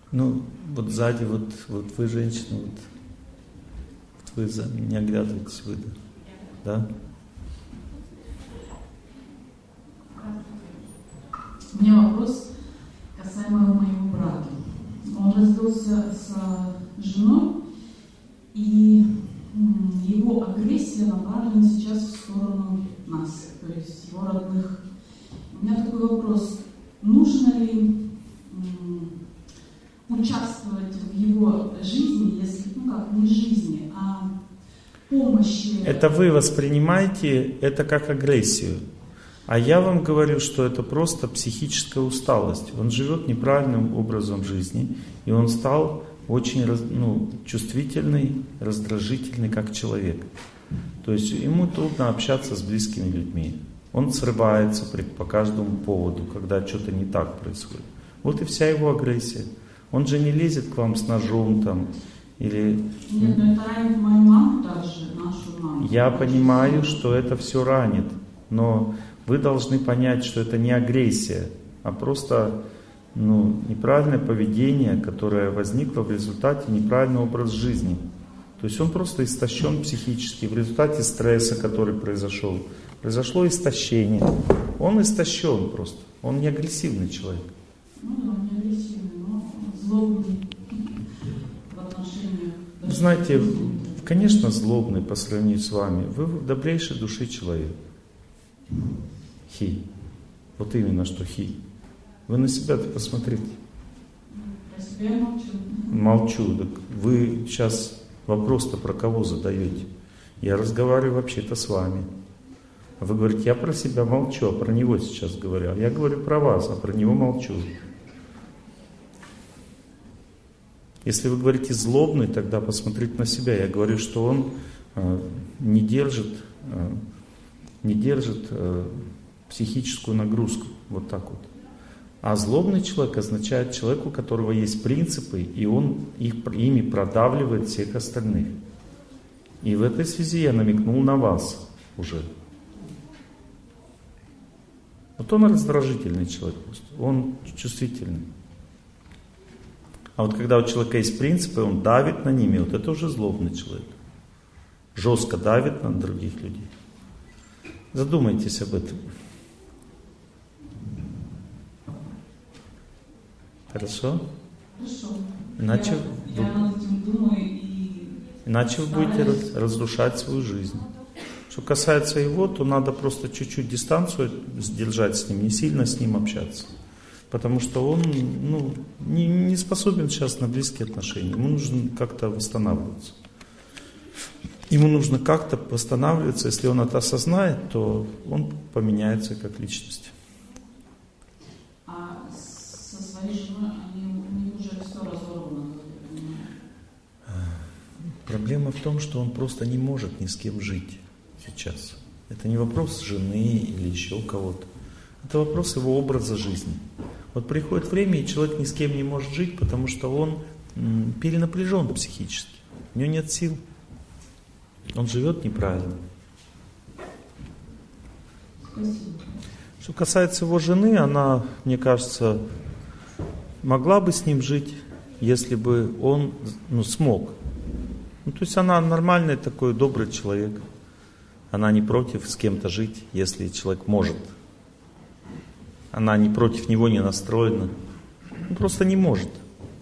Ну, вот сзади, вот вы, женщина, вот вы не оглядываетесь, вы, да? У меня вопрос касаемо моего брата. Он развелся с женой, и его агрессия направлена сейчас в сторону нас, то есть его родных. У меня такой вопрос. Нужно ли участвовать в его жизни, если, не жизни, а помощи? Это вы воспринимаете это как агрессию. А я вам говорю, что это просто психическая усталость. Он живет неправильным образом жизни, и он стал очень чувствительный, раздражительный как человек. То есть ему трудно общаться с близкими людьми. Он срывается по каждому поводу, когда что-то не так происходит. Вот и вся его агрессия. Он же не лезет к вам с ножом там, или... Нет, но это ранит мою маму также, нашу маму. Я понимаю, что это все ранит, но вы должны понять, что это не агрессия, а просто неправильное поведение, которое возникло в результате неправильного образа жизни. То есть он просто истощен психически в результате стресса, который произошел. Произошло истощение. Он истощен просто. Он не агрессивный человек. Он не агрессивный, но злобный в отношениях. Знаете, конечно, злобный по сравнению с вами. Вы добрейшей души человек. Хи. Вот именно что хи. Вы на себя-то посмотрите. Про себя я молчу. Молчу. Так вы сейчас вопрос-то про кого задаете? Я разговариваю вообще-то с вами. А вы говорите, я про себя молчу, а про него сейчас говорю. Я говорю про вас, а про него молчу. Если вы говорите злобный, тогда посмотрите на себя. Я говорю, что он не держит психическую нагрузку. Вот так вот. А злобный человек означает человек, у которого есть принципы, и он ими продавливает всех остальных. И в этой связи я намекнул на вас уже. Вот он раздражительный человек, он чувствительный. А вот когда у человека есть принципы, он давит на ними, вот это уже злобный человек. Жестко давит на других людей. Задумайтесь об этом. Хорошо? Хорошо. Иначе я над этим думаю и... Иначе вы будете разрушать свою жизнь. Что касается его, то надо просто чуть-чуть дистанцию держать с ним, не сильно с ним общаться. Потому что он не способен сейчас на близкие отношения. Ему нужно как-то восстанавливаться. Ему нужно как-то восстанавливаться. Если он это осознает, то он поменяется как личность. А со своей женой у них уже все разорвано, как я понимаю. Проблема в том, что он просто не может ни с кем жить сейчас. Это не вопрос жены или еще кого-то. Это вопрос его образа жизни. Вот приходит время, и человек ни с кем не может жить, потому что он перенапряжен психически. У него нет сил. Он живет неправильно. Спасибо. Что касается его жены, она, мне кажется, могла бы с ним жить, если бы он смог. То есть она нормальный такой добрый человек. Она не против с кем-то жить, если человек может. Она не против него не настроена. Он просто не может.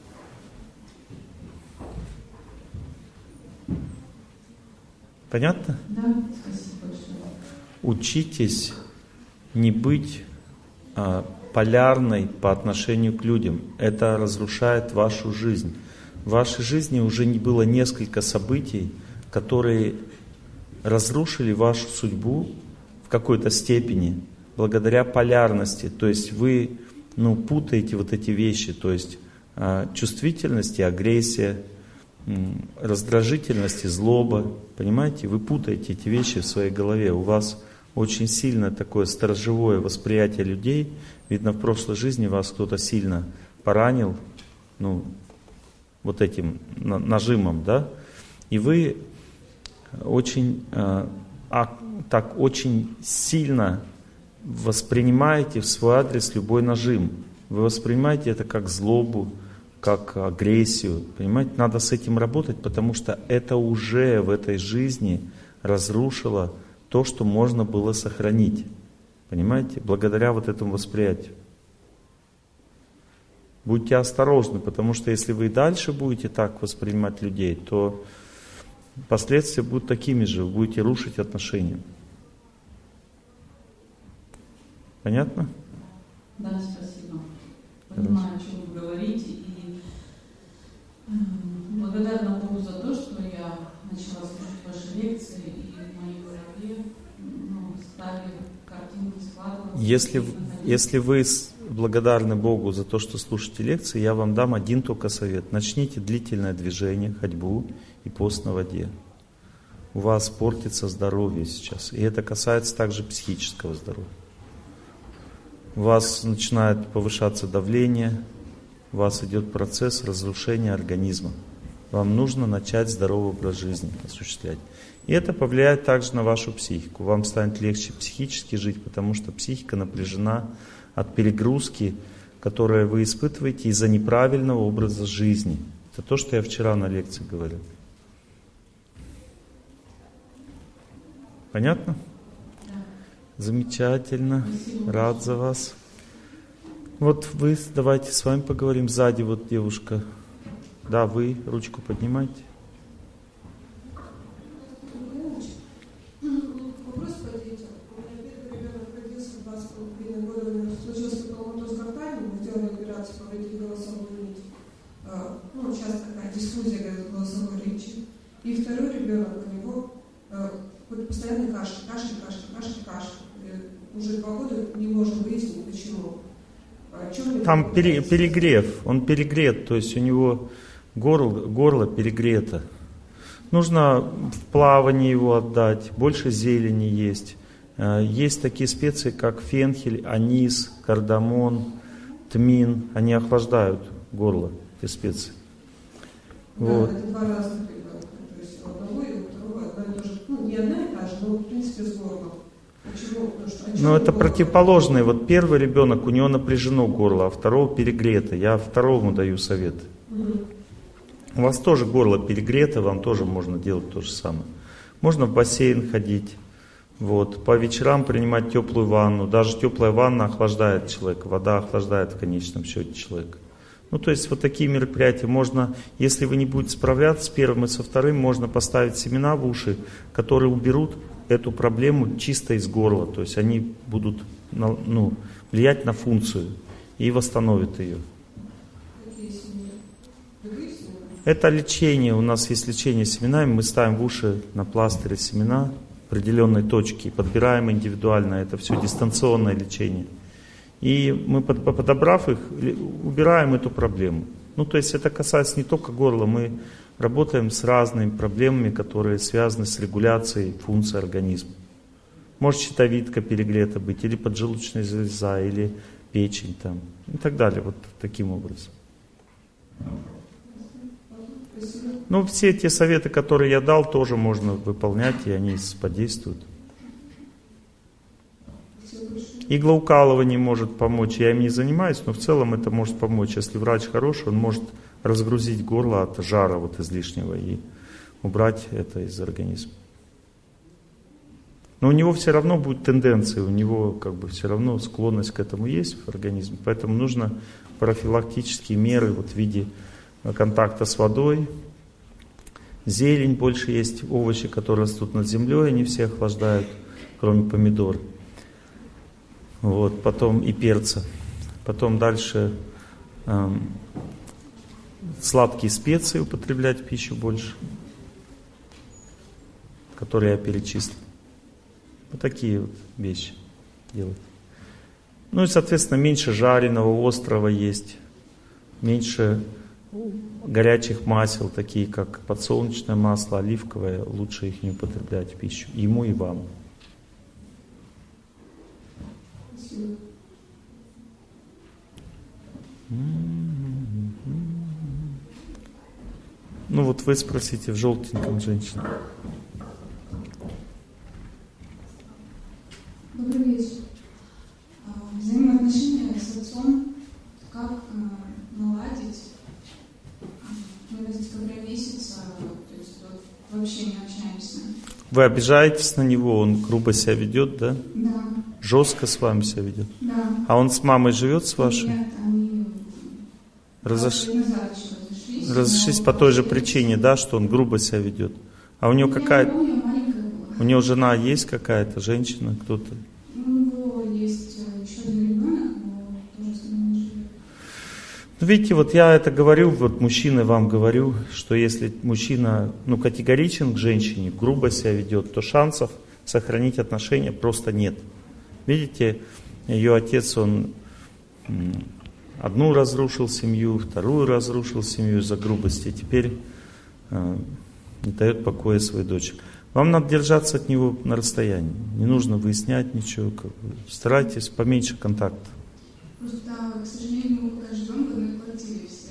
Понятно? Да, спасибо большое. Учитесь не быть полярной по отношению к людям. Это разрушает вашу жизнь. В вашей жизни уже было несколько событий, которые разрушили вашу судьбу в какой-то степени благодаря полярности. То есть вы путаете вот эти вещи. То есть чувствительность и агрессия, раздражительность и злоба. Понимаете? Вы путаете эти вещи в своей голове. У вас очень сильно такое сторожевое восприятие людей. Видно, в прошлой жизни вас кто-то сильно поранил, вот этим нажимом, да? И вы очень сильно воспринимаете в свой адрес любой нажим. Вы воспринимаете это как злобу, как агрессию. Понимаете, надо с этим работать, потому что это уже в этой жизни разрушило то, что можно было сохранить. Понимаете? Благодаря вот этому восприятию. Будьте осторожны, потому что если вы и дальше будете так воспринимать людей, то последствия будут такими же, вы будете рушить отношения. Понятно? Да, спасибо. Понимаю, о чем вы говорите, и благодарна Богу за то, что я начала слушать ваши лекции, и в моей голове стали картинки складываться. Если вы благодарны Богу за то, что слушаете лекции, я вам дам один только совет. Начните длительное движение, ходьбу и пост на воде. У вас портится здоровье сейчас, и это касается также психического здоровья. У вас начинает повышаться давление, у вас идет процесс разрушения организма. Вам нужно начать здоровый образ жизни осуществлять. И это повлияет также на вашу психику. Вам станет легче психически жить, потому что психика напряжена от перегрузки, которую вы испытываете из-за неправильного образа жизни. Это то, что я вчера на лекции говорил. Понятно? Замечательно. Рад за вас. Вот вы, давайте с вами поговорим. Сзади вот девушка. Да, вы ручку поднимайте. Вопрос по детям. У меня первый ребенок родился 2,5 года, у него случился поломатоз гортани, мы сделали операцию, повредили голосовую нить. Сейчас такая диффузия голосовой речи. И второй ребенок, у него постоянный кашель. Уже 2 года не можем выяснить, почему. Там перегрев, он перегрет, то есть у него горло перегрето. Нужно в плавание его отдать, больше зелени есть. Есть такие специи, как фенхель, анис, кардамон, тмин. Они охлаждают горло, эти специи. Да, вот. Это 2 разных ребенка. То есть у одного и у второго одна и та же, не одна и та же, но в принципе с горлом. Почему? Но это противоположное. Вот первый ребенок, у него напряжено горло, а второго перегрето. Я второму даю совет. У вас тоже горло перегрето, вам тоже можно делать то же самое. Можно в бассейн ходить, вот, по вечерам принимать теплую ванну. Даже теплая ванна охлаждает человека, вода охлаждает в конечном счете человека. То есть вот такие мероприятия можно, если вы не будете справляться с первым и со вторым, можно поставить семена в уши, которые уберут эту проблему чисто из горла. То есть они будут влиять на функцию и восстановят ее. Это лечение. У нас есть лечение семенами. Мы ставим в уши на пластыре семена определенной точки, подбираем индивидуально. Это все дистанционное лечение. И мы, подобрав их, убираем эту проблему. То есть это касается не только горла. Мы работаем с разными проблемами, которые связаны с регуляцией функций организма. Может щитовидка перегрета быть, или поджелудочная железа, или печень там, и так далее. Вот таким образом. Все те советы, которые я дал, тоже можно выполнять, и они подействуют. Иглоукалывание может помочь. Я им не занимаюсь, но в целом это может помочь. Если врач хороший, он может разгрузить горло от жара излишнего и убрать это из организма. Но у него все равно будет тенденция, у него все равно склонность к этому есть в организме. Поэтому нужно профилактические меры в виде контакта с водой. Зелень больше есть, овощи, которые растут над землей, они все охлаждают, кроме помидор. Потом и перца. Потом дальше сладкие специи употреблять в пищу больше, которые я перечислил. Такие вещи делать. И, соответственно, меньше жареного, острого есть, меньше горячих масел, такие как подсолнечное масло, оливковое, лучше их не употреблять в пищу, ему и вам. Вы спросите в желтеньком женщине. Добрый вечер. Взаимоотношения с отцом, как наладить, вообще не общаемся. Вы обижаетесь на него, он грубо себя ведет, да? Да. Жестко с вами себя ведет? Да. А он с мамой живет с вашей? Нет, они разошлись по той же причине, да, что он грубо себя ведет. А у него какая-то... У него жена есть какая-то, женщина, кто-то? У него есть еще один ребенок, но тоже с ним не живет. Ну, видите, вот я это говорю, вот мужчины вам говорю, что если мужчина, категоричен к женщине, грубо себя ведет, то шансов сохранить отношения просто нет. Видите, ее отец, он одну разрушил семью, вторую разрушил семью из-за грубости, теперь не дает покоя своей дочери. Вам надо держаться от него на расстоянии. Не нужно выяснять ничего. Старайтесь поменьше контакта. Просто, к сожалению, мы пока живем в одной квартире все.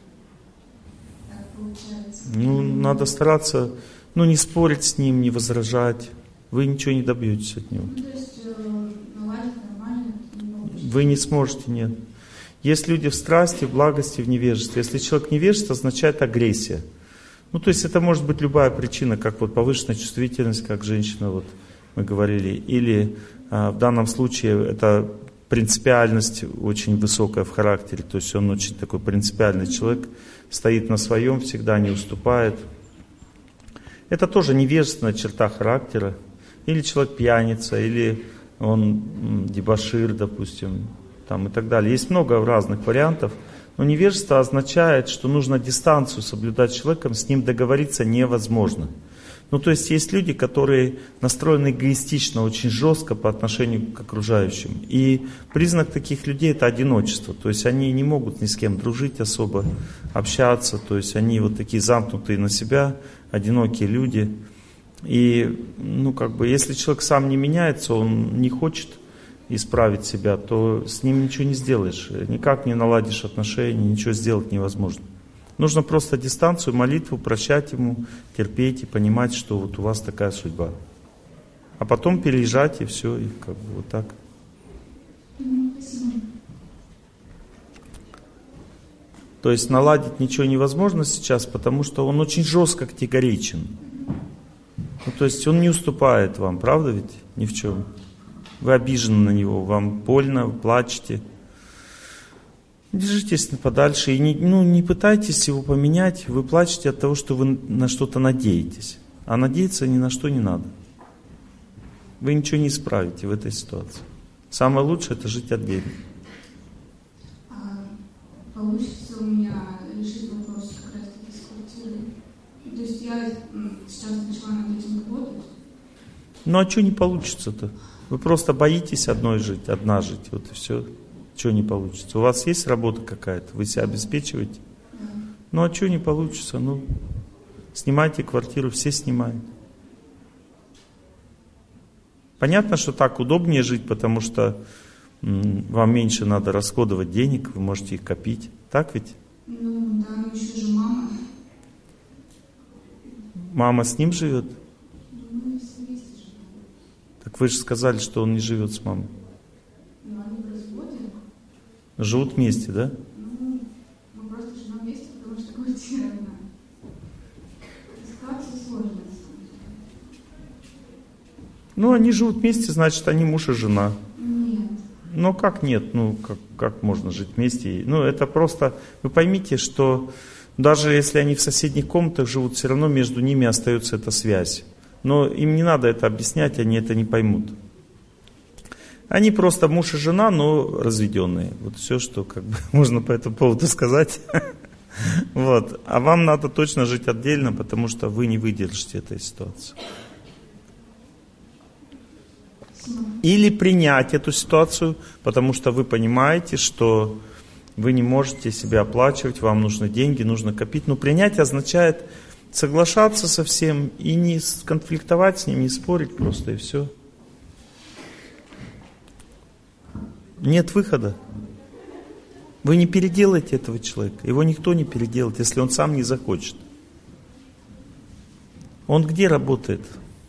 Так получается. Надо стараться, не спорить с ним, не возражать. Вы ничего не добьетесь от него. То есть наладить нормально не получится. Вы не сможете, нет. Есть люди в страсти, в благости, в невежестве. Если человек невежество, означает агрессия. То есть это может быть любая причина, как вот повышенная чувствительность, как женщина, вот мы говорили, или в данном случае это принципиальность очень высокая в характере, то есть он очень такой принципиальный человек, стоит на своем, всегда не уступает. Это тоже невежественная черта характера. Или человек пьяница, или он дебошир, допустим, и так далее. Есть много разных вариантов. Но невежество означает, что нужно дистанцию соблюдать с человеком, с ним договориться невозможно. То есть есть люди, которые настроены эгоистично, очень жестко по отношению к окружающим. И признак таких людей — это одиночество. То есть они не могут ни с кем дружить особо, общаться. То есть они вот такие замкнутые на себя, одинокие люди. И, если человек сам не меняется, он не хочет исправить себя, то с ним ничего не сделаешь, никак не наладишь отношения, ничего сделать невозможно. Нужно просто дистанцию, молитву, прощать ему, терпеть и понимать, что вот у вас такая судьба. А потом переезжать и все, и вот так. Спасибо. То есть наладить ничего невозможно сейчас, потому что он очень жестко категоричен. То есть он не уступает вам, правда ведь? Ни в чем. Вы обижены на него, вам больно, вы плачете. Держитесь подальше и не пытайтесь его поменять. Вы плачете от того, что вы на что-то надеетесь. А надеяться ни на что не надо. Вы ничего не исправите в этой ситуации. Самое лучшее — это жить отдельно. Получится у меня решить вопрос как раз таки с квартирой. То есть я сейчас начала над этим работать. А что не получится-то? Вы просто боитесь одна жить, вот и все. Что не получится? У вас есть работа какая-то? Вы себя обеспечиваете? Да. А что не получится? Снимайте квартиру, все снимают. Понятно, что так удобнее жить, потому что вам меньше надо расходовать денег, вы можете их копить. Так ведь? Да, но еще же мама. Мама с ним живет? Мы все вместе живем. Так вы же сказали, что он не живет с мамой. Они в разводе. Живут вместе, да? Мы просто живем вместе, потому что квартира одна. Ситуация сложная. Они живут вместе, значит, они муж и жена. Нет. Как нет? Как можно жить вместе? Это просто... Вы поймите, что даже если они в соседних комнатах живут, все равно между ними остается эта связь. Но им не надо это объяснять, они это не поймут. Они просто муж и жена, но разведенные. Вот все, что можно по этому поводу сказать. А вам надо точно жить отдельно, потому что вы не выдержите этой ситуации. Или принять эту ситуацию, потому что вы понимаете, что вы не можете себя оплачивать, вам нужны деньги, нужно копить. Но принять означает соглашаться со всем и не конфликтовать с ним, не спорить просто, и все. Нет выхода. Вы не переделаете этого человека. Его никто не переделает, если он сам не захочет. Он где работает?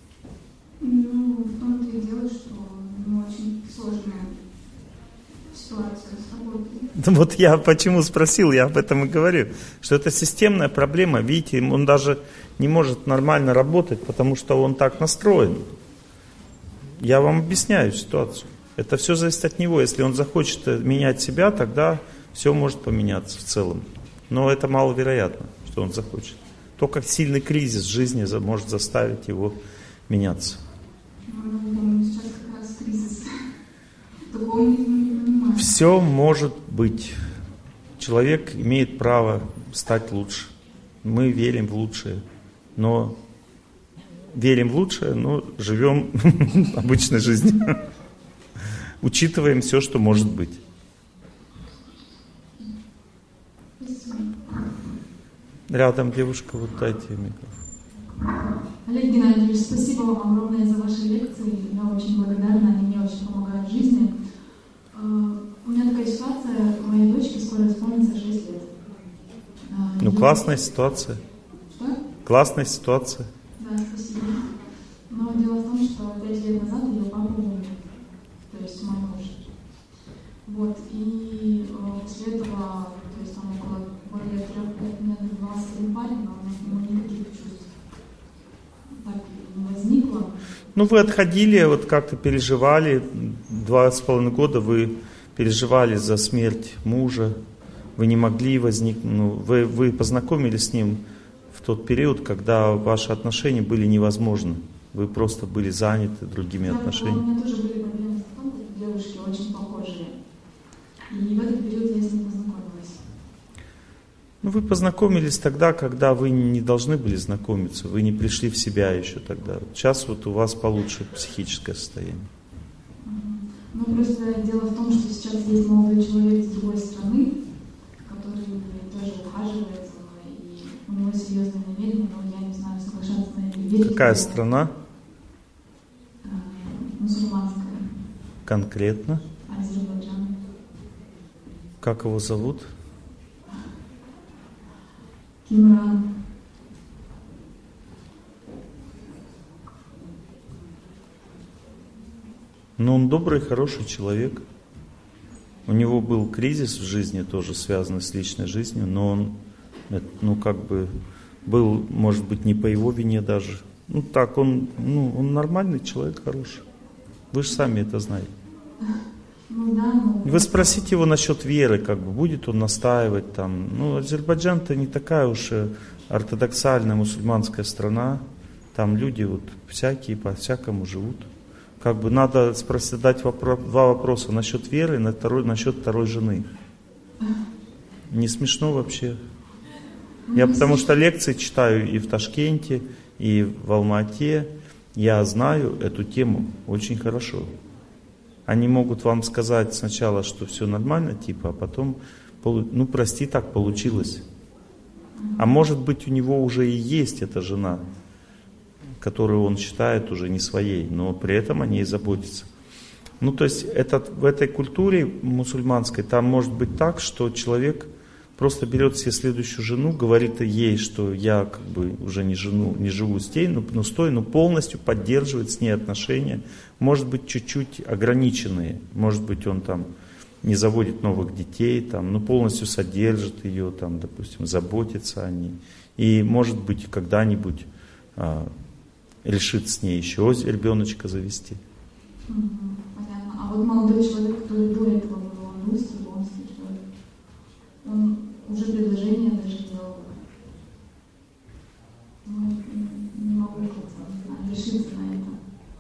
В том-то и дело, что очень сложная ситуация с работой. Вот я почему спросил, я об этом и говорю, что это системная проблема. Видите, он даже не может нормально работать, потому что он так настроен. Я вам объясняю ситуацию. Это все зависит от него. Если он захочет менять себя, тогда все может поменяться в целом. Но это маловероятно, что он захочет. Только сильный кризис в жизни может заставить его меняться. Сейчас как раз кризис. Такого не понимаю. Все может быть. Человек имеет право стать лучше. Мы верим в лучшее. Но живем обычной жизнью. Учитываем все, что может быть. Рядом девушка, вот дайте микрофон. Олег Геннадьевич, спасибо вам огромное за ваши лекции. Я очень благодарна, они мне очень помогают в жизни. У меня такая ситуация, моей дочке скоро исполнится 6 лет. Ну, классная ситуация. Что? Классная ситуация. Да, спасибо. Но дело в том, что 5 лет назад ее папа умер. То есть мой муж. Вот, и после этого, то есть там около более 3 лет, у меня 21 парень, но у него никаких чувств так не возникло. Ну, вы отходили, вот как-то переживали, 2,5 года вы переживали за смерть мужа, вы не могли возникнуть, вы познакомились с ним в тот период, когда ваши отношения были невозможны. Вы просто были заняты другими отношениями. У меня тоже были проблемы с том, что девушки очень похожие. И в этот период я с ним познакомилась. Ну, вы познакомились тогда, когда вы не должны были знакомиться, вы не пришли в себя еще тогда. Сейчас вот у вас получше психическое состояние. Ну, просто дело в том, что сейчас есть молодой человек с другой страны, который тоже ухаживает за мной, и у него серьезное намерение, но я не знаю, соглашаться на это или нет. Какая страна? Мусульманская. Конкретно? Азербайджан. Как его зовут? Кимран. Ну, он добрый, хороший человек. У него был кризис в жизни, тоже связанный с личной жизнью, но он, ну, как бы, был, может быть, не по его вине даже. Ну, так, он нормальный человек, хороший. Вы же сами это знаете. Ну, да, но... Вы спросите его насчет веры, как бы, будет он настаивать там. Ну, Азербайджан-то не такая уж ортодоксальная мусульманская страна. Там люди вот всякие, по-всякому живут. Как бы надо задать 2 вопроса насчет веры, насчет второй жены. Не смешно вообще. Я потому что лекции читаю и в Ташкенте, и в Алма-Ате. Я знаю эту тему очень хорошо. Они могут вам сказать сначала, что все нормально, типа, а потом, ну прости, так получилось. А может быть, у него уже и есть эта жена, которую он считает уже не своей, но при этом о ней заботится. Ну, то есть в этой культуре мусульманской там может быть так, что человек просто берет себе следующую жену, говорит ей, что я как бы уже не живу с ней, но полностью поддерживает с ней отношения, может быть чуть-чуть ограниченные, может быть он там не заводит новых детей, там, но полностью содержит ее, там, допустим, заботится о ней. И может быть когда-нибудь решит с ней еще ребеночка завести. Понятно. А вот молодой человек, который до этого был, он русский человек, он уже предложение даже делал. Ну, не могу как-то решиться на это.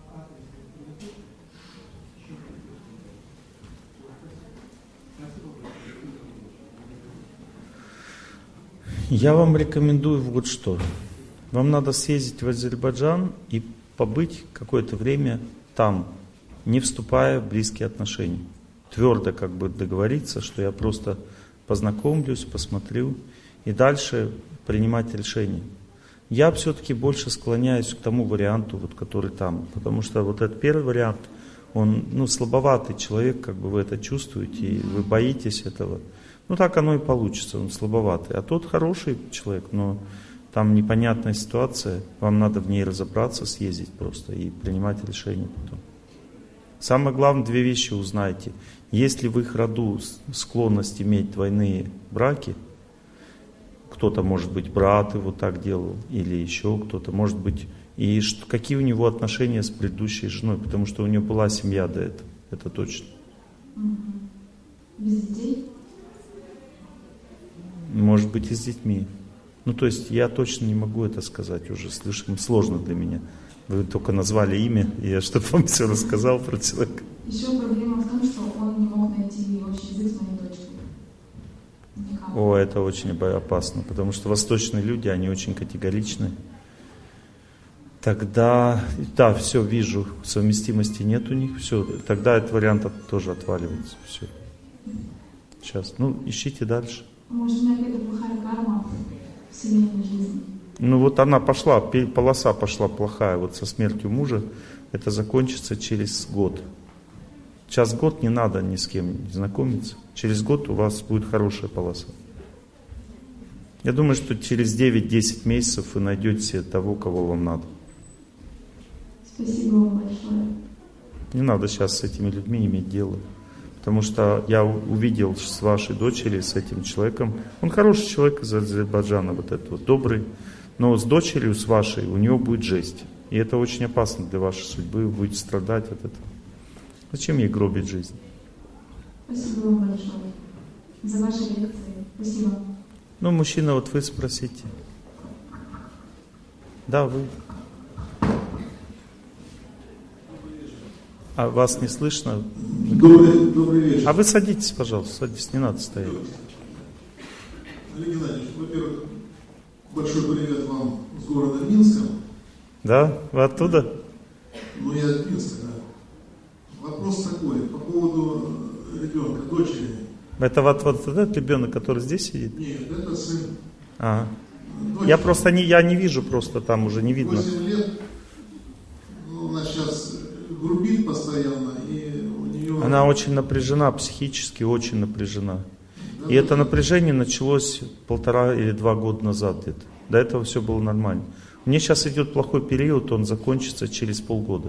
Я вам рекомендую вот что. Вам надо съездить в Азербайджан и побыть какое-то время там, не вступая в близкие отношения. Твердо как бы договориться, что я просто познакомлюсь, посмотрю и дальше принимать решение. Я все-таки больше склоняюсь к тому варианту, вот, который там, потому что вот этот первый вариант, он слабоватый человек, как бы вы это чувствуете, и вы боитесь этого. Ну так оно и получится, он слабоватый. А тот хороший человек, но там непонятная ситуация, вам надо в ней разобраться, съездить просто и принимать решение потом. Самое главное, две вещи узнайте. Есть ли в их роду склонность иметь двойные браки, кто-то, может быть, брат его так делал, или еще кто-то, может быть, и какие у него отношения с предыдущей женой, потому что у него была семья до этого, это точно. Без детей? Может быть, и с детьми. Ну, то есть, я точно не могу это сказать уже, слишком сложно для меня. Вы только назвали имя, и я что-то вам все рассказал про человека. Еще проблема в том, что он не мог найти общий язык с моей дочкой. Никак. О, это очень опасно, потому что восточные люди, они очень категоричны. Тогда, да, все, вижу, совместимости нет у них, все, тогда этот вариант тоже отваливается, все. Сейчас, ну, ищите дальше. Может, у меня какая-то плохая карма в семейной жизни? Ну, вот она пошла, полоса пошла плохая, вот со смертью мужа, это закончится через год. Сейчас год не надо ни с кем знакомиться, через год у вас будет хорошая полоса. Я думаю, что через 9-10 месяцев вы найдете того, кого вам надо. Спасибо вам большое. Не надо сейчас с этими людьми иметь дело. Потому что я увидел с вашей дочерью, с этим человеком. Он хороший человек из Азербайджана, вот этот вот, добрый. Но с дочерью, с вашей, у него будет жесть. И это очень опасно для вашей судьбы. Вы будете страдать от этого. Зачем ей гробить жизнь? Спасибо вам большое за ваши лекции. Спасибо. Ну, мужчина, вот вы спросите. Да, вы. А вас не слышно? Добрый вечер. А вы садитесь, пожалуйста, садитесь, не надо стоять. Олег Геннадьевич, во-первых, большой привет вам с города Минска. Да? Вы оттуда? Ну, я из Минска, да. Вопрос такой, по поводу ребенка, дочери. Это вот этот ребенок, который здесь сидит? Нет, это сын. Ага. Дочь, Я просто я не вижу, просто там уже не видно. 8 лет, ну, она сейчас грубит постоянно, и у нее... Она очень напряжена, психически очень напряжена. И это напряжение началось 1,5 или 2 года назад где-то. До этого все было нормально. У нее сейчас идет плохой период, он закончится через полгода.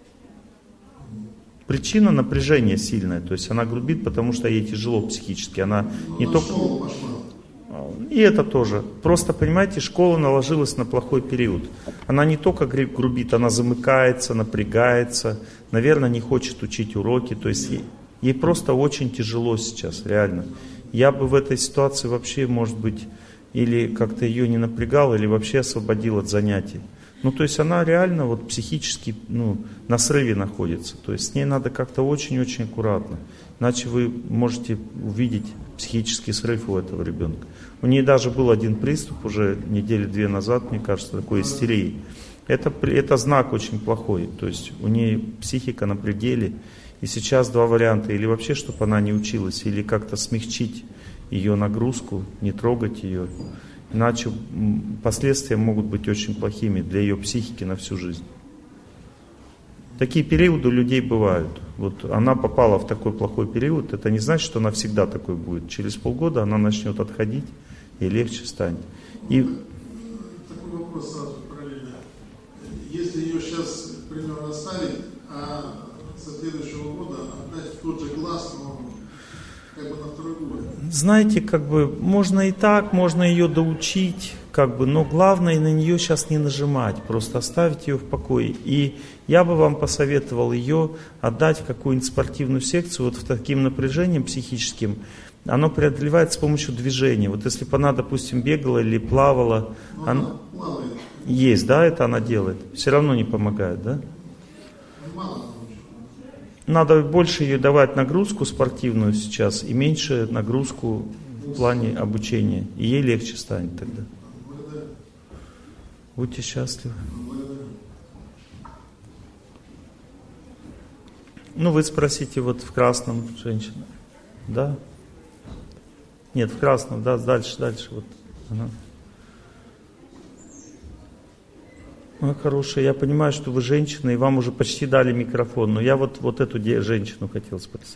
Причина напряжения сильная, то есть она грубит, потому что ей тяжело психически. Она не только... школу пошла. И это тоже. Просто, понимаете, школа наложилась на плохой период. Она не только грубит, она замыкается, напрягается, наверное, не хочет учить уроки. То есть ей просто очень тяжело сейчас, реально. Я бы в этой ситуации вообще, может быть, или как-то ее не напрягал, или вообще освободил от занятий. Ну, то есть она реально вот психически, на срыве находится. То есть с ней надо как-то очень-очень аккуратно. Иначе вы можете увидеть психический срыв у этого ребенка. У нее даже был один приступ уже недели 2 назад, мне кажется, такой истерии. Это знак очень плохой. То есть у нее психика на пределе. И сейчас 2 варианта. Или вообще, чтобы она не училась, или как-то смягчить ее нагрузку, не трогать ее. Иначе последствия могут быть очень плохими для ее психики на всю жизнь. Такие периоды у людей бывают. Вот она попала в такой плохой период, это не значит, что она всегда такой будет. Через полгода она начнет отходить, и легче станет. И... Такой вопрос сразу параллельно. Если ее сейчас, к примеру, оставить, а со следующего года отдать в тот же класс, но как бы на 2-й год. Знаете, можно и так, можно ее доучить, но главное на нее сейчас не нажимать, просто оставить ее в покое. И я бы вам посоветовал ее отдать в какую-нибудь спортивную секцию, вот в таким напряжением психическим, оно преодолевается с помощью движения. Вот если бы она, допустим, бегала или плавала, Она плавает. Есть, да, это она делает, все равно не помогает, да? Мало. Надо больше ее давать нагрузку спортивную сейчас и меньше нагрузку в плане обучения. И ей легче станет тогда. Будьте счастливы. Вы спросите, вот в красном женщина. Да? Нет, в красном, да, дальше. Вот. Ага. Ну, хорошая, я понимаю, что вы женщина, и вам уже почти дали микрофон, но я вот эту женщину хотел спросить.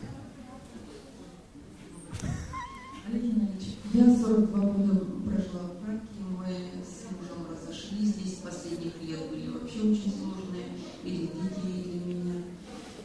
Олег Геннадьевич, я 42 года прожила в браке, мы с мужем разошлись, 10 последних лет были вообще очень сложные, и религии для меня.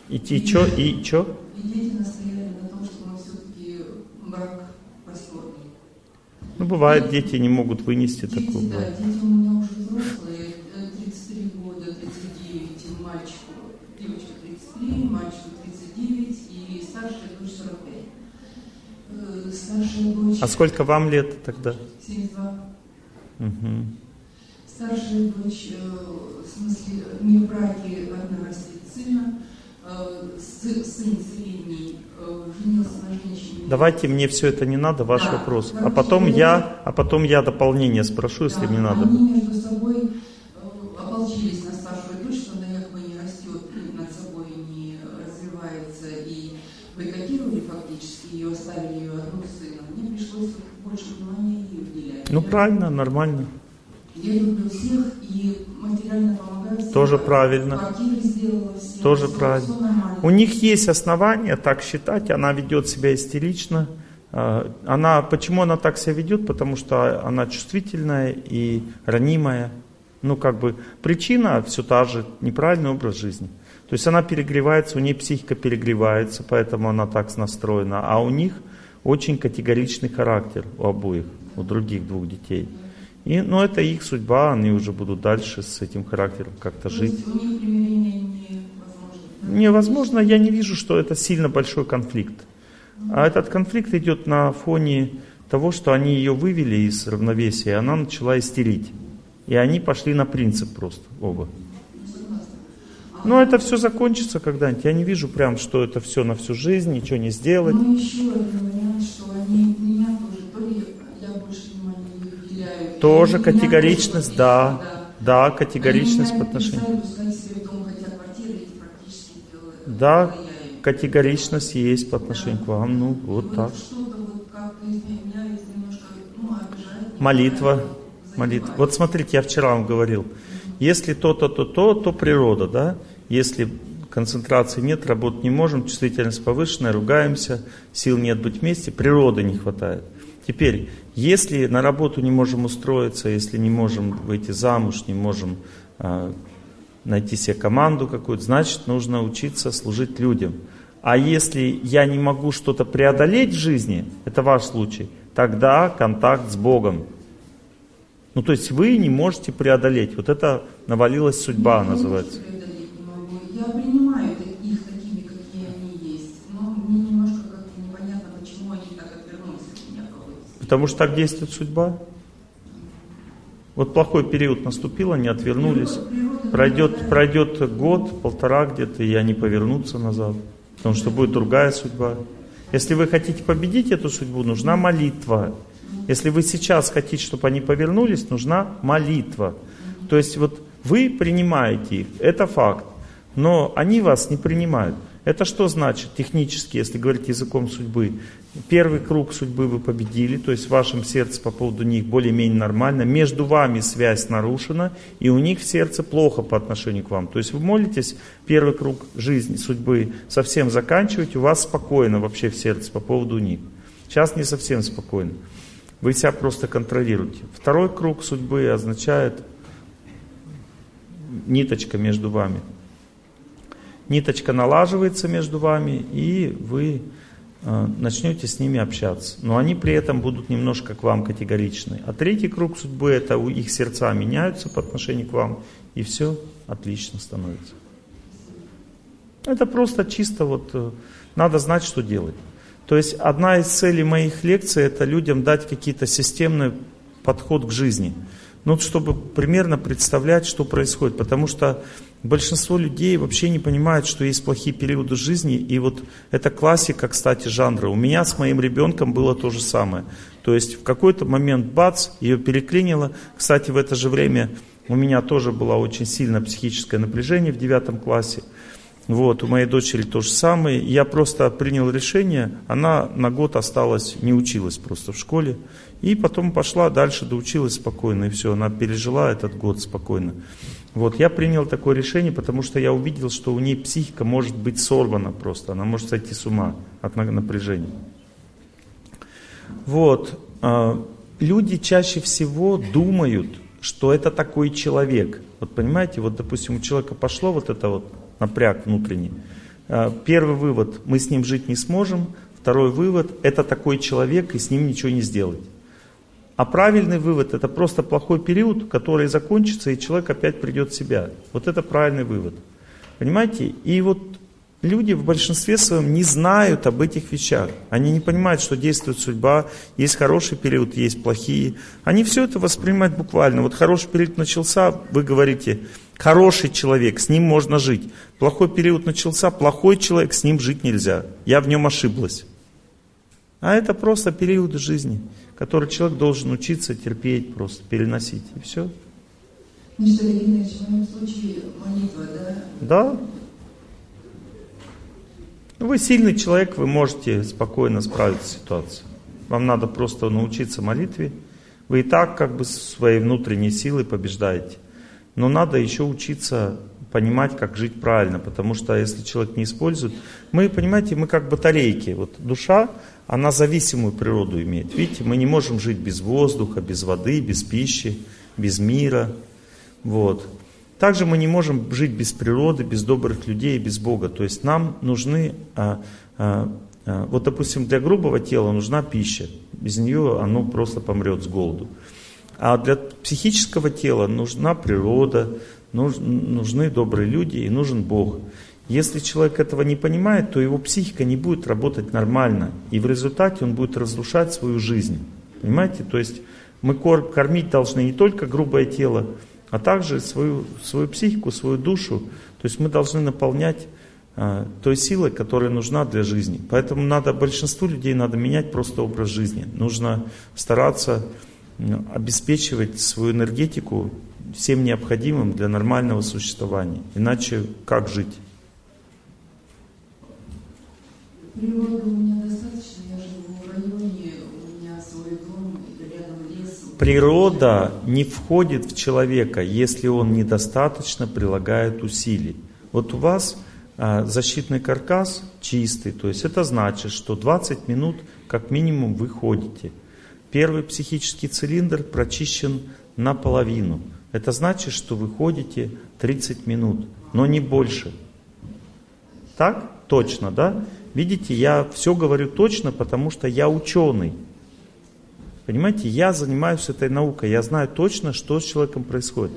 И чё? И дети настояли на том, что мы все-таки брак повторный. Ну, бывает, дети не могут вынести такого. Да, дети у меня уже взрослые, 33 года, 39, мальчику, девочка 33, мальчику 39 и старшая дочь 45. Старшая дочь... А сколько вам лет тогда? 72. Угу. Старшая дочь, в смысле, не в браке, одна растит сына, сын средний женился на женщине. Давайте, мне все это не надо, ваш вопрос. А потом я дополнение спрошу, если мне надо. Они между собой ополчились на старшую дочь, что она якобы не растет, над собой не развивается, и бойкотировали фактически ее, оставили ее одну с сыном. Мне пришлось больше внимания ей уделять. Ну, правильно, нормально. Я люблю всех и материально помогаю. Тоже правильно. Квартиры сделала всем. Тоже правильно. У них есть основания так считать, она ведет себя истерично. Почему она так себя ведет? Потому что она чувствительная и ранимая. Ну, как бы, причина все та же, неправильный образ жизни. То есть она перегревается, у нее психика перегревается, поэтому она так настроена. А у них очень категоричный характер, у обоих, у других двух детей. Но это их судьба, они уже будут дальше с этим характером как-то жить. У них примирение невозможно? Невозможно, я не вижу, что это сильно большой конфликт. А этот конфликт идет на фоне того, что они ее вывели из равновесия, и она начала истерить. И они пошли на принцип просто, оба. Но это все закончится когда-нибудь. Я не вижу прям, что это все на всю жизнь, ничего не сделать. Ну еще один вариант, что они меня тоже, то ли я больше внимания не уделяю. Тоже категоричность, да, категоричность по отношению. Да, категоричность есть по отношению к вам, ну вот так. Молитва. Вот смотрите, я вчера вам говорил, если то природа, да? Если концентрации нет, работать не можем, чувствительность повышенная, ругаемся, сил нет быть вместе, природы не хватает. Теперь, если на работу не можем устроиться, если не можем выйти замуж, не можем найти себе команду какую-то, значит, нужно учиться служить людям. А если я не могу что-то преодолеть в жизни, это ваш случай, тогда контакт с Богом. Ну, то есть вы не можете преодолеть. Вот это навалилась судьба, называется. Я принимаю их такими, какие они есть. Но мне немножко как-то непонятно, почему они так отвернулись от меня. Потому что так действует судьба. Вот плохой период наступил, они отвернулись. Пройдет год, полтора где-то, и они повернутся назад. Потому что будет другая судьба. Если вы хотите победить эту судьбу, нужна молитва. Если вы сейчас хотите, чтобы они повернулись, нужна молитва. То есть вот вы принимаете их, это факт. Но они вас не принимают. Это что значит технически, если говорить языком судьбы? Первый круг судьбы вы победили, то есть в вашем сердце по поводу них более-менее нормально. Между вами связь нарушена, и у них в сердце плохо по отношению к вам. То есть вы молитесь, первый круг жизни, судьбы совсем заканчиваете, у вас спокойно вообще в сердце по поводу них. Сейчас не совсем спокойно. Вы себя просто контролируете. Второй круг судьбы означает ниточка между вами. Ниточка налаживается между вами, и вы начнете с ними общаться. Но они при этом будут немножко к вам категоричны. А третий круг судьбы, это их сердца меняются по отношению к вам, и все отлично становится. Это просто чисто вот надо знать, что делать. То есть одна из целей моих лекций — это людям дать какие-то системный подход к жизни. Ну, чтобы примерно представлять, что происходит. Потому что большинство людей вообще не понимают, что есть плохие периоды жизни. И вот это классика, кстати, жанра. У меня с моим ребенком было то же самое. То есть в какой-то момент, бац, ее переклинило. Кстати, в это же время у меня тоже было очень сильное психическое напряжение в 9 классе. Вот, у моей дочери то же самое. Я просто принял решение, она на год осталась, не училась просто в школе. И потом пошла дальше, доучилась спокойно, и все, она пережила этот год спокойно. Вот, я принял такое решение, потому что я увидел, что у нее психика может быть сорвана просто, она может сойти с ума от напряжения. Вот, люди чаще всего думают, что это такой человек. Вот понимаете, вот допустим у человека пошло вот это вот, напряг внутренний. Первый вывод: мы с ним жить не сможем. Второй вывод: это такой человек, и с ним ничего не сделать. А правильный вывод: это просто плохой период, который закончится, и человек опять придет в себя. Вот это правильный вывод. Понимаете? И вот люди в большинстве своем не знают об этих вещах. Они не понимают, что действует судьба, есть хороший период, есть плохие. Они все это воспринимают буквально. Вот хороший период начался, вы говорите: хороший человек, с ним можно жить. Плохой период начался, плохой человек, с ним жить нельзя. Я в нем ошиблась. А это просто период жизни, который человек должен учиться терпеть, просто переносить. И все. Значит, Олег Геннадьевич, в моем случае молитва, да? Да. Вы сильный человек, вы можете спокойно справиться с ситуацией. Вам надо просто научиться молитве. Вы и так как бы своей внутренней силой побеждаете. Но надо еще учиться понимать, как жить правильно. Потому что если человек не использует... Мы, понимаете, мы как батарейки. Вот душа, она зависимую природу имеет. Видите, мы не можем жить без воздуха, без воды, без пищи, без мира. Вот. Также мы не можем жить без природы, без добрых людей, без Бога. То есть нам нужны, вот допустим, для грубого тела нужна пища. Без нее оно просто помрет с голоду. А для психического тела нужна природа, нужны добрые люди и нужен Бог. Если человек этого не понимает, то его психика не будет работать нормально. И в результате он будет разрушать свою жизнь. Понимаете? То есть мы кормить должны не только грубое тело, а также свою психику, свою душу. То есть мы должны наполнять той силой, которая нужна для жизни. Поэтому большинству людей надо менять просто образ жизни. Нужно стараться обеспечивать свою энергетику всем необходимым для нормального существования. Иначе как жить? Природы у меня достаточно, я живу в районе, у меня свой дом, рядом лес. Природа не входит в человека, если он недостаточно прилагает усилий. Вот у вас защитный каркас чистый, то есть это значит, что 20 минут как минимум вы ходите. Первый психический цилиндр прочищен наполовину. Это значит, что вы ходите 30 минут, но не больше. Так? Точно, да? Видите, я все говорю точно, потому что я ученый. Понимаете, я занимаюсь этой наукой, я знаю точно, что с человеком происходит.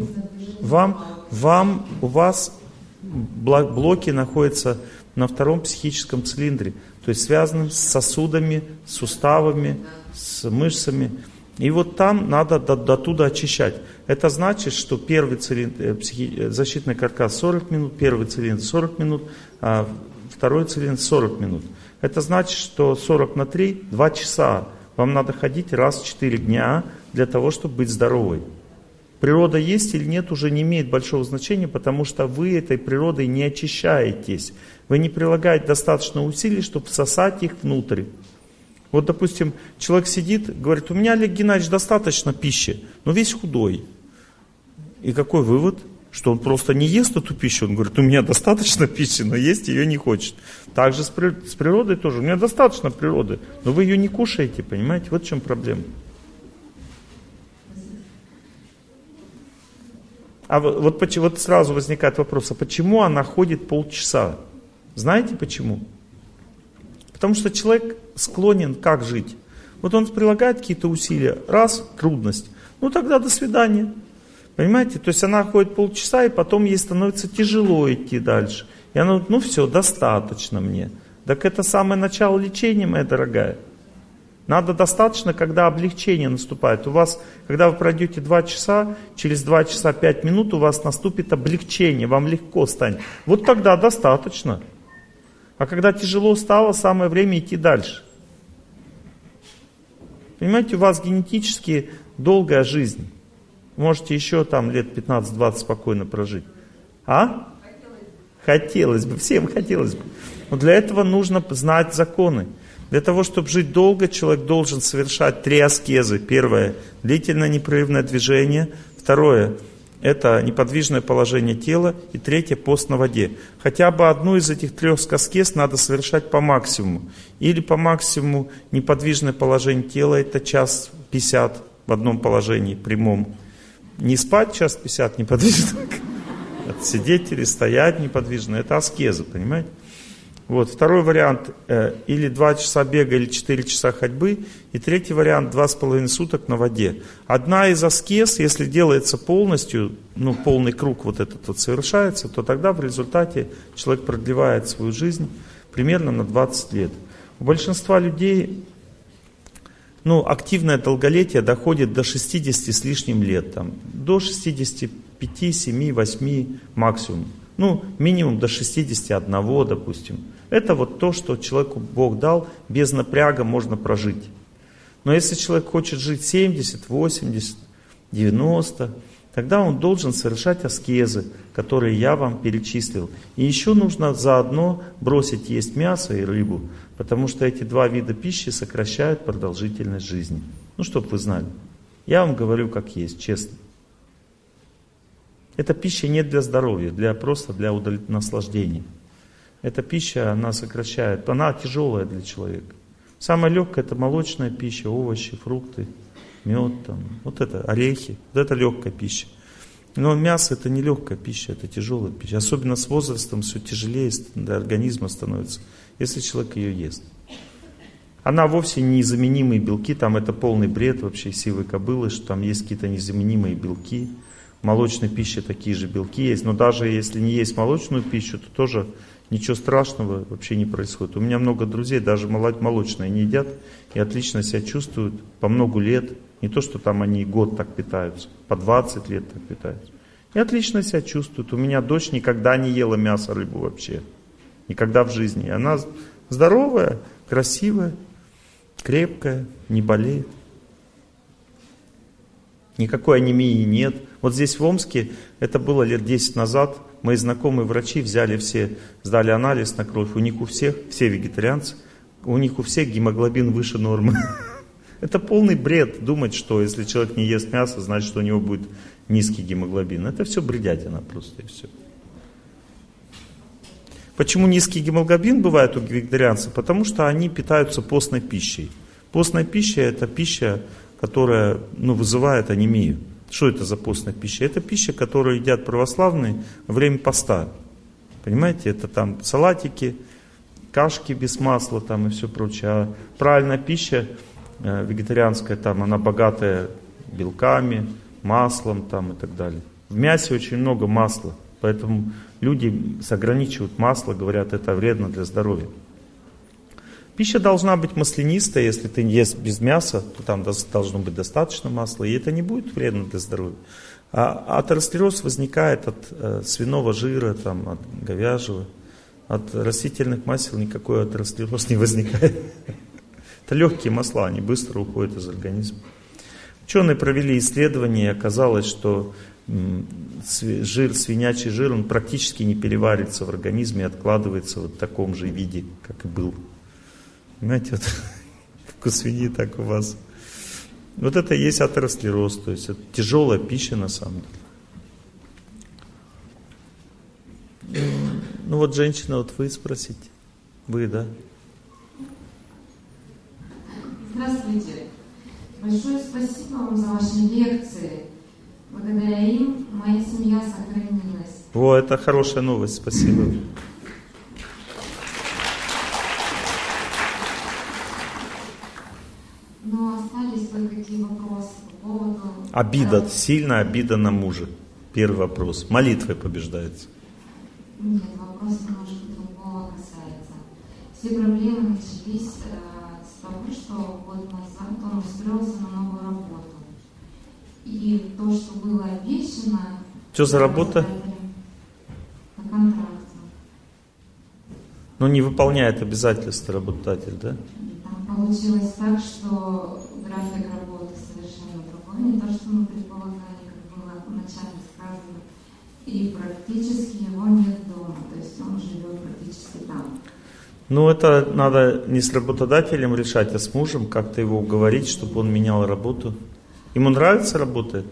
У вас блоки находятся на втором психическом цилиндре, то есть связаны с сосудами, с суставами, с мышцами. И вот там надо до туда очищать. Это значит, что первый цилиндр, защитный каркас 40 минут, первый цилиндр 40 минут, а второй цилиндр 40 минут. Это значит, что 40 на 3, 2 часа. Вам надо ходить раз в 4 дня для того, чтобы быть здоровой. Природа есть или нет уже не имеет большого значения, потому что вы этой природой не очищаетесь. Вы не прилагаете достаточно усилий, чтобы всосать их внутрь. Вот, допустим, человек сидит, говорит: у меня, Олег Геннадьевич, достаточно пищи, но весь худой. И какой вывод? Что он просто не ест эту пищу. Он говорит: у меня достаточно пищи, но есть ее не хочет. Так же с природой тоже. У меня достаточно природы, но вы ее не кушаете, понимаете? Вот в чем проблема. А вот сразу возникает вопрос: а почему она ходит полчаса? Знаете почему? Потому что человек склонен как жить? Вот он прилагает какие-то усилия, раз, трудность, ну тогда до свидания. Понимаете? То есть она ходит полчаса, и потом ей становится тяжело идти дальше. И она говорит: ну все, достаточно мне. Так это самое начало лечения, моя дорогая. Надо достаточно, когда облегчение наступает. У вас, когда вы пройдете 2 часа, через 2 часа 5 минут у вас наступит облегчение, вам легко станет. Вот тогда достаточно. А когда тяжело стало, самое время идти дальше. Понимаете, у вас генетически долгая жизнь. Можете еще там лет 15-20 спокойно прожить. А? Хотелось бы, всем хотелось бы. Но для этого нужно знать законы. Для того, чтобы жить долго, человек должен совершать 3 аскезы. Первое – длительное непрерывное движение. Второе – это неподвижное положение тела. И третье – пост на воде. Хотя бы одну из этих 3 аскез надо совершать по максимуму. Или по максимуму неподвижное положение тела – это 1:50 в одном положении, прямом. Не спать 1:50 неподвижно, сидеть или стоять неподвижно – это аскеза, понимаете? Вот, второй вариант, или 2 часа бега, или 4 часа ходьбы. И третий вариант, 2,5 суток на воде. Одна из аскез, если делается полностью, полный круг вот этот вот совершается, то тогда в результате человек продлевает свою жизнь примерно на 20 лет. У большинства людей, активное долголетие доходит до 60 с лишним лет, до 65, 7, 8 максимум. Минимум до 61, допустим. Это вот то, что человеку Бог дал, без напряга можно прожить. Но если человек хочет жить 70, 80, 90, тогда он должен совершать аскезы, которые я вам перечислил. И еще нужно заодно бросить есть мясо и рыбу, потому что эти 2 вида пищи сокращают продолжительность жизни. Чтобы вы знали. Я вам говорю как есть, честно. Эта пища не для здоровья, просто для наслаждения. Эта пища, она сокращает, она тяжелая для человека. Самая легкая — это молочная пища, овощи, фрукты, мед, вот это, орехи. Вот это легкая пища. Но мясо — это не легкая пища, это тяжелая пища. Особенно с возрастом все тяжелее для организма становится, если человек ее ест. Она вовсе не незаменимые белки, это полный бред вообще сивой кобылы, что там есть какие-то незаменимые белки. В молочной пище такие же белки есть, но даже если не есть молочную пищу, то тоже ничего страшного вообще не происходит. У меня много друзей, даже молочное не едят и отлично себя чувствуют по много лет. Не то, что они год так питаются, по 20 лет так питаются. И отлично себя чувствуют. У меня дочь никогда не ела мясо, рыбу вообще. Никогда в жизни. Она здоровая, красивая, крепкая, не болеет. Никакой анемии нет. Вот здесь в Омске, это было лет 10 назад, мои знакомые врачи сдали анализ на кровь. У них у всех, все вегетарианцы, у них у всех гемоглобин выше нормы. Это полный бред думать, что если человек не ест мясо, значит, что у него будет низкий гемоглобин. Это все бредятина просто и все. Почему низкий гемоглобин бывает у вегетарианцев? Потому что они питаются постной пищей. Постная пища — это пища, которая вызывает анемию. Что это за постная пища? Это пища, которую едят православные во время поста. Понимаете, это салатики, кашки без масла и все прочее. А правильная пища вегетарианская, она богатая белками, маслом и так далее. В мясе очень много масла, поэтому люди ограничивают масло, говорят, это вредно для здоровья. Пища должна быть маслянистая, если ты ешь без мяса, то там должно быть достаточно масла, и это не будет вредно для здоровья. А атеросклероз возникает от свиного жира, от говяжьего, от растительных масел никакой атеросклероз не возникает. Это легкие масла, они быстро уходят из организма. Ученые провели исследование, и оказалось, что свинячий жир, он практически не переваривается в организме и откладывается в таком же виде, как и был. Понимаете, как у свиньи, так у вас. Вот это и есть атеросклероз, то есть это тяжелая пища на самом деле. Вот женщина, вы спросите. Вы, да? Здравствуйте. Большое спасибо вам за ваши лекции. Благодаря им моя семья сохранилась. Это хорошая новость, спасибо. Но остались кое-какие вопросы по поводу... Обида, сильная обида на мужа. Первый вопрос. Молитвой побеждается. Нет, вопрос немножко другого касается. Все проблемы начались с того, что год назад он устроился на новую работу. И то, что было обещано... Что за работа? По контракту. Не выполняет обязательства работодатель, да? Получилось так, что график работы совершенно другой, не то, что мы предполагали, как было вначале сказано, и практически его нет дома, то есть он живет практически там. Это надо не с работодателем решать, а с мужем, как-то его уговорить, чтобы он менял работу. Ему нравится работает?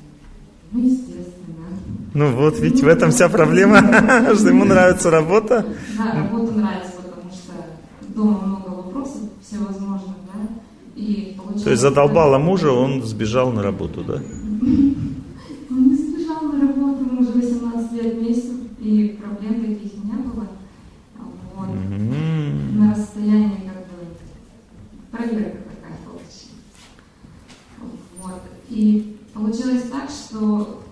Естественно. Ведь в этом вся проблема, что ему нравится работа. Да, работа нравится, потому что дома много вопросов всевозможных, да, и получается... То есть задолбала мужа, он сбежал на работу, да? Он не сбежал на работу, мы уже 18 лет вместе, и проблем таких не было. Вот. И получилось так, что,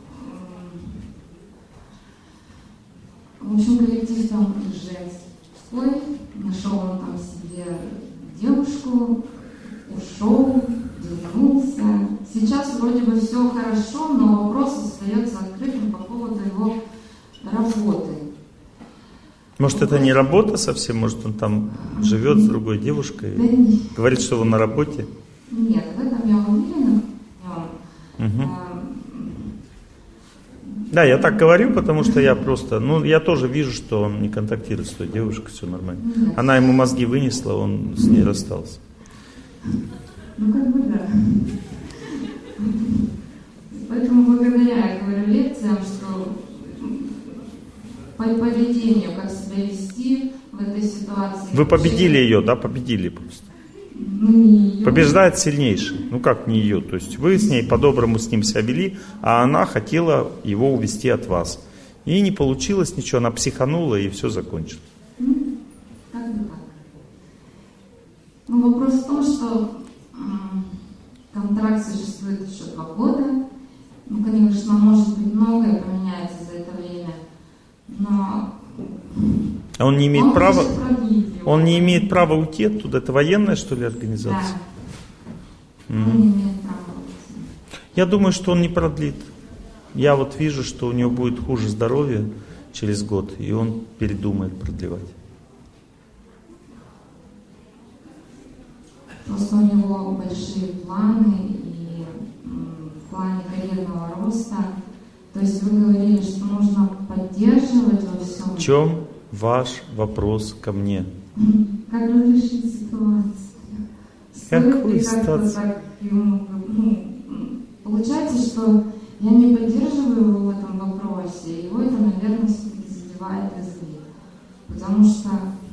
в общем, коллектив там женской, нашел он там себе девушку, ушел, вернулся. Сейчас вроде бы все хорошо, но вопрос остается открытым по поводу его работы. Может, это не работа совсем? Может, он там живет с другой девушкой? Да нет. Говорит, что он на работе? Нет, в этом я уверена. Да, я так говорю, потому что я просто... Ну, я тоже вижу, что он не контактирует с той девушкой, все нормально. Нет. Она ему мозги вынесла, он с ней расстался. Ну, как бы да. Поэтому благодаря, я говорю, лекциям, что по поведению, как себя вести в этой ситуации. Вы победили ее, да? Победили просто. Ну, не ее. Побеждает сильнейший. Ну, как не ее? То есть вы с ней по-доброму с ним себя вели, а она хотела его увести от вас. И не получилось ничего, она психанула, и все закончилось. Как бы так. Ну, вопрос в том, что контракт существует еще 2 года. Ну, конечно, может быть, многое поменяется за это время. Но А он не имеет права? продлить его. Он не имеет права уйти оттуда? Это военная, что ли, организация? Да. Он не имеет права уйти. Я думаю, что он не продлит. Я вот вижу, что у него будет хуже здоровье через год, и он передумает продлевать. Просто у него большие планы и в плане карьерного роста. То есть вы говорили, что нужно поддерживать во всем. В чем ваш вопрос ко мне? Как разрешить ситуацию? Какую Стоит ли как-то ситуацию? так ему, получается, что я не поддерживаю его в этом вопросе, и его это, наверное, все-таки задевает и злит. Потому что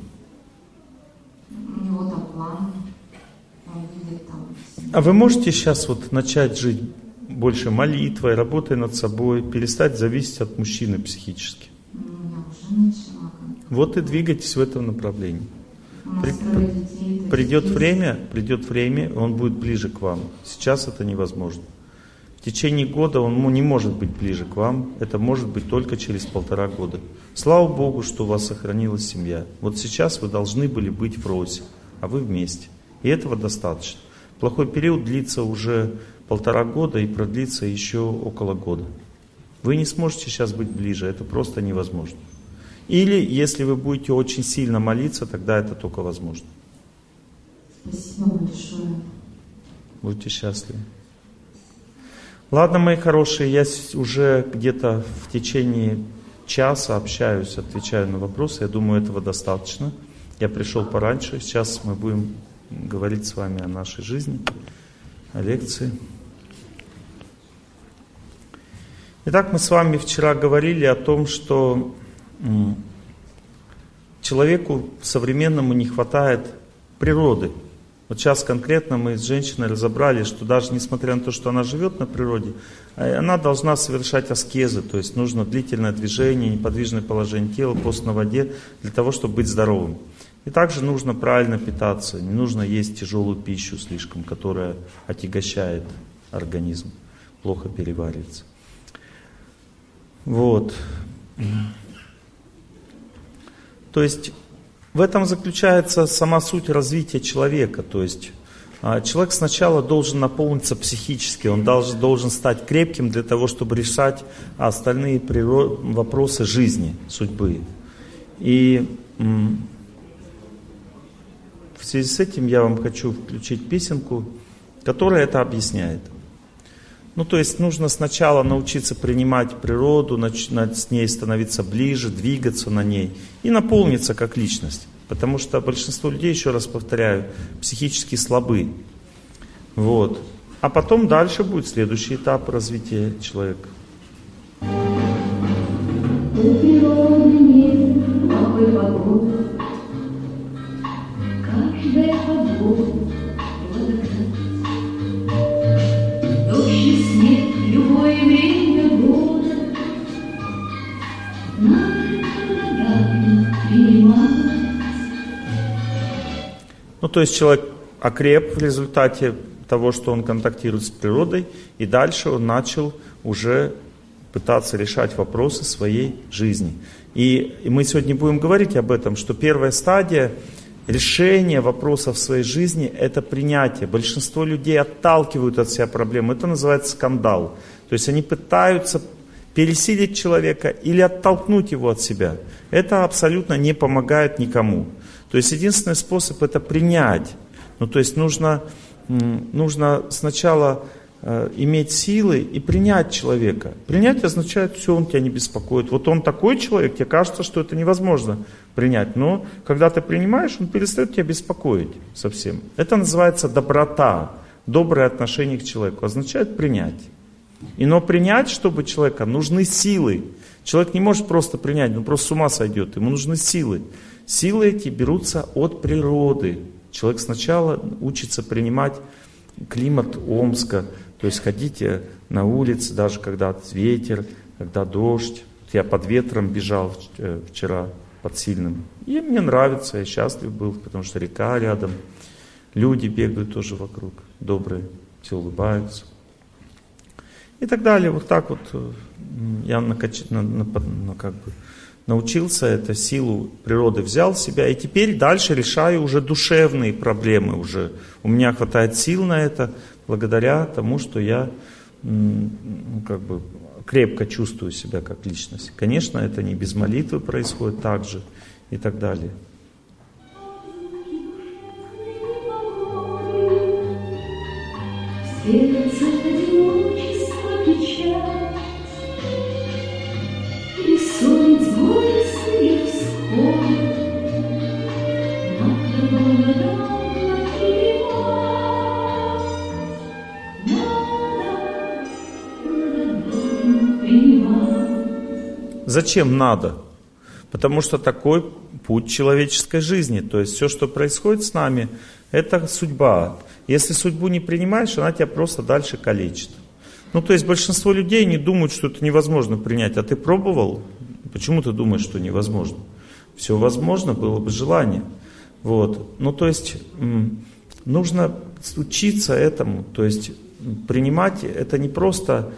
у него там план, он видит там... А вы можете сейчас вот начать жить больше молитвой, работой над собой, перестать зависеть от мужчины психически? Ну, я уже начала. Вот и двигайтесь в этом направлении. У нас 3 детей. Придет время, он будет ближе к вам. Сейчас это невозможно. В течение года он не может быть ближе к вам. Это может быть только через 1,5 года. Слава Богу, что у вас сохранилась семья. Вот сейчас вы должны были быть в росе, а вы вместе. И этого достаточно. Плохой период длится уже 1,5 года и продлится еще около года. Вы не сможете сейчас быть ближе, это просто невозможно. Или, если вы будете очень сильно молиться, тогда это только возможно. Спасибо большое. Будьте счастливы. Ладно, мои хорошие, я уже где-то в течение часа общаюсь, отвечаю на вопросы. Я думаю, этого достаточно. Я пришел пораньше. Сейчас мы будем говорить с вами о нашей жизни, о лекции. Итак, мы с вами вчера говорили о том, что человеку современному не хватает природы. Вот сейчас конкретно мы с женщиной разобрали, что даже несмотря на то, что она живет на природе, она должна совершать аскезы, то есть нужно длительное движение, неподвижное положение тела, пост на воде для того, чтобы быть здоровым. И также нужно правильно питаться, не нужно есть тяжелую пищу слишком, которая отягощает организм, плохо переваривается. Вот. То есть в этом заключается сама суть развития человека. То есть человек сначала должен наполниться психически, он должен стать крепким для того, чтобы решать остальные вопросы жизни, судьбы. И в связи с этим я вам хочу включить песенку, которая это объясняет. Ну, то есть нужно сначала научиться принимать природу, начинать с ней становиться ближе, двигаться на ней и наполниться как личность. Потому что большинство людей, еще раз повторяю, психически слабы. Вот. А потом дальше будет следующий этап развития человека. У природы нет плохой погоды, каждая погода водократ. Дождь и снег, любое время года надо благодарно принимать. Ну, то есть человек окреп в результате того, что он контактирует с природой, и дальше он начал уже пытаться решать вопросы своей жизни. И мы сегодня будем говорить об этом, что первая стадия решения вопросов в своей жизни – это принятие. Большинство людей отталкивают от себя проблемы. Это называется скандал. То есть они пытаются пересилить человека или оттолкнуть его от себя. Это абсолютно не помогает никому. То есть единственный способ – это принять. Ну, то есть нужно сначала иметь силы и принять человека. Принять означает, все, он тебя не беспокоит. Вот он такой человек, тебе кажется, что это невозможно принять. Но когда ты принимаешь, он перестает тебя беспокоить совсем. Это называется доброта. Доброе отношение к человеку означает принять. Но принять, чтобы человека, нужны силы. Человек не может просто принять, он просто с ума сойдет. Ему нужны силы. Силы эти берутся от природы. Человек сначала учится принимать климат Омска. То есть ходите на улице, даже когда ветер, когда дождь. Я под ветром бежал вчера, под сильным. И мне нравится, я счастлив был, потому что река рядом. Люди бегают тоже вокруг, добрые, все улыбаются. И так далее. Вот так вот я научился это, силу природы взял в себя. И теперь дальше решаю уже душевные проблемы. Уже у меня хватает сил на это, благодаря тому, что я крепко чувствую себя как личность. Конечно, это не без молитвы происходит так же и так далее. Сердце одиночество печаль, рисует горестные всходы, над городом напевать. Зачем надо? Потому что такой путь человеческой жизни. То есть все, что происходит с нами, это судьба. Если судьбу не принимаешь, она тебя просто дальше калечит. Ну, то есть большинство людей не думают, что это невозможно принять. А ты пробовал? Почему ты думаешь, что невозможно? Все возможно, было бы желание. Вот. Ну, то есть нужно учиться этому. То есть принимать это не просто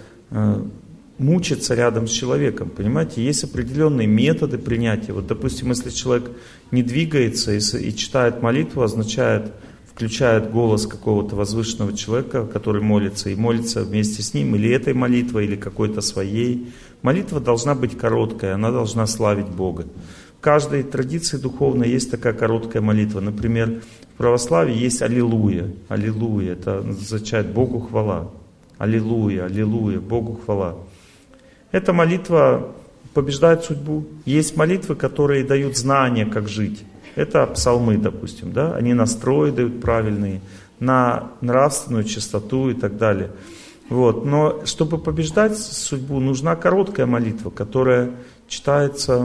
мучиться рядом с человеком, понимаете? Есть определенные методы принятия. Вот, допустим, если человек не двигается и читает молитву, означает, включает голос какого-то возвышенного человека, который молится, и молится вместе с ним, или этой молитвой, или какой-то своей. Молитва должна быть короткая, она должна славить Бога. В каждой традиции духовной есть такая короткая молитва. Например, в православии есть «Аллилуйя». «Аллилуйя» — это означает «Богу хвала». «Аллилуйя», «Аллилуйя», «Богу хвала». Эта молитва побеждает судьбу. Есть молитвы, которые дают знания, как жить. Это псалмы, допустим, да? Они настрои дают правильные, на нравственную чистоту и так далее. Вот. Но чтобы побеждать судьбу, нужна короткая молитва, которая читается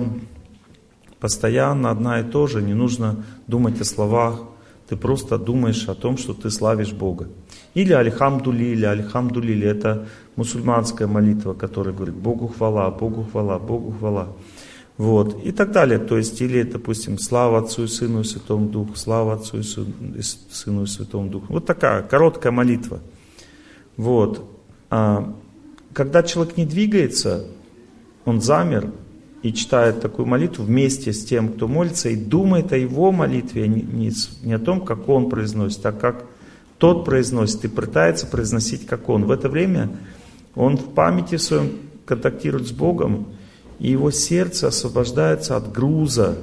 постоянно, одна и та же. Не нужно думать о словах. Ты просто думаешь о том, что ты славишь Бога. Или альхамдулилля. Альхамдулилля — это мусульманская молитва, которая говорит «Богу хвала, Богу хвала, Богу хвала». Вот. И так далее. То есть, или, допустим, слава Отцу и Сыну и Святому Духу, слава Отцу и Сыну и Святому Духу. Вот такая короткая молитва. Вот. Когда человек не двигается, он замер и читает такую молитву вместе с тем, кто молится, и думает о его молитве, не о том, как он произносит, а как тот произносит, и пытается произносить, как он. В это время он в памяти своем контактирует с Богом, и его сердце освобождается от груза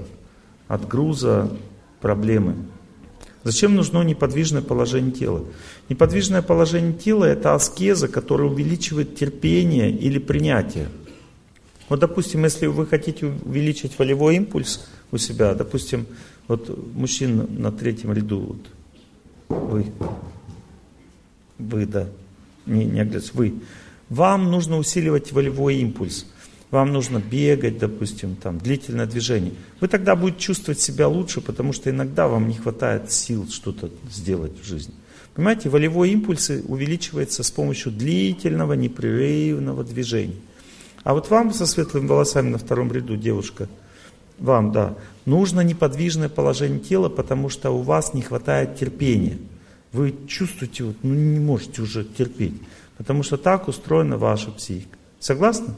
проблемы. Зачем нужно неподвижное положение тела? Неподвижное положение тела — это аскеза, которая увеличивает терпение или принятие. Вот, допустим, если вы хотите увеличить волевой импульс у себя, допустим, вот мужчина на третьем ряду, вот, вы, да, не оглядывайтесь, вы. Вам нужно усиливать волевой импульс. Вам нужно бегать, допустим, там, длительное движение. Вы тогда будете чувствовать себя лучше, потому что иногда вам не хватает сил что-то сделать в жизни. Понимаете, волевой импульс увеличивается с помощью длительного, непрерывного движения. А вот вам со светлыми волосами на втором ряду, девушка, вам, да, нужно неподвижное положение тела, потому что у вас не хватает терпения. Вы чувствуете, вот, ну, не можете уже терпеть. Потому что так устроена ваша психика. Согласны?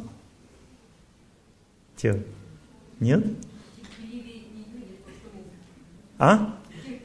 Тело. Нет? А?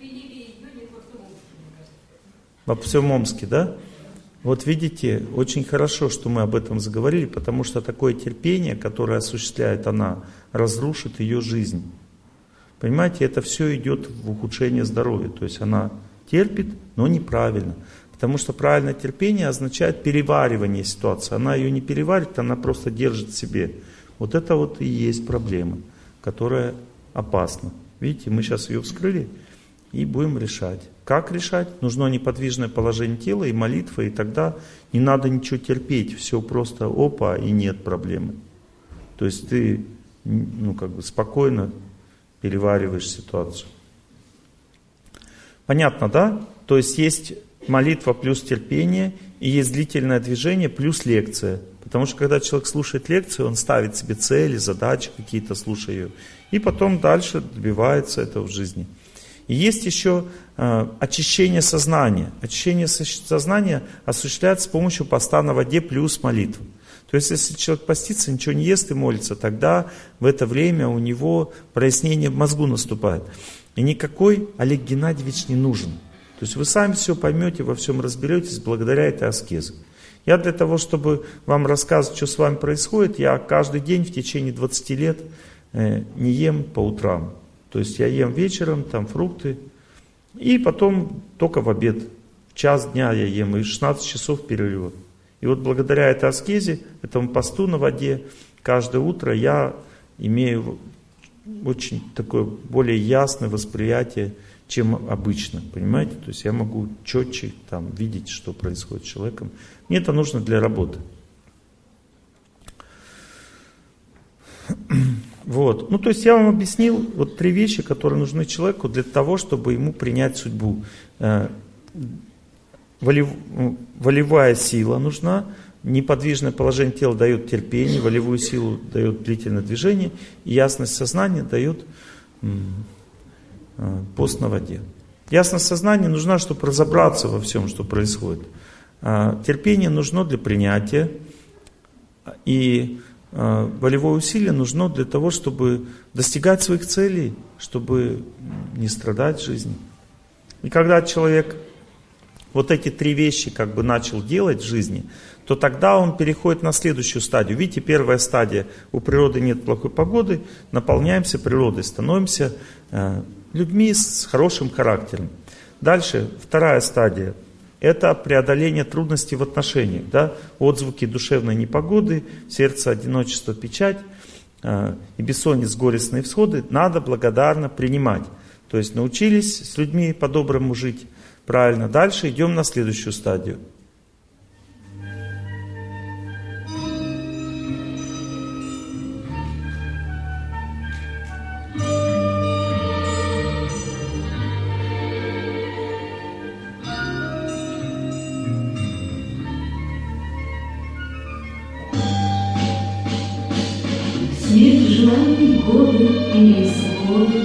Во всем Омске, да? Вот видите, очень хорошо, что мы об этом заговорили, потому что такое терпение, которое осуществляет она, разрушит ее жизнь. Понимаете, это все идет в ухудшение здоровья. То есть она терпит, но неправильно. Потому что правильное терпение означает переваривание ситуации. Она ее не переварит, она просто держит в себе. Вот это вот и есть проблема, которая опасна. Видите, мы сейчас ее вскрыли и будем решать. Как решать? Нужно неподвижное положение тела и молитва, и тогда не надо ничего терпеть. Все просто опа, и нет проблемы. То есть ты спокойно перевариваешь ситуацию. Понятно, да? То есть есть молитва плюс терпение, и есть длительное движение плюс лекция. Потому что когда человек слушает лекцию, он ставит себе цели, задачи какие-то, слушая ее. И потом дальше добивается этого в жизни. И есть еще очищение сознания. Очищение сознания осуществляется с помощью поста на воде плюс молитвы. То есть, если человек постится, ничего не ест и молится, тогда в это время у него прояснение в мозгу наступает. И никакой Олег Геннадьевич не нужен. То есть вы сами все поймете, во всем разберетесь благодаря этой аскезе. Я для того, чтобы вам рассказывать, что с вами происходит, я каждый день в течение 20 лет не ем по утрам. То есть я ем вечером, там фрукты, и потом только в обед. В час дня я ем, и 16 часов перерыва. И вот благодаря этой аскезе, этому посту на воде, каждое утро я имею очень такое более ясное восприятие, чем обычно, понимаете? То есть я могу четче там видеть, что происходит с человеком. Мне это нужно для работы. Вот. Ну, то есть я вам объяснил вот 3 вещи, которые нужны человеку для того, чтобы ему принять судьбу. Волевая сила нужна, неподвижное положение тела дает терпение, волевую силу дает длительное движение, и ясность сознания дает пост на воде. Ясность сознания нужна, чтобы разобраться во всем, что происходит. Терпение нужно для принятия, и волевое усилие нужно для того, чтобы достигать своих целей, чтобы не страдать в жизни. И когда человек вот эти 3 вещи как бы начал делать в жизни, то тогда он переходит на следующую стадию. Видите, первая стадия: у природы нет плохой погоды, наполняемся природой, становимся людьми с хорошим характером. Дальше, вторая стадия. Это преодоление трудностей в отношениях. Да? Отзвуки душевной непогоды, сердце, одиночество, печать и бессонница, горестные всходы надо благодарно принимать. То есть научились с людьми по-доброму жить правильно. Дальше идем на следующую стадию. Свет желаний года и исхода,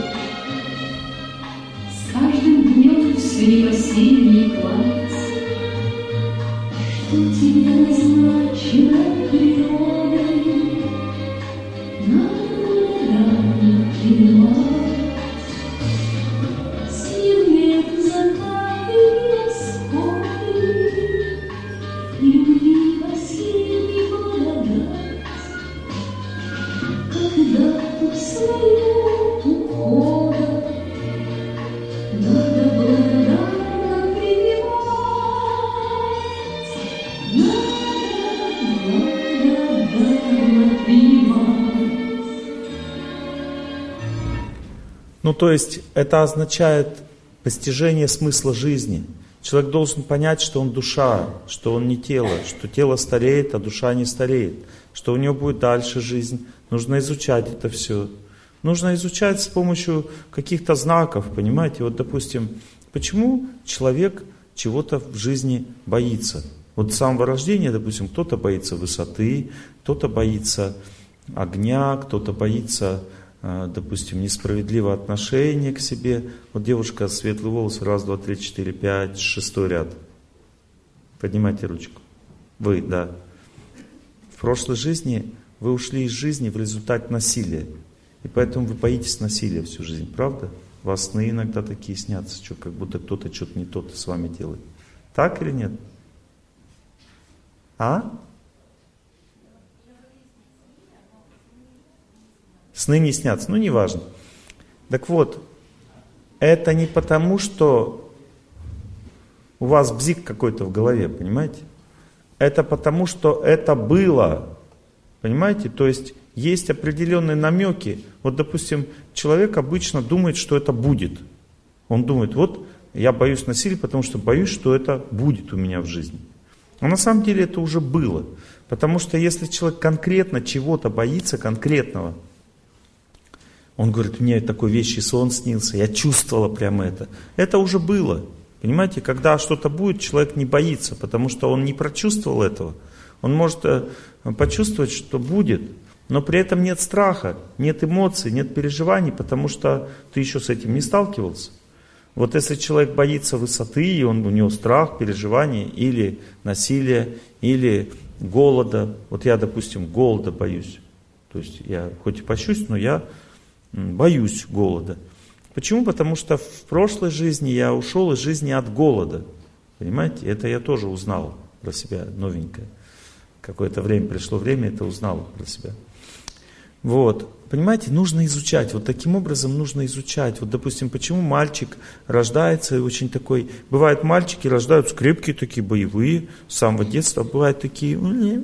с каждым днем все непосильней клад, что тебе назначено природой, надо благодарно принимать. Сил нет закаты и восходы, и любви последней благодать. Когда-то своего ухода надо благодарно принимать, надо благодарно принимать. Ну, то есть, это означает постижение смысла жизни. Человек должен понять, что он душа, что он не тело, что тело стареет, а душа не стареет, что у него будет дальше жизнь. Нужно изучать это все. Нужно изучать с помощью каких-то знаков, понимаете? Вот, допустим, почему человек чего-то в жизни боится? Вот с самого рождения, допустим, кто-то боится высоты, кто-то боится огня, кто-то боится допустим, несправедливое отношение к себе. Вот девушка, светлые волосы, 1, 2, 3, 4, 5, 6 ряд. Поднимайте ручку. Вы, да. В прошлой жизни вы ушли из жизни в результате насилия. И поэтому вы боитесь насилия всю жизнь, правда? У вас сны иногда такие снятся, что как будто кто-то что-то не то с вами делает. Так или нет? А? Сны не снятся, ну неважно. Так вот, это не потому, что у вас бзик какой-то в голове, понимаете? Это потому, что это было, понимаете? То есть определенные намеки. Вот, допустим, человек обычно думает, что это будет. Он думает, вот я боюсь насилия, потому что боюсь, что это будет у меня в жизни. Но на самом деле это уже было. Потому что если человек конкретно чего-то боится, конкретного, он говорит, мне такой вещий сон снился, я чувствовала прямо это. Это уже было. Понимаете, когда что-то будет, человек не боится, потому что он не прочувствовал этого. Он может почувствовать, что будет, но при этом нет страха, нет эмоций, нет переживаний, потому что ты еще с этим не сталкивался. Вот если человек боится высоты, и у него страх, переживания, или насилия, или голода. Вот я, допустим, голода боюсь. То есть я хоть и пощусь, но я боюсь голода. Почему? Потому что в прошлой жизни я ушел из жизни от голода. Понимаете? Это я тоже узнал про себя новенькое. Какое-то время, пришло время, это узнал про себя. Вот. Понимаете, нужно изучать. Вот таким образом нужно изучать. Вот, допустим, почему мальчик рождается очень такой... Бывают мальчики, рождаются крепкие такие, боевые, с самого детства. Бывают такие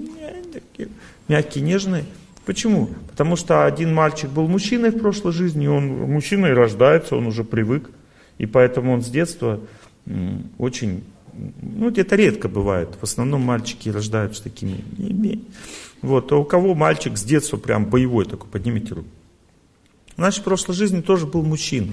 мягкие, нежные. Почему? Потому что один мальчик был мужчиной в прошлой жизни, он мужчиной рождается, он уже привык. И поэтому он с детства очень... Ну, это редко бывает. В основном мальчики рождаются такими. Вот. А у кого мальчик с детства прям боевой такой, поднимите руку. Значит, в прошлой жизни тоже был мужчина.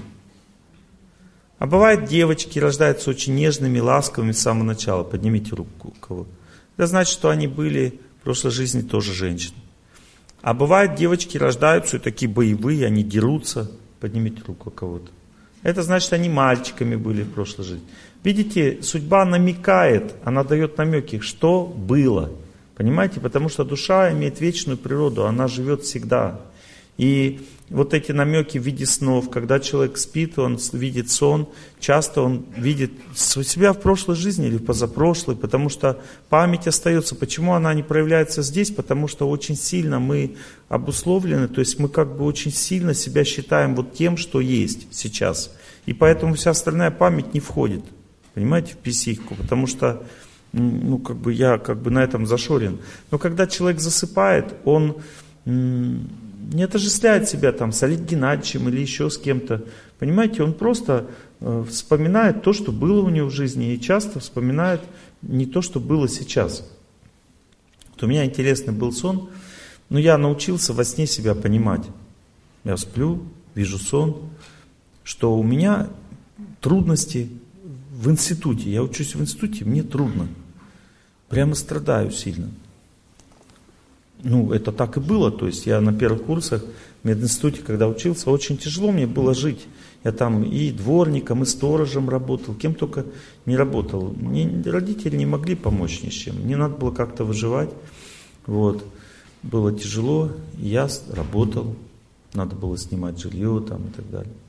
А бывает, девочки рождаются очень нежными, ласковыми с самого начала. Поднимите руку у кого. Это значит, что они были в прошлой жизни тоже женщины. А бывает, девочки рождаются и такие боевые, они дерутся. Поднимите руку у кого-то. Это значит, они мальчиками были в прошлой жизни. Видите, судьба намекает, она дает намеки, что было. Понимаете? Потому что душа имеет вечную природу, она живет всегда. И вот эти намеки в виде снов, когда человек спит, он видит сон, часто он видит себя в прошлой жизни или в позапрошлой, потому что память остается. Почему она не проявляется здесь? Потому что очень сильно мы обусловлены, то есть мы как бы очень сильно себя считаем вот тем, что есть сейчас. И поэтому вся остальная память не входит, понимаете, в психику, потому что ну, как бы я как бы на этом зашорен. Но когда человек засыпает, он не отождествляет себя там с Олегом Геннадьевичем или еще с кем-то. Понимаете, он просто вспоминает то, что было у него в жизни, и часто вспоминает не то, что было сейчас. Вот у меня интересный был сон, но я научился во сне себя понимать. Я сплю, вижу сон, что у меня трудности в институте. Я учусь в институте, мне трудно. Прямо страдаю сильно. Ну, это так и было. То есть я на первых курсах в мединституте, когда учился, очень тяжело мне было жить. Я там и дворником, и сторожем работал, кем только не работал. Мне родители не могли помочь ни с чем. Мне надо было как-то выживать. Вот. Было тяжело, я работал. Надо было снимать жилье там и так далее.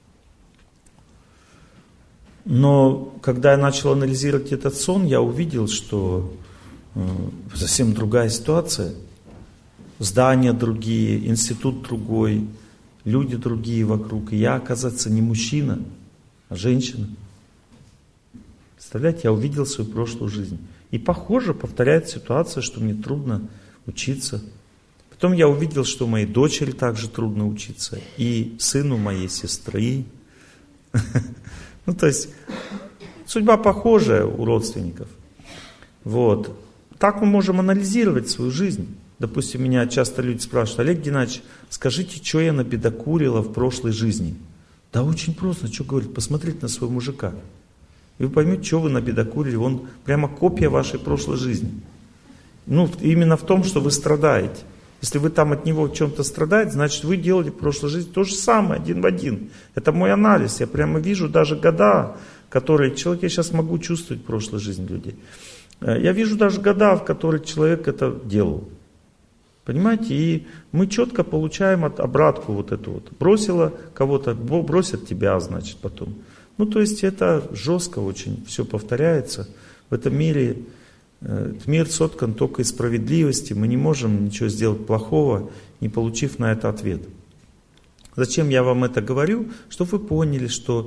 Но когда я начал анализировать этот сон, я увидел, что совсем другая ситуация. Здания другие, институт другой, люди другие вокруг. И я, оказывается, не мужчина, а женщина. Представляете, я увидел свою прошлую жизнь. И похоже, повторяется ситуация, что мне трудно учиться. Потом я увидел, что моей дочери также трудно учиться. И сыну моей сестры. Ну, то есть, судьба похожая у родственников. Вот. Так мы можем анализировать свою жизнь. Допустим, меня часто люди спрашивают: Олег Геннадьевич, скажите, что я набедокурила в прошлой жизни? Да очень просто, что говорить, посмотрите на своего мужика. И вы поймете, что вы набедокурили, он прямо копия вашей прошлой жизни. Ну, именно в том, что вы страдаете. Если вы там от него в чем-то страдаете, значит вы делали в прошлой жизни то же самое, один в один. Это мой анализ. Я прямо вижу даже года, которые человек, я сейчас могу чувствовать в прошлой жизни людей. Я вижу даже года, в которые человек это делал. Понимаете? И мы четко получаем обратку вот эту вот. Бросила кого-то, бросят тебя, значит, потом. Ну, то есть это жестко очень, все повторяется. В этом мире мир соткан только из справедливости. Мы не можем ничего сделать плохого, не получив на это ответ. Зачем я вам это говорю? Чтобы вы поняли, что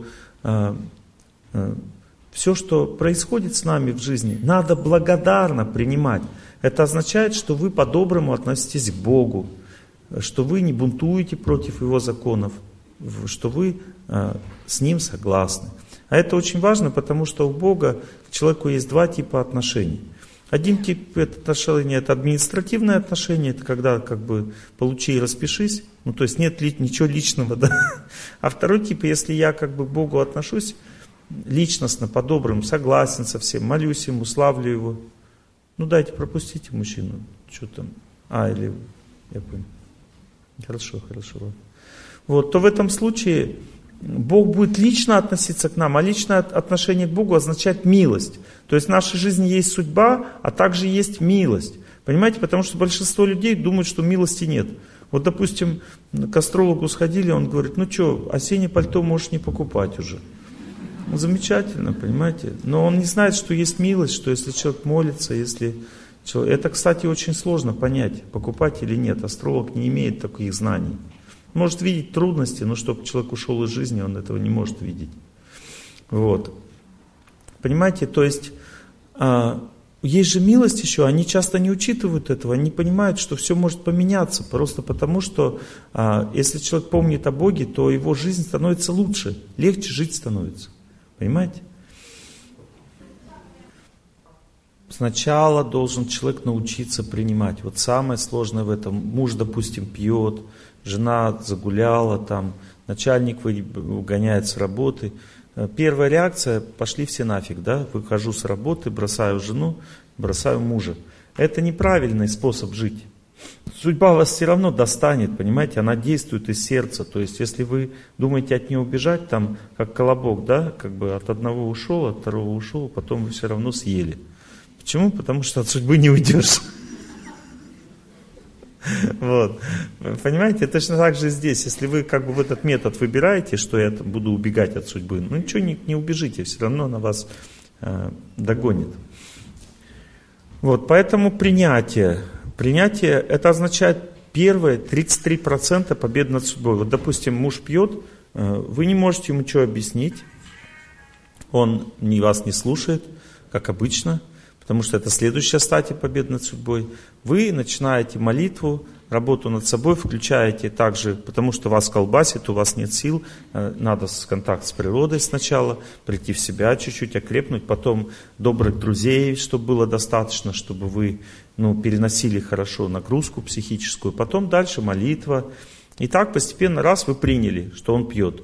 все, что происходит с нами в жизни, надо благодарно принимать. Это означает, что вы по-доброму относитесь к Богу, что вы не бунтуете против Его законов, что вы с Ним согласны. А это очень важно, потому что у Бога к человеку есть два типа отношений. Один тип отношения — это административное отношение, это когда как бы получи и распишись, ну то есть нет ничего личного, да. А второй тип, если я как бы к Богу отношусь личностно, по-доброму, согласен со всем, молюсь Ему, славлю Его. Ну дайте, пропустите мужчину, что там, или, я понял. Хорошо. Вот, то в этом случае Бог будет лично относиться к нам, а личное отношение к Богу означает милость. То есть в нашей жизни есть судьба, а также есть милость. Понимаете, потому что большинство людей думают, что милости нет. Вот, допустим, к астрологу сходили, он говорит, ну что, осеннее пальто можешь не покупать уже. Ну, замечательно, понимаете. Но он не знает, что есть милость, что если человек молится, если... Это, кстати, очень сложно понять, покупать или нет. Астролог не имеет таких знаний. Может видеть трудности, но чтобы человек ушел из жизни, он этого не может видеть. Вот. Понимаете, то есть есть же милость еще, они часто не учитывают этого, они понимают, что все может поменяться, просто потому что если человек помнит о Боге, то его жизнь становится лучше, легче жить становится. Понимаете? Сначала должен человек научиться принимать. Вот самое сложное в этом. Муж, допустим, пьет, жена загуляла, там, начальник выгоняет с работы. Первая реакция: пошли все нафиг, да? Выхожу с работы, бросаю жену, бросаю мужа. Это неправильный способ жить. Судьба вас все равно достанет, понимаете, она действует из сердца. То есть, если вы думаете от нее убежать, там, как колобок, да, как бы от одного ушел, от второго ушел, потом вы все равно съели. Почему? Потому что от судьбы не уйдешь. Вот. Понимаете, точно так же здесь. Если вы как бы в этот метод выбираете, что я буду убегать от судьбы, ну ничего не убежите, все равно она вас догонит. Вот, поэтому принятие. Принятие — это означает первые 33% победы над судьбой. Вот, допустим, муж пьет, вы не можете ему ничего объяснить, он вас не слушает, как обычно, потому что это следующая стадия победы над судьбой. Вы начинаете молитву, работу над собой включаете также, потому что вас колбасит, у вас нет сил, надо контакт с природой сначала, прийти в себя чуть-чуть, окрепнуть, потом добрых друзей, чтобы было достаточно, чтобы вы переносили хорошо нагрузку психическую, потом дальше молитва. И так постепенно раз вы приняли, что он пьет.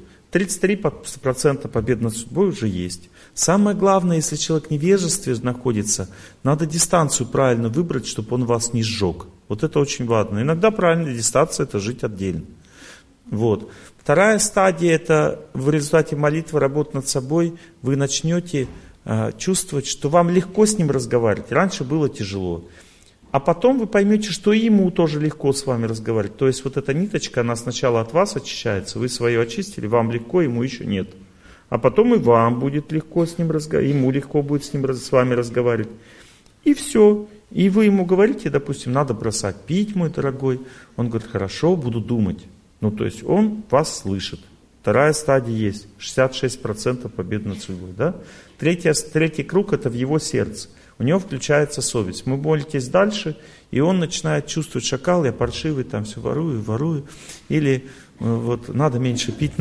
33% побед над судьбой уже есть. Самое главное, если человек в невежестве находится, надо дистанцию правильно выбрать, чтобы он вас не сжег. Вот это очень важно. Иногда правильная дистанция — это жить отдельно. Вот. Вторая стадия — это в результате молитвы, работы над собой, вы начнете чувствовать, что вам легко с ним разговаривать. Раньше было тяжело. А потом вы поймете, что ему тоже легко с вами разговаривать. То есть вот эта ниточка, она сначала от вас очищается, вы свое очистили, вам легко, ему еще нет. А потом и вам будет легко с ним разговаривать, ему легко будет с вами разговаривать. И все. И вы ему говорите, допустим, надо бросать пить, мой дорогой. Он говорит, хорошо, буду думать. То есть он вас слышит. Вторая стадия есть. 66% побед над судьбой. Да? Третий круг — это в его сердце. У него включается совесть. Вы молитесь дальше, и он начинает чувствовать: шакал, я паршивый, там все ворую. Или вот надо меньше пить.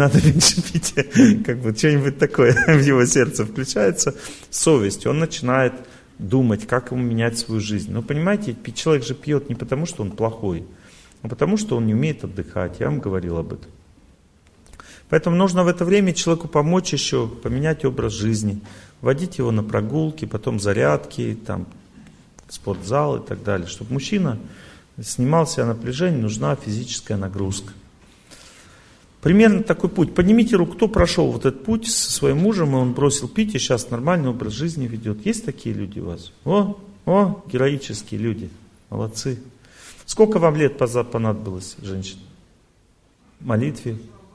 Как бы что-нибудь такое в его сердце включается. Совесть. Он начинает думать, как ему менять свою жизнь. Но понимаете, человек же пьет не потому, что он плохой, а потому, что он не умеет отдыхать. Я вам говорил об этом. Поэтому нужно в это время человеку помочь еще поменять образ жизни, водить его на прогулки, потом зарядки, там, спортзал и так далее, чтобы мужчина снимал с себя напряжение, нужна физическая нагрузка. Примерно такой путь. Поднимите руку, кто прошел вот этот путь со своим мужем, и он бросил пить, и сейчас нормальный образ жизни ведет. Есть такие люди у вас? О, героические люди. Молодцы. Сколько вам лет понадобилось, женщина? Молитве?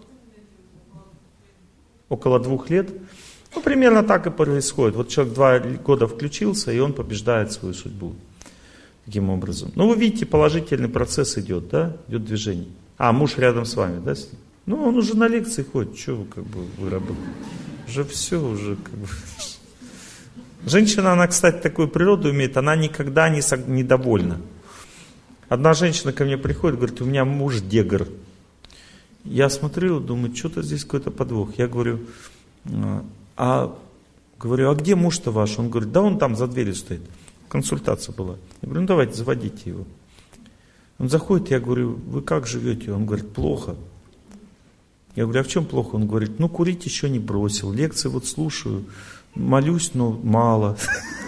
Около 2 лет? Ну, примерно так и происходит. Вот человек 2 года включился, и он побеждает свою судьбу. Таким образом. Ну, вы видите, положительный процесс идет, да? Идет движение. А, муж рядом с вами, да? Ну, он уже на лекции ходит. Что вы, вы работаете? Уже все, уже Женщина, она, кстати, такую природу имеет, она никогда не довольна. Одна женщина ко мне приходит, говорит, у меня муж дегр. Я смотрю, думаю, что-то здесь какой-то подвох. Я говорю, а где муж-то ваш? Он говорит, да он там за дверью стоит. Консультация была. Я говорю, ну давайте, заводите его. Он заходит, я говорю, вы как живете? Он говорит, плохо. Я говорю, а в чем плохо? Он говорит, ну курить еще не бросил, лекции вот слушаю, молюсь, но мало.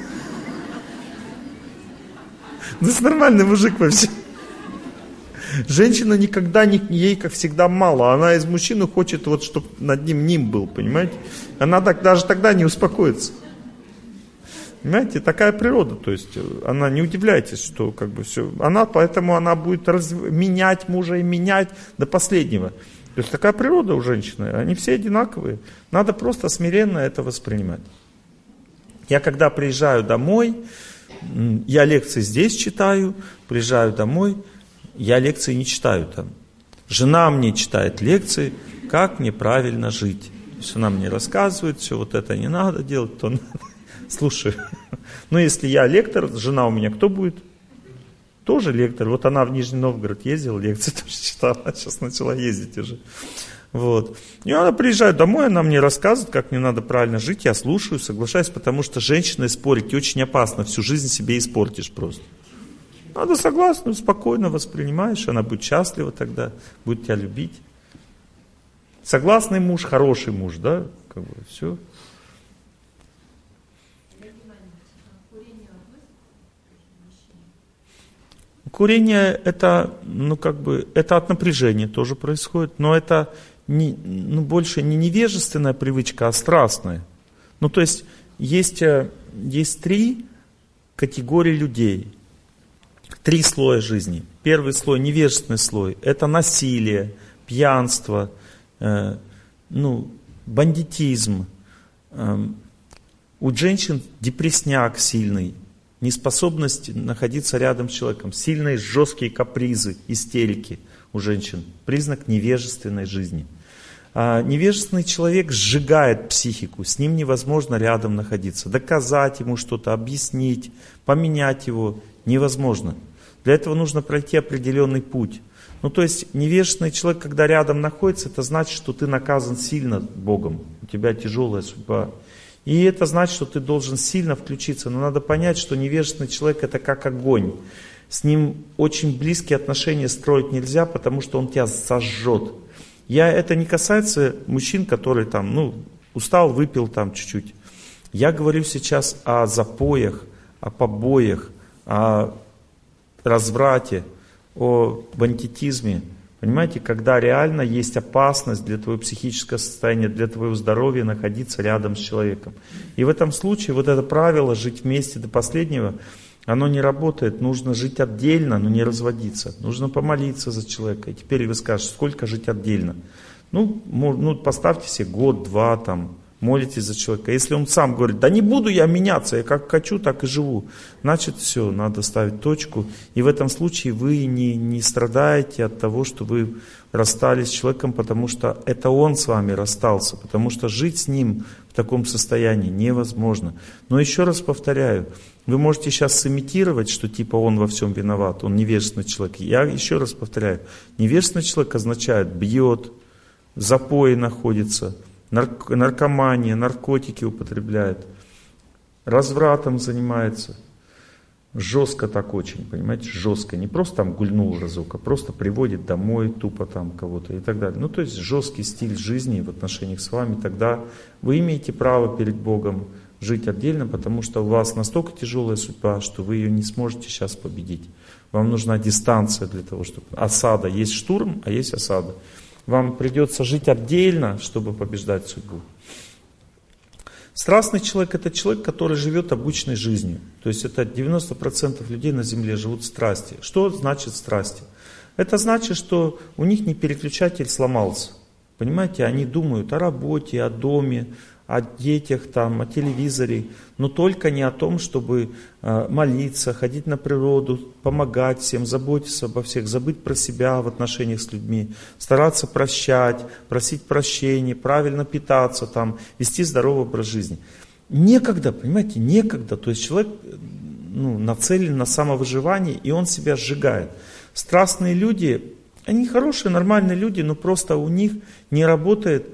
Ну это нормальный мужик вообще. Женщина никогда, ей как всегда мало, она из мужчины хочет, вот, чтобы над ним был, понимаете? Она даже тогда не успокоится. Понимаете, такая природа, то есть она, не удивляйтесь, что все, поэтому она будет менять мужа и менять до последнего. То есть такая природа у женщины, они все одинаковые, надо просто смиренно это воспринимать. Я когда приезжаю домой, я лекции здесь читаю, приезжаю домой, я лекции не читаю там. Жена мне читает лекции, как мне правильно жить. То есть она мне рассказывает, все вот это не надо делать, то надо. Слушай, ну если я лектор, жена у меня кто будет? Тоже лектор. Вот она в Нижний Новгород ездила, лекции тоже читала, сейчас начала ездить уже. Вот. И она приезжает домой, она мне рассказывает, как мне надо правильно жить, я слушаю, соглашаюсь, потому что женщиной спорить очень опасно, всю жизнь себе испортишь просто. Надо согласно, спокойно воспринимаешь, она будет счастлива тогда, будет тебя любить. Согласный муж, хороший муж, да, все. Курение это, это от напряжения тоже происходит, но это больше не невежественная привычка, а страстная. Ну, то есть 3 категории людей, 3 слоя жизни. Первый слой, невежественный слой, это насилие, пьянство, бандитизм. У женщин депрессняк сильный. Неспособность находиться рядом с человеком, сильные жесткие капризы, истерики у женщин, признак невежественной жизни. А невежественный человек сжигает психику, с ним невозможно рядом находиться, доказать ему что-то, объяснить, поменять его невозможно. Для этого нужно пройти определенный путь. Ну то есть невежественный человек, когда рядом находится, это значит, что ты наказан сильно Богом, у тебя тяжелая судьба. И это значит, что ты должен сильно включиться. Но надо понять, что невежественный человек это как огонь. С ним очень близкие отношения строить нельзя, потому что он тебя сожжет. Это не касается мужчин, которые устал, выпил чуть-чуть. Я говорю сейчас о запоях, о побоях, о разврате, о бандитизме. Понимаете, когда реально есть опасность для твоего психического состояния, для твоего здоровья находиться рядом с человеком. И в этом случае вот это правило жить вместе до последнего, оно не работает. Нужно жить отдельно, но не разводиться. Нужно помолиться за человека. И теперь вы скажете, сколько жить отдельно? Поставьте себе год-два молитесь за человека. Если он сам говорит, да не буду я меняться, я как хочу, так и живу. Значит, все, надо ставить точку. И в этом случае вы не страдаете от того, что вы расстались с человеком, потому что это он с вами расстался. Потому что жить с ним в таком состоянии невозможно. Но еще раз повторяю, вы можете сейчас сымитировать, что он во всем виноват, он невежественный человек. Я еще раз повторяю, невежественный человек означает бьет, в запое находится, наркомания, наркотики употребляет, развратом занимается. Жестко так очень, понимаете, жестко. Не просто гульнул разок, а просто приводит домой тупо кого-то и так далее. То есть жесткий стиль жизни в отношениях с вами, тогда вы имеете право перед Богом жить отдельно, потому что у вас настолько тяжелая судьба, что вы ее не сможете сейчас победить. Вам нужна дистанция для того, чтобы... Осада. Есть штурм, а есть осада. Вам придется жить отдельно, чтобы побеждать судьбу. Страстный человек — это человек, который живет обычной жизнью. То есть это 90% людей на земле живут в страсти. Что значит страсти? Это значит, что у них не переключатель сломался. Понимаете, они думают о работе, о доме, о детях, там, о телевизоре, но только не о том, чтобы молиться, ходить на природу, помогать всем, заботиться обо всех, забыть про себя в отношениях с людьми, стараться прощать, просить прощения, правильно питаться, там, вести здоровый образ жизни. Некогда, понимаете, некогда. То есть человек нацелен на самовыживание, и он себя сжигает. Страстные люди, они хорошие, нормальные люди, но просто у них не работает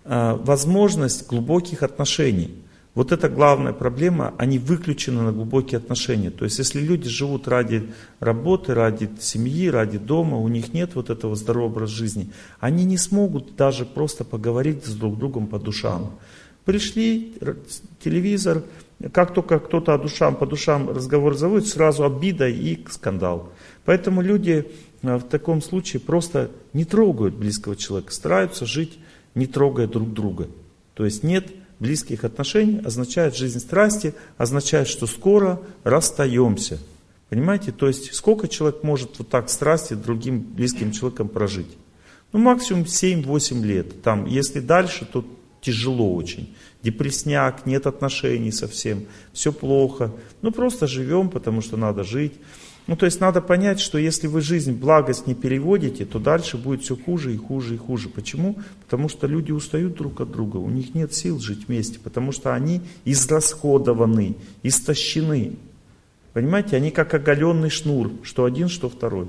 возможность глубоких отношений. Вот это главная проблема, они выключены на глубокие отношения. То есть если люди живут ради работы, ради семьи, ради дома, у них нет вот этого здорового образа жизни, они не смогут даже просто поговорить с друг другом по душам. Пришли, телевизор, как только кто-то по душам разговор заводит, сразу обида и скандал. Поэтому люди в таком случае просто не трогают близкого человека, стараются жить, не трогая друг друга. То есть нет близких отношений, означает жизнь страсти, означает, что скоро расстаемся. Понимаете? То есть сколько человек может вот так страсти другим близким человеком прожить? Максимум 7-8 лет. Там, если дальше, то тяжело очень. Депрессняк, нет отношений совсем, все плохо. Просто живем, потому что надо жить. То есть надо понять, что если вы жизнь, благость не переводите, то дальше будет все хуже и хуже и хуже. Почему? Потому что люди устают друг от друга, у них нет сил жить вместе, потому что они израсходованы, истощены. Понимаете, они как оголенный шнур, что один, что второй.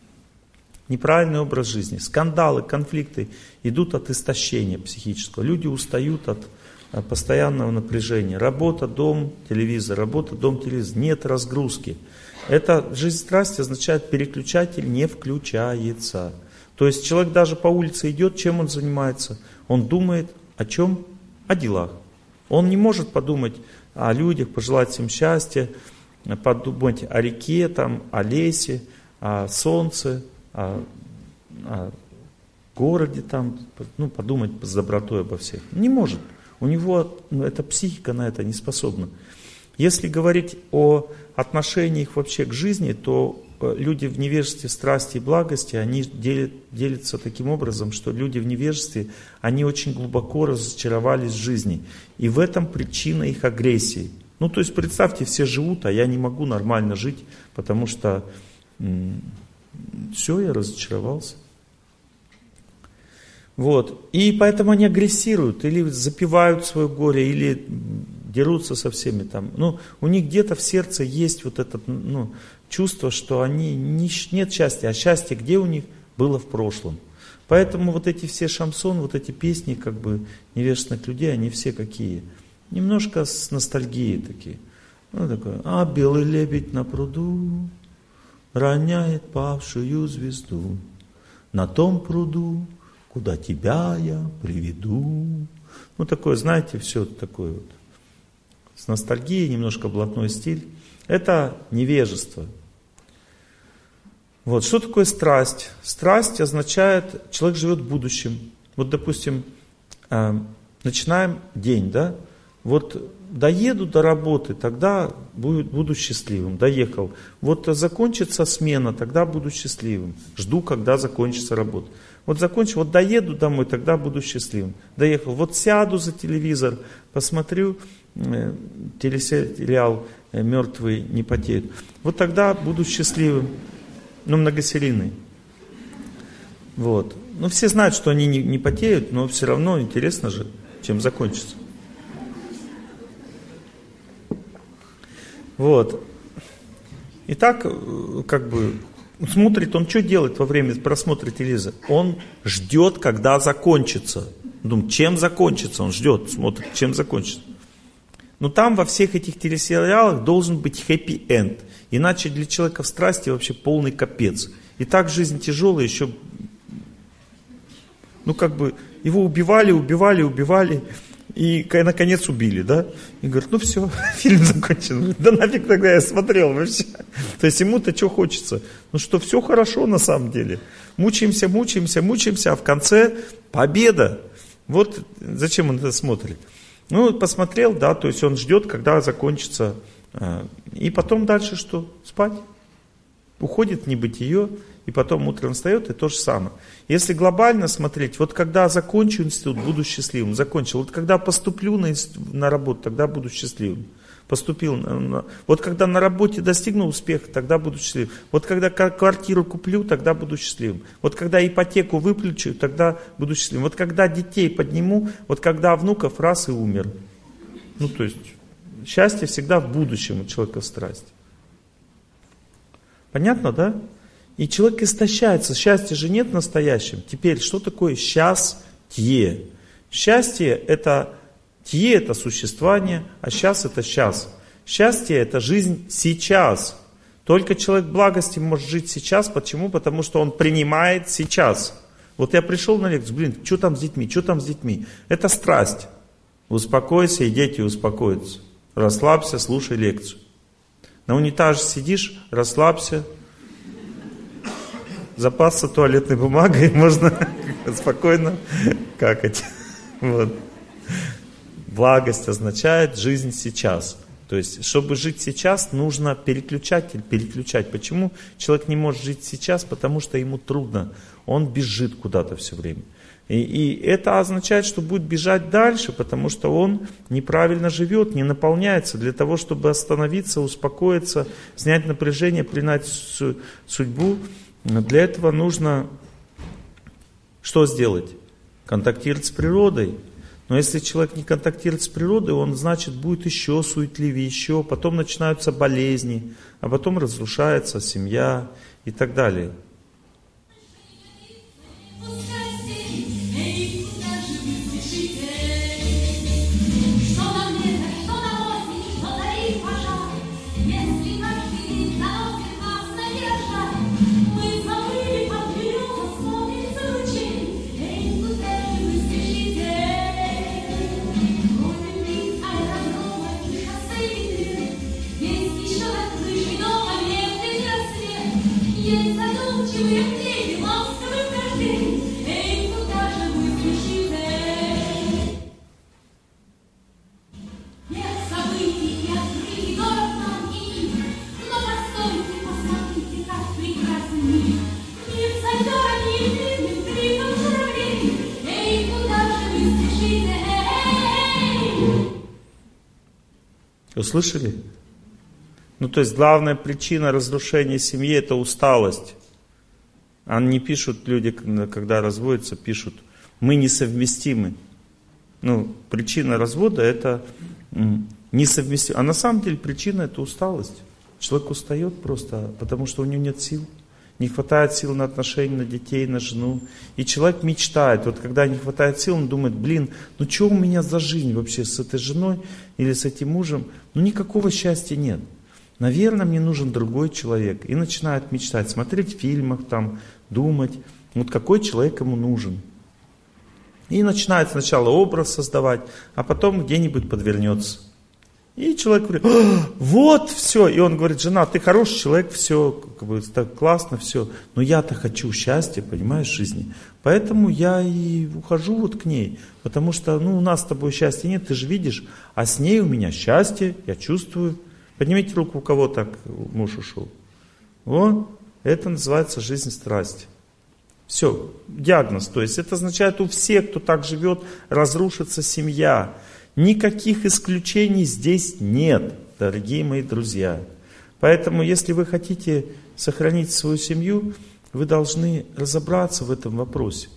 Неправильный образ жизни, скандалы, конфликты идут от истощения психического. Люди устают от постоянного напряжения. Работа, дом, телевизор, работа, дом, телевизор. Нет разгрузки. Это жизнь страсти означает, переключатель не включается. То есть человек даже по улице идет, чем он занимается? Он думает о чем? О делах. Он не может подумать о людях, пожелать всем счастья, подумать о реке, о лесе, о солнце, о городе, подумать с добротой обо всех. Не может. У него эта психика на это не способна. Если говорить о отношениях вообще к жизни, то люди в невежестве, страсти и благости, они делятся таким образом, что люди в невежестве, они очень глубоко разочаровались в жизни. И в этом причина их агрессии. То есть представьте, все живут, а я не могу нормально жить, потому что все, я разочаровался. И поэтому они агрессируют, или запивают свое горе, или дерутся со всеми там. У них где-то в сердце есть вот это чувство, что они нет счастья, а счастье где у них было в прошлом. Поэтому вот эти все шансон, вот эти песни невежественных людей, они все какие? Немножко с ностальгией такие. Такое, а белый лебедь на пруду роняет павшую звезду, на том пруду, куда тебя я приведу. Такое, знаете, все такое вот. С ностальгией, немножко блатной стиль. Это невежество. Что такое страсть? Страсть означает, человек живет в будущем. Допустим, начинаем день, да? Доеду до работы, тогда буду счастливым. Доехал. Закончится смена, тогда буду счастливым. Жду, когда закончится работа. Закончу, доеду домой, тогда буду счастливым. Доехал. Сяду за телевизор, посмотрю телесериал «Мертвые не потеют». Тогда буду счастливым. Многосерийный. Все знают, что они не потеют, но все равно интересно же, чем закончится. Итак, смотрит, он что делает во время просмотра телевизора? Он ждет, когда закончится. Думает, чем закончится? Он ждет, смотрит, чем закончится. Но там во всех этих телесериалах должен быть хэппи-энд. Иначе для человека в страсти вообще полный капец. И так жизнь тяжелая, еще... его убивали. И наконец убили, да? И говорит, ну все, фильм закончен. Да нафиг тогда я смотрел вообще. То есть ему-то что хочется? Ну что, все хорошо на самом деле. Мучаемся, а в конце победа. Вот зачем он это смотрит? Ну, посмотрел, да, то есть он ждет, когда закончится. И потом дальше что? Спать. Уходит в небытие, и потом утром встает, и то же самое. Если глобально смотреть, вот когда закончу институт, буду счастливым. Закончил. Вот когда поступлю на работу, тогда буду счастливым. Поступил. Вот когда на работе достигну успеха, тогда буду счастливым. Вот когда квартиру куплю, тогда буду счастливым. Вот когда ипотеку выплачу, тогда буду счастливым. Вот когда детей подниму, вот когда внуков раз и умер. Ну, то есть, счастье всегда в будущем у человека страсть. Понятно, да? И человек истощается. Счастья же нет в настоящем. Теперь, что такое счастье? Счастье это тье это существование, а сейчас это сейчас. Счастье это жизнь сейчас. Только человек благости может жить сейчас. Почему? Потому что он принимает сейчас. Вот я пришел на лекцию, что там с детьми? Это страсть. Успокойся, и дети успокоятся. Расслабься, слушай лекцию. На унитаже сидишь, расслабься. Запасся туалетной бумагой, можно спокойно какать. Вот. Благость означает жизнь сейчас. То есть, чтобы жить сейчас, нужно переключать. Почему человек не может жить сейчас? Потому что ему трудно. Он бежит куда-то все время. И это означает, что будет бежать дальше, потому что он неправильно живет, не наполняется. Для того, чтобы остановиться, успокоиться, снять напряжение, принять судьбу, для этого нужно что сделать? Контактировать с природой. Но если человек не контактирует с природой, он, значит, будет еще суетливее, потом начинаются болезни, а потом разрушается семья и так далее. Услышали? Ну, то есть, главная причина разрушения семьи – это усталость. Они пишут, люди, когда разводятся, пишут, мы несовместимы. Ну, причина развода – это несовместимость. А на самом деле причина – это усталость. Человек устает просто, потому что у него нет сил. Не хватает сил на отношения, на детей, на жену. И человек мечтает. Вот когда не хватает сил, он думает, ну что у меня за жизнь вообще с этой женой или с этим мужем? Ну никакого счастья нет. Наверное, мне нужен другой человек. И начинает мечтать, смотреть в фильмах, там, думать, вот какой человек ему нужен. И начинает сначала образ создавать, а потом где-нибудь подвернется. И человек говорит, вот, все. И он говорит, жена, ты хороший человек, все, как бы, так классно, все. Но я-то хочу счастья, понимаешь, в жизни. Поэтому я и ухожу вот к ней. Потому что, у нас с тобой счастья нет, ты же видишь. А с ней у меня счастье, я чувствую. Поднимите руку, у кого так муж ушел. Вот, это называется жизнь страсти. Все, диагноз. То есть это означает, у всех, кто так живет, разрушится семья. Никаких исключений здесь нет, дорогие мои друзья. Поэтому, если вы хотите сохранить свою семью, вы должны разобраться в этом вопросе.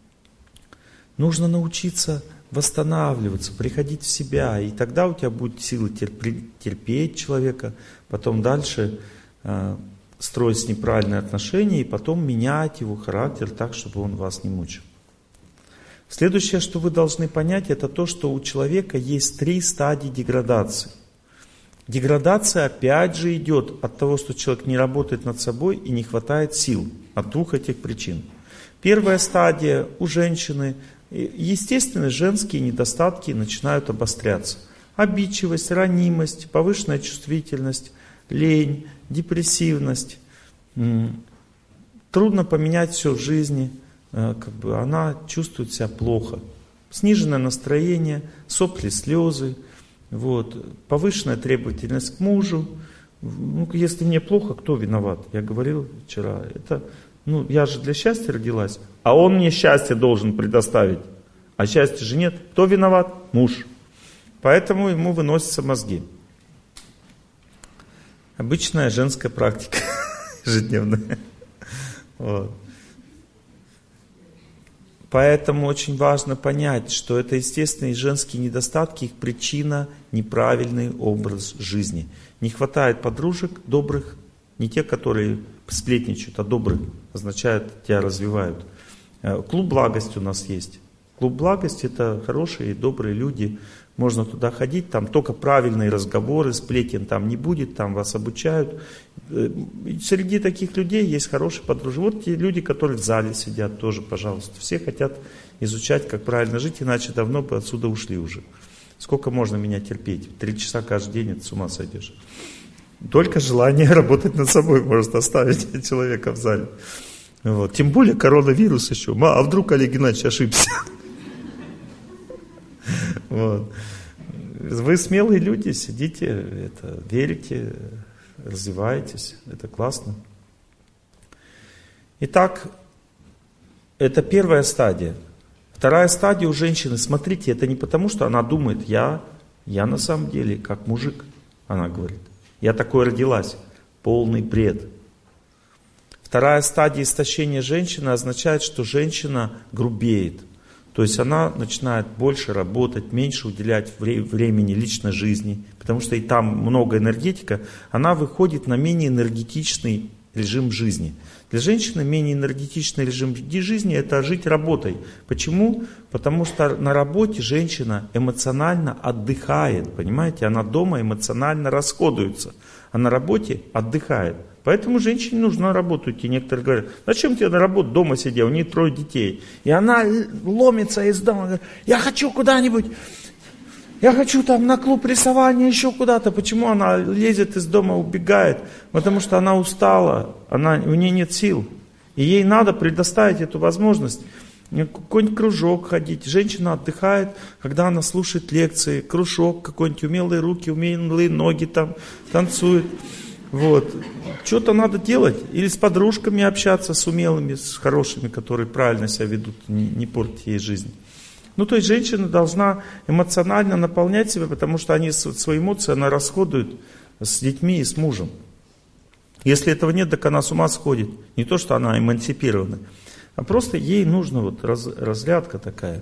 Нужно научиться восстанавливаться, приходить в себя, и тогда у тебя будет сила терпеть человека, потом дальше строить неправильные отношения, и потом менять его характер так, чтобы он вас не мучил. Следующее, что вы должны понять, это то, что у человека есть 3 стадии деградации. Деградация опять же идет от того, что человек не работает над собой и не хватает сил. От 2 этих причин. Первая стадия у женщины естественно, женские недостатки начинают обостряться. Обидчивость, ранимость, повышенная чувствительность, лень, депрессивность. Трудно поменять все в жизни. Она чувствует себя плохо. Сниженное настроение, сопли, слезы, повышенная требовательность к мужу. Если мне плохо, кто виноват? Я говорил вчера, я же для счастья родилась, а он мне счастье должен предоставить, а счастья же нет. Кто виноват? Муж. Поэтому ему выносятся мозги. Обычная женская практика ежедневная. Поэтому очень важно понять, что это естественные женские недостатки, их причина — неправильный образ жизни. Не хватает подружек добрых, не те, которые сплетничают, а добрых, означает, тебя развивают. Клуб благости у нас есть. Клуб благости — это хорошие, добрые люди. Можно туда ходить, там только правильные разговоры, сплетен там не будет, там вас обучают. Среди таких людей есть хорошие подружки. Вот те люди, которые в зале сидят, тоже, пожалуйста. Все хотят изучать, как правильно жить, иначе давно бы отсюда ушли уже. Сколько можно меня терпеть? 3 часа каждый день, это с ума сойдешь. Только желание работать над собой может оставить человека в зале. Тем более коронавирус еще. А вдруг Олег Геннадьевич ошибся? Вы смелые люди, сидите, верите, развиваетесь, это классно. Итак, это первая стадия. Вторая стадия у женщины, смотрите, это не потому, что она думает, я на самом деле как мужик, она говорит, я такой родилась, полный бред. Вторая стадия истощения женщины означает, что женщина грубеет. То есть она начинает больше работать, меньше уделять времени личной жизни, потому что и там много энергетика, она выходит на менее энергетичный режим жизни. Для женщины менее энергетичный режим жизни — это жить работой. Почему? Потому что на работе женщина эмоционально отдыхает, понимаете? Она дома эмоционально расходуется, а на работе отдыхает. Поэтому женщине нужно на работу идти. Некоторые говорят, зачем тебе на работу, дома сидя, у нее 3 детей. И она ломится из дома, говорит, я хочу куда-нибудь, я хочу там на клуб рисования, еще куда-то. Почему она лезет из дома, убегает? Потому что она устала, у нее нет сил. И ей надо предоставить эту возможность. Какой-нибудь кружок ходить. Женщина отдыхает, когда она слушает лекции, кружок какой-нибудь, умелые руки, умелые ноги там, танцует. Что-то надо делать. Или с подружками общаться, с умелыми, с хорошими, которые правильно себя ведут, не портят ей жизнь. То есть женщина должна эмоционально наполнять себя, потому что свои эмоции она расходует с детьми и с мужем. Если этого нет, так она с ума сходит. Не то, что она эмансипирована, а просто ей нужна разрядка такая.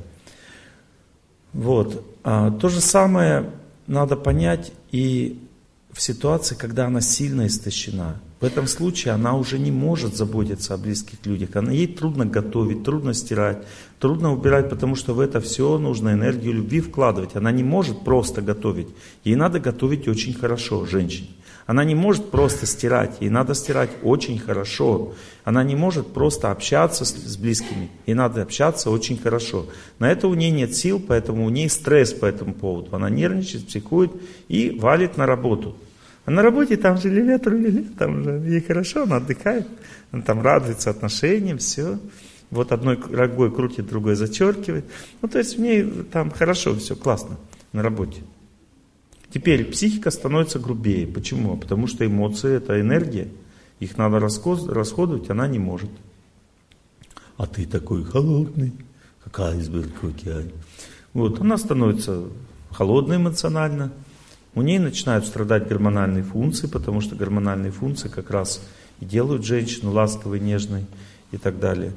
То же самое надо понять и в ситуации, когда она сильно истощена. В этом случае она уже не может заботиться о близких людях. Ей трудно готовить, трудно стирать, трудно убирать, потому что в это все нужно энергию любви вкладывать. Она не может просто готовить. Ей надо готовить очень хорошо, женщине. Она не может просто стирать, ей надо стирать очень хорошо. Она не может просто общаться с близкими, ей надо общаться очень хорошо. На это у нее нет сил, поэтому у нее стресс по этому поводу. Она нервничает, психует и валит на работу. А на работе там же лилет, там же ей хорошо, она отдыхает, она там радуется отношениям, все. Одной рогой крутит, другой зачеркивает. То есть в ней там хорошо, все классно на работе. Теперь психика становится грубее. Почему? Потому что эмоции — это энергия. Их надо расходовать, она не может. А ты такой холодный, как айсберг в океане. Она становится холодной эмоционально. У ней начинают страдать гормональные функции, потому что гормональные функции как раз и делают женщину ласковой, нежной и так далее.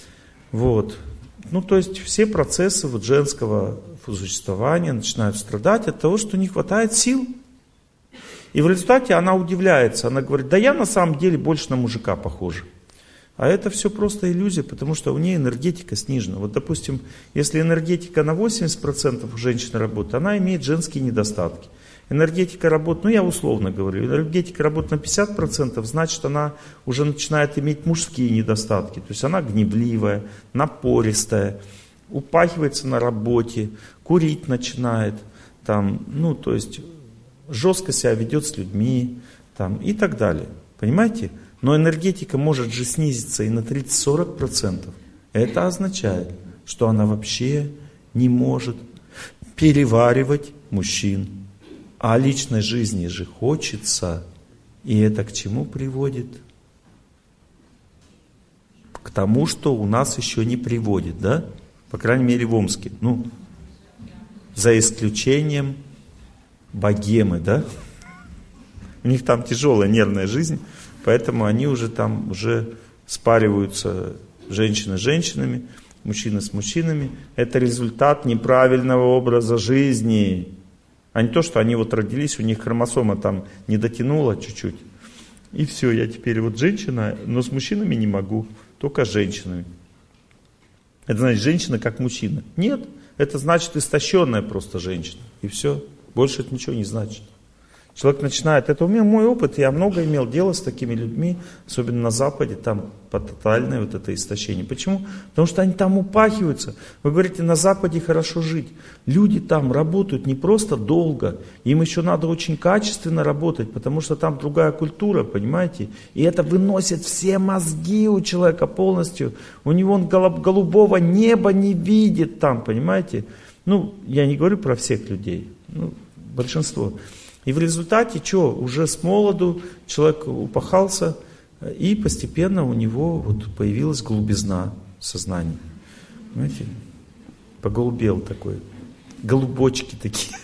То есть все процессы женского существования начинают страдать от того, что не хватает сил. И в результате она удивляется, она говорит, да я на самом деле больше на мужика похожа. А это все просто иллюзия, потому что у нее энергетика снижена. Допустим, если энергетика на 80% у женщины работает, она имеет женские недостатки. Энергетика работает, я условно говорю, энергетика работает на 50%, значит она уже начинает иметь мужские недостатки. То есть она гневливая, напористая, упахивается на работе, курить начинает, там, то есть жестко себя ведет с людьми там, и так далее. Понимаете? Но энергетика может же снизиться и на 30-40%. Это означает, что она вообще не может переваривать мужчин. А личной жизни же хочется. И это к чему приводит? К тому, что у нас еще не приводит, да? По крайней мере в Омске. За исключением богемы, да? У них там тяжелая нервная жизнь, поэтому они уже там спариваются женщины с женщинами, мужчины с мужчинами. Это результат неправильного образа жизни. А не то, что они родились, у них хромосома там не дотянула чуть-чуть. И все, я теперь женщина, но с мужчинами не могу, только с женщинами. Это значит, женщина как мужчина. Нет, это значит истощенная просто женщина. И все, больше это ничего не значит. Человек начинает, это у меня мой опыт, я много имел дела с такими людьми, особенно на Западе, там тотальное это истощение. Почему? Потому что они там упахиваются. Вы говорите, на Западе хорошо жить. Люди там работают не просто долго, им еще надо очень качественно работать, потому что там другая культура, понимаете? И это выносит все мозги у человека полностью. У него он голубого неба не видит там, понимаете? Я не говорю про всех людей, большинство. И в результате уже с молоду человек упахался, и постепенно у него появилась голубизна сознания. Понимаете? Поголубел такой. Голубочки такие.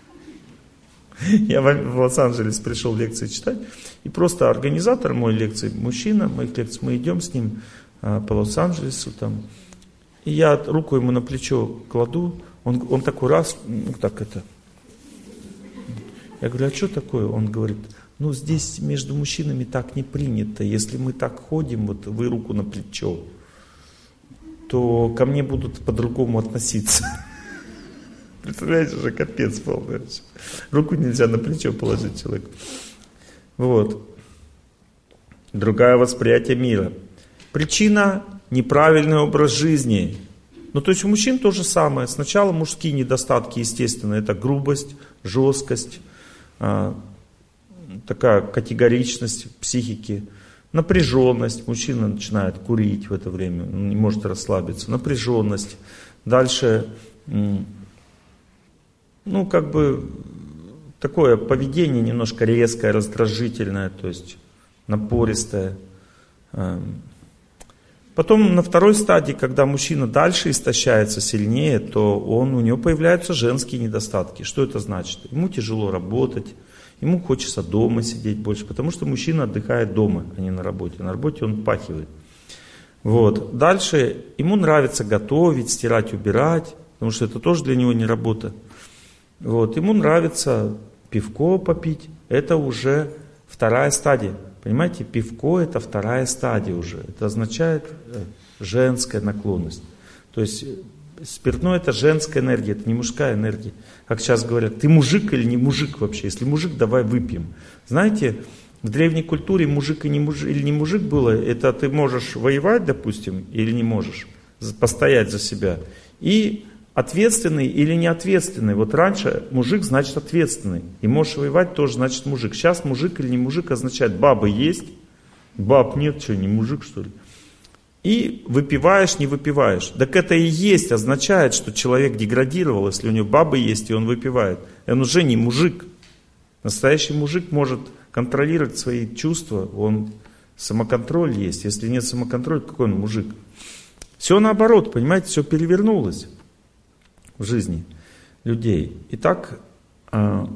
Я в Лос-Анджелес пришел лекции читать, и просто организатор моей лекции, мужчина, моих лекций, мы идем с ним по Лос-Анджелесу там, и я руку ему на плечо кладу, он такой раз, Я говорю, а что такое? Он говорит, здесь между мужчинами так не принято. Если мы так ходим, вы руку на плечо, то ко мне будут по-другому относиться. Представляете, уже капец полный. Руку нельзя на плечо положить человеку. Другое восприятие мира. Причина – неправильный образ жизни. То есть у мужчин то же самое. Сначала мужские недостатки, естественно, это грубость, жесткость, такая категоричность психики, напряженность. Мужчина начинает курить в это время, он не может расслабиться. Напряженность. Дальше, такое поведение немножко резкое, раздражительное, то есть напористое. Потом на второй стадии, когда мужчина дальше истощается сильнее, то у него появляются женские недостатки. Что это значит? Ему тяжело работать, ему хочется дома сидеть больше, потому что мужчина отдыхает дома, а не на работе. На работе он пахивает. Дальше ему нравится готовить, стирать, убирать, потому что это тоже для него не работа. Ему нравится пивко попить, это уже вторая стадия. Понимаете, пивко это вторая стадия уже. Это означает женская наклонность. То есть спиртное это женская энергия, это не мужская энергия. Как сейчас говорят, ты мужик или не мужик вообще? Если мужик, давай выпьем. Знаете, в древней культуре мужик и не мужик, или не мужик было, это ты можешь воевать, допустим, или не можешь, постоять за себя. И ответственный или неответственный. Раньше мужик значит ответственный. И можешь воевать тоже значит мужик. Сейчас мужик или не мужик означает бабы есть, баб нет, что, не мужик что ли? И выпиваешь, не выпиваешь. Так это и есть означает, что человек деградировал, если у него бабы есть и он выпивает. Он уже не мужик. Настоящий мужик может контролировать свои чувства, он самоконтроль есть. Если нет самоконтроля, какой он мужик? Все наоборот, понимаете, все перевернулось в жизни людей. Итак, на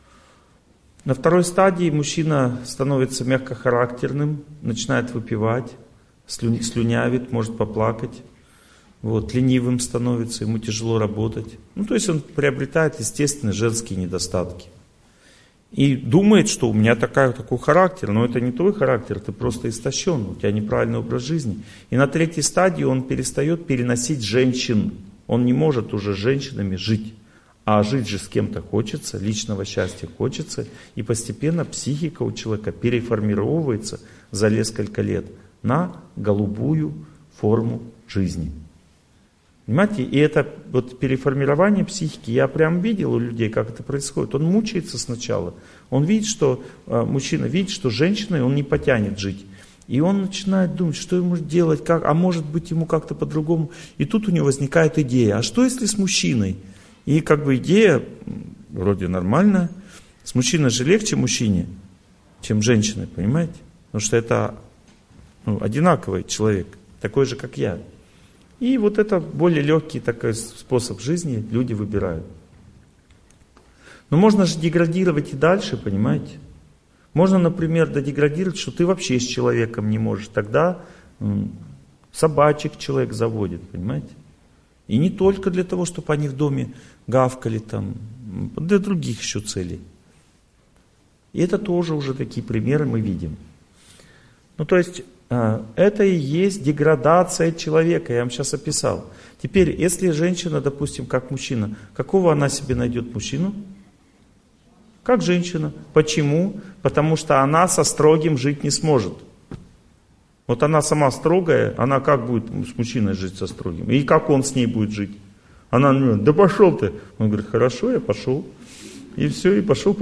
второй стадии мужчина становится мягкохарактерным, начинает выпивать, слюнявит, может поплакать, ленивым становится, ему тяжело работать. То есть он приобретает, естественно, женские недостатки. И думает, что у меня такой характер, но это не твой характер, ты просто истощен, у тебя неправильный образ жизни. И на третьей стадии он перестает переносить женщин. Он не может уже с женщинами жить. А жить же с кем-то хочется, личного счастья хочется. И постепенно психика у человека переформировывается за несколько лет на голубую форму жизни. Понимаете? И это вот переформирование психики, я прям видел у людей, как это происходит. Он мучается сначала. Он видит, что мужчина видит, что женщиной он не потянет жить. И он начинает думать, что ему делать, как, а может быть ему как-то по-другому. И тут у него возникает идея, а что если с мужчиной? И как бы идея вроде нормальная. С мужчиной же легче мужчине, чем женщиной, понимаете? Потому что это одинаковый человек, такой же, как я. И вот это более легкий такой способ жизни люди выбирают. Но можно же деградировать и дальше, понимаете? Можно, например, деградировать, что ты вообще с человеком не можешь. Тогда собачек человек заводит, понимаете? И не только для того, чтобы они в доме гавкали там, для других еще целей. И это тоже уже такие примеры мы видим. Ну, то есть, это и есть деградация человека, я вам сейчас описал. Теперь, если женщина, допустим, как мужчина, какого она себе найдет мужчину? Как женщина. Почему? Потому что она со строгим жить не сможет. Вот она сама строгая, она как будет с мужчиной жить со строгим? И как он с ней будет жить? Она, да пошел ты. Он говорит, хорошо, я пошел. И все, и пошел.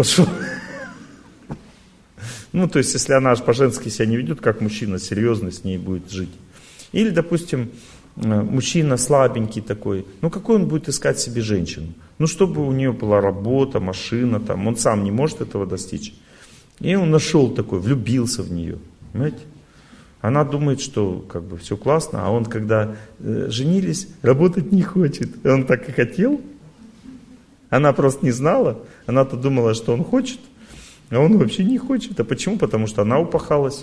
Ну, то есть, если она по-женски себя не ведет, как мужчина серьезно с ней будет жить. Или, допустим, мужчина слабенький такой, ну, какой он будет искать себе женщину? Ну, чтобы у нее была работа, машина, там, он сам не может этого достичь. И он нашел такой, влюбился в нее, понимаете? Она думает, что как бы все классно, а он, когда женились, работать не хочет. И он так и хотел. Она просто не знала, она-то думала, что он хочет. А он вообще не хочет. А почему? Потому что она упахалась.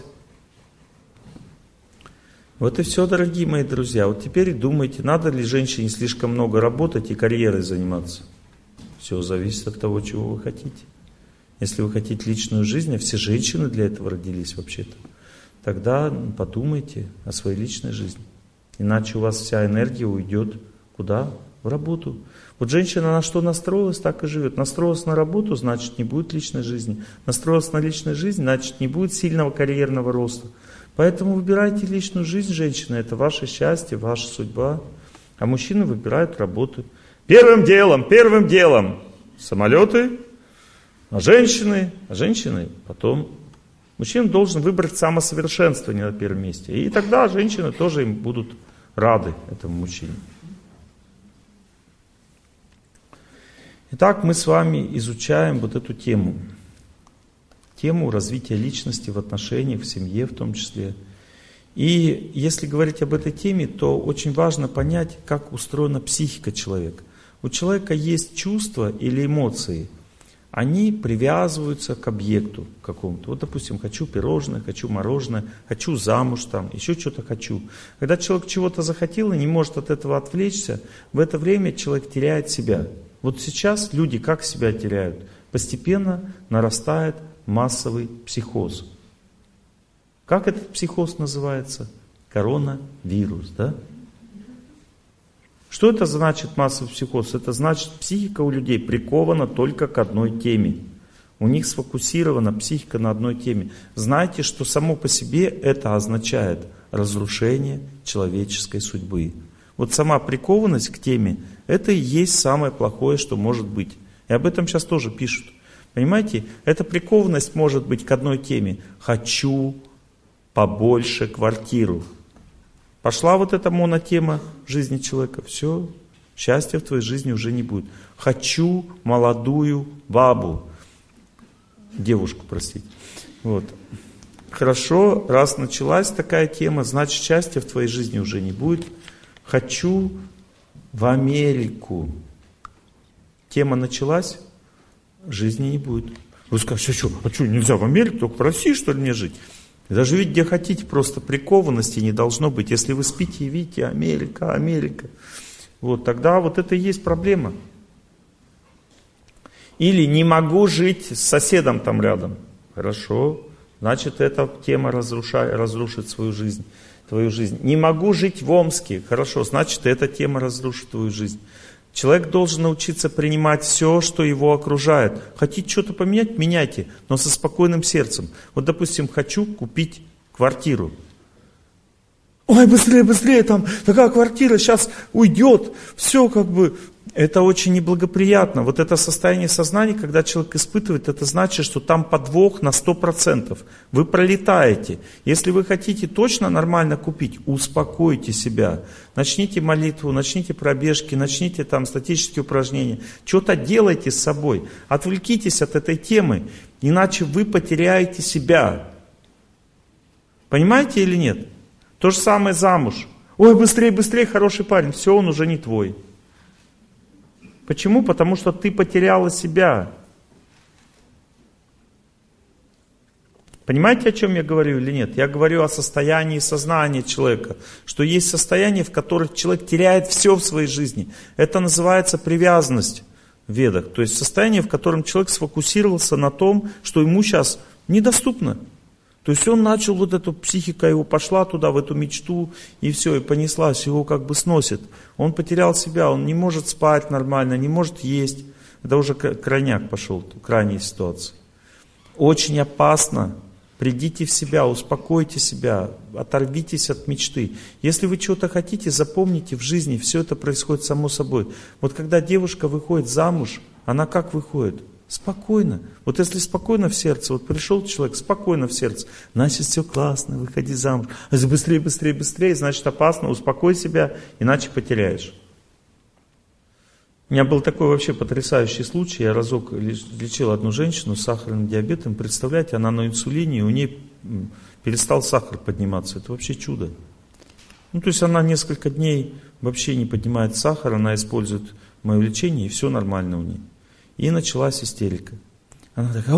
Вот и все, дорогие мои друзья. Вот теперь думайте, надо ли женщине слишком много работать и карьерой заниматься. Все зависит от того, чего вы хотите. Если вы хотите личную жизнь, а все женщины для этого родились вообще-то, тогда подумайте о своей личной жизни. Иначе у вас вся энергия уйдет куда? В работу. Вот женщина на что настроилась, так и живет. Настроилась на работу, значит не будет личной жизни. Настроилась на личную жизнь, значит не будет сильного карьерного роста. Поэтому выбирайте личную жизнь, женщина, это ваше счастье, ваша судьба. А мужчины выбирают работу. Первым делом самолеты, а женщины потом. Мужчина должен выбрать самосовершенствование на первом месте. И тогда женщины тоже им будут рады, этому мужчине. Итак, мы с вами изучаем вот эту тему. Тему развития личности в отношениях, в семье в том числе. И если говорить об этой теме, то очень важно понять, как устроена психика человека. У человека есть чувства или эмоции. Они привязываются к объекту какому-то. Вот, допустим, хочу пирожное, хочу мороженое, хочу замуж, там, еще что-то хочу. Когда человек чего-то захотел и не может от этого отвлечься, в это время человек теряет себя. Вот сейчас люди как себя теряют? Постепенно нарастает массовый психоз. Как этот психоз называется? Коронавирус, да? Что это значит массовый психоз? Это значит, психика у людей прикована только к одной теме. У них сфокусирована психика на одной теме. Знаете, что само по себе это означает разрушение человеческой судьбы. Вот сама прикованность к теме, это и есть самое плохое, что может быть. И об этом сейчас тоже пишут. Понимаете, эта прикованность может быть к одной теме. Хочу побольше квартиру. Пошла вот эта монотема в жизни человека, все, счастья в твоей жизни уже не будет. Хочу молодую бабу, девушку, простите. Вот. Хорошо, раз началась такая тема, значит счастья в твоей жизни уже не будет. Хочу в Америку. Тема началась, жизни не будет. Вы скажете, а что, нельзя в Америку, только в России, что ли, мне жить? Даже видите, где хотите, просто прикованности не должно быть. Если вы спите и видите Америка, вот тогда вот это и есть проблема. Или не могу жить с соседом там рядом. Хорошо, значит эта тема разрушит свою жизнь, твою жизнь. Не могу жить в Омске. Хорошо, значит эта тема разрушит твою жизнь. Человек должен научиться принимать все, что его окружает. Хотите что-то поменять? Меняйте, но со спокойным сердцем. Вот, допустим, хочу купить квартиру. ой, быстрее, быстрее, там такая квартира сейчас уйдет, все как бы. Это очень неблагоприятно. Вот это состояние сознания, когда человек испытывает, это значит, что там подвох на 100%. Вы пролетаете. Если вы хотите точно нормально купить, успокойте себя. Начните молитву, начните пробежки, начните там статические упражнения. Что-то делайте с собой. Отвлекитесь от этой темы, иначе вы потеряете себя. Понимаете или нет? То же самое замуж. Ой, быстрее, быстрее, хороший парень. Все, он уже не твой. Почему? Потому что ты потеряла себя. Понимаете, о чем я говорю или нет? Я говорю о состоянии сознания человека. Что есть состояние, в которых человек теряет все в своей жизни. Это называется привязанность в ведах. То есть состояние, в котором человек сфокусировался на том, что ему сейчас недоступно. То есть он начал, вот эта психика его пошла туда, в эту мечту, и все, и понеслась, его как бы сносит. Он потерял себя, он не может спать нормально, не может есть. Это уже крайняк пошел, крайняя ситуация. Очень опасно. Придите в себя, успокойте себя, оторвитесь от мечты. Если вы чего-то хотите, запомните, в жизни все это происходит само собой. Вот когда девушка выходит замуж, она как выходит? Спокойно. Вот если спокойно в сердце, вот пришел человек, спокойно в сердце, значит все классно, выходи замуж. А если быстрее, быстрее, быстрее, значит опасно, успокой себя, иначе потеряешь. У меня был такой вообще потрясающий случай. Я разок лечил одну женщину с сахарным диабетом. Представляете, она на инсулине, и у нее перестал сахар подниматься. Это вообще чудо. Ну, то есть она несколько дней вообще не поднимает сахар, она использует мое лечение, и все нормально у нее. И началась истерика. Она такая,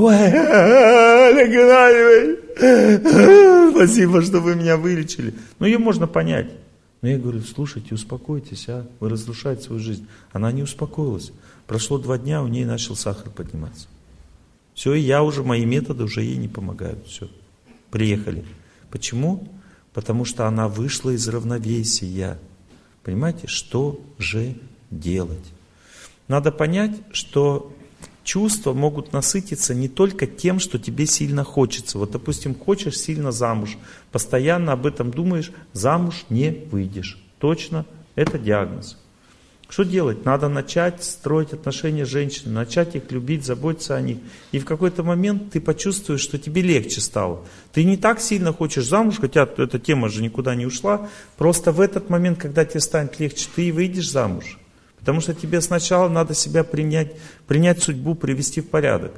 ой, спасибо, что вы меня вылечили. Ну, ее можно понять. Но я говорю, слушайте, успокойтесь, вы разрушаете свою жизнь. Она не успокоилась. Прошло 2 дня, у нее начал сахар подниматься. Все, и мои методы уже ей не помогают. Все, приехали. Почему? Потому что она вышла из равновесия. Понимаете, что же делать? Надо понять, что чувства могут насытиться не только тем, что тебе сильно хочется. Вот, допустим, хочешь сильно замуж, постоянно об этом думаешь, замуж не выйдешь. Точно, это диагноз. Что делать? Надо начать строить отношения с женщинами, начать их любить, заботиться о них. И в какой-то момент ты почувствуешь, что тебе легче стало. Ты не так сильно хочешь замуж, хотя эта тема же никуда не ушла. Просто в этот момент, когда тебе станет легче, ты и выйдешь замуж. Потому что тебе сначала надо себя принять судьбу, привести в порядок.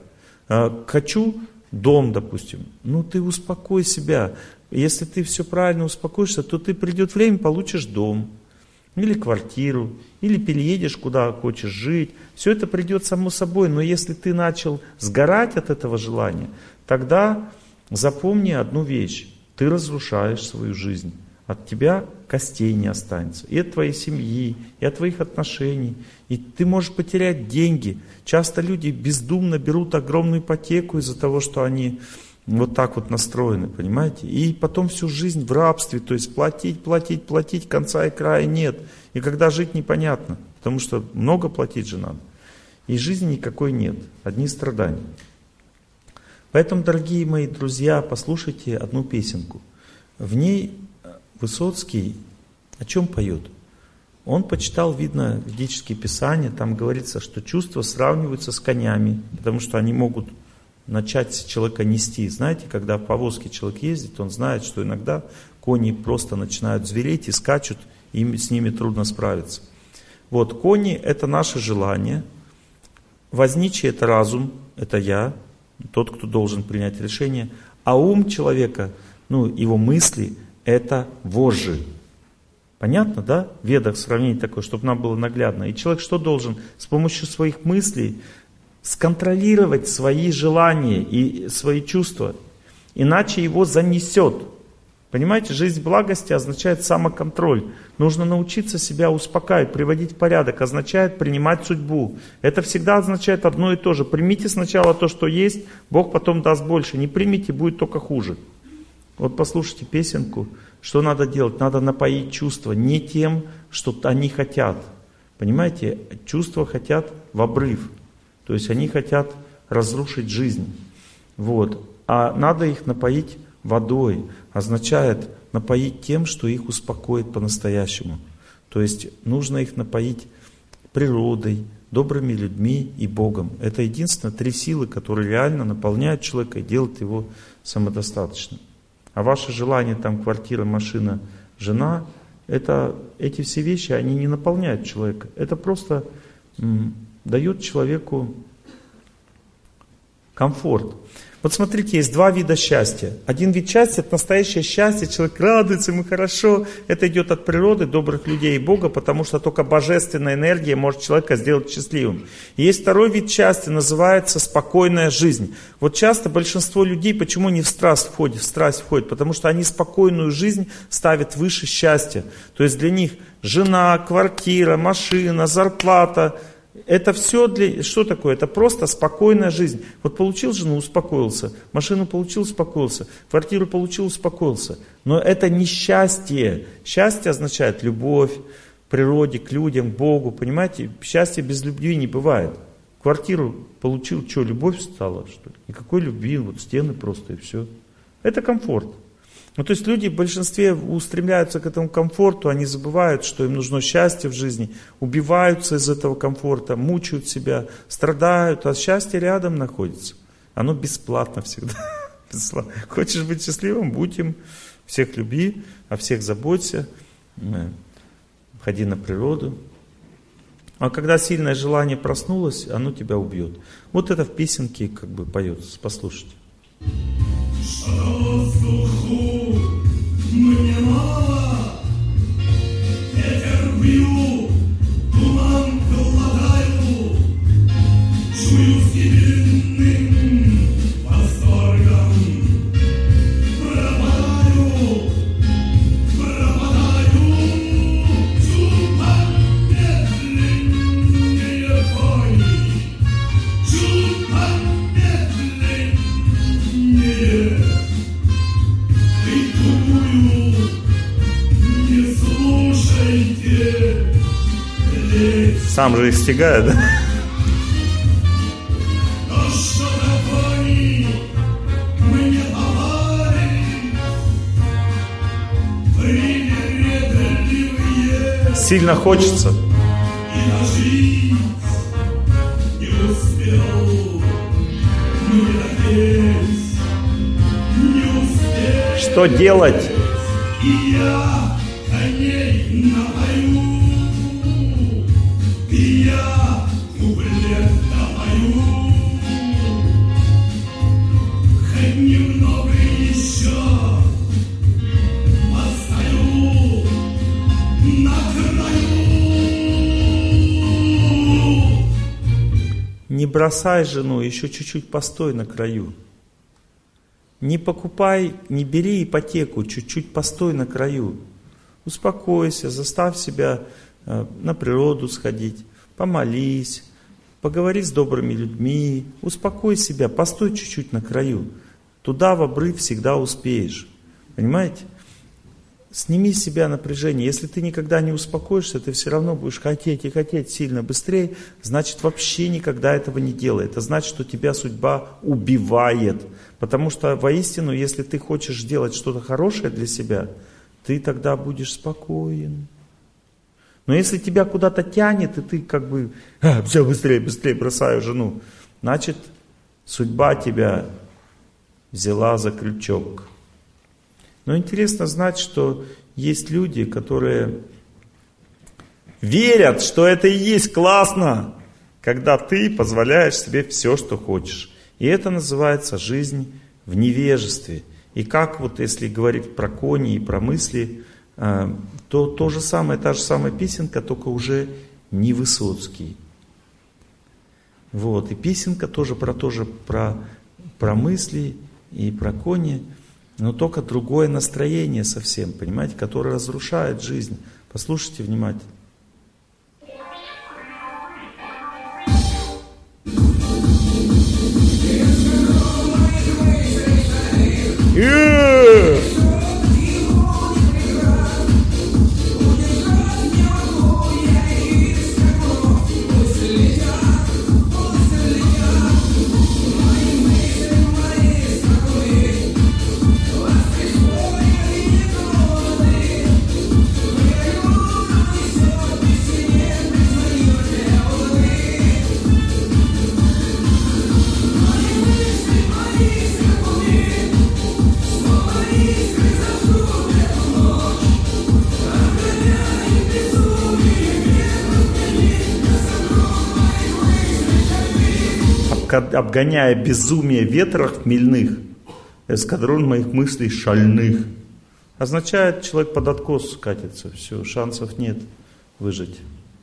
Хочу дом, допустим. Ну ты успокой себя. Если ты все правильно успокоишься, то ты придет время, получишь дом. Или квартиру. Или переедешь куда хочешь жить. Все это придет само собой. Но если ты начал сгорать от этого желания, тогда запомни одну вещь. Ты разрушаешь свою жизнь. От тебя костей не останется. И от твоей семьи, и от твоих отношений. И ты можешь потерять деньги. Часто люди бездумно берут огромную ипотеку из-за того, что они вот так вот настроены, понимаете? И потом всю жизнь в рабстве, то есть платить, конца и края нет. И когда жить непонятно, потому что много платить же надо. И жизни никакой нет, одни страдания. Поэтому, дорогие мои друзья, послушайте одну песенку. В ней Высоцкий о чем поет? Он почитал, видно, ведические писания, там говорится, что чувства сравниваются с конями, потому что они могут начать человека нести. Знаете, когда в повозке человек ездит, он знает, что иногда кони просто начинают звереть и скачут, и с ними трудно справиться. Вот, кони — это наше желание, возничий — это разум, это я, тот, кто должен принять решение, а ум человека, его мысли — это вожжи. Понятно, да? В Ведах сравнение такое, чтобы нам было наглядно. И человек что должен? С помощью своих мыслей сконтролировать свои желания и свои чувства. Иначе его занесет. Понимаете, жизнь благости означает самоконтроль. Нужно научиться себя успокаивать, приводить в порядок. Означает принимать судьбу. Это всегда означает одно и то же. Примите сначала то, что есть, Бог потом даст больше. Не примите, будет только хуже. Вот послушайте песенку, что надо делать? Надо напоить чувства не тем, что они хотят. Понимаете, чувства хотят в обрыв. То есть они хотят разрушить жизнь. Вот. А надо их напоить водой. Означает напоить тем, что их успокоит по-настоящему. То есть нужно их напоить природой, добрыми людьми и Богом. Это единственное 3 силы, которые реально наполняют человека и делают его самодостаточным. А ваши желания, там, квартира, машина, жена, эти все вещи, они не наполняют человека. Это просто дает человеку комфорт. Вот смотрите, есть 2 вида счастья. Один вид счастья — это настоящее счастье, человек радуется, ему хорошо. Это идет от природы, добрых людей и Бога, потому что только божественная энергия может человека сделать счастливым. И есть второй вид счастья, называется спокойная жизнь. Вот часто большинство людей, почему они в страсть входят? Потому что они спокойную жизнь ставят выше счастья. То есть для них жена, квартира, машина, зарплата — это все что такое? Это просто спокойная жизнь. Вот получил жену, успокоился. Машину получил, успокоился. Квартиру получил, успокоился. Но это не счастье. Счастье означает любовь к природе, к людям, к Богу. Понимаете? Счастья без любви не бывает. Квартиру получил, что, любовь стала, что ли? Никакой любви, вот стены просто и все. Это комфорт. Ну, то есть люди в большинстве устремляются к этому комфорту, они забывают, что им нужно счастье в жизни, убиваются из этого комфорта, мучают себя, страдают, а счастье рядом находится. Оно бесплатно всегда. Хочешь быть счастливым, будь им, всех люби, о всех заботься, ходи на природу. А когда сильное желание проснулось, оно тебя убьет. Вот это в песенке как бы поется, послушайте. Что на воздуху мне мало, ветер бью, туман глотаю, чую с невинным восторгом. Пропадаю, чуть помедленнее кони, чуть помедленнее. Не слушайте. Сам же их стягает, да? Сильно хочется. Не успел, что делать? И я коней напою, и я куплет напою, хоть немного еще постою на краю. Не бросай жену, еще чуть-чуть постой на краю. Не покупай, не бери ипотеку, чуть-чуть постой на краю. Успокойся, заставь себя на природу сходить, помолись, поговори с добрыми людьми, успокой себя, постой чуть-чуть на краю. Туда в обрыв всегда успеешь. Понимаете? Сними с себя напряжение. Если ты никогда не успокоишься, ты все равно будешь хотеть и хотеть сильно быстрее, значит вообще никогда этого не делай. Это значит, что тебя судьба убивает. Потому что воистину, если ты хочешь делать что-то хорошее для себя, ты тогда будешь спокоен. Но если тебя куда-то тянет, и ты как бы, все быстрее, быстрее бросаю жену, значит судьба тебя взяла за крючок. Но интересно знать, что есть люди, которые верят, что это и есть классно, когда ты позволяешь себе все, что хочешь. И это называется жизнь в невежестве. И как вот если говорить про кони и про мысли, то то же самое, та же самая песенка, только уже не Высоцкий. Вот. И песенка тоже про мысли и про кони. Но только другое настроение совсем, понимаете, которое разрушает жизнь. Послушайте внимательно. обгоняя безумие ветров хмельных, эскадрон моих мыслей шальных. Означает, человек под откос катится, все, шансов нет выжить.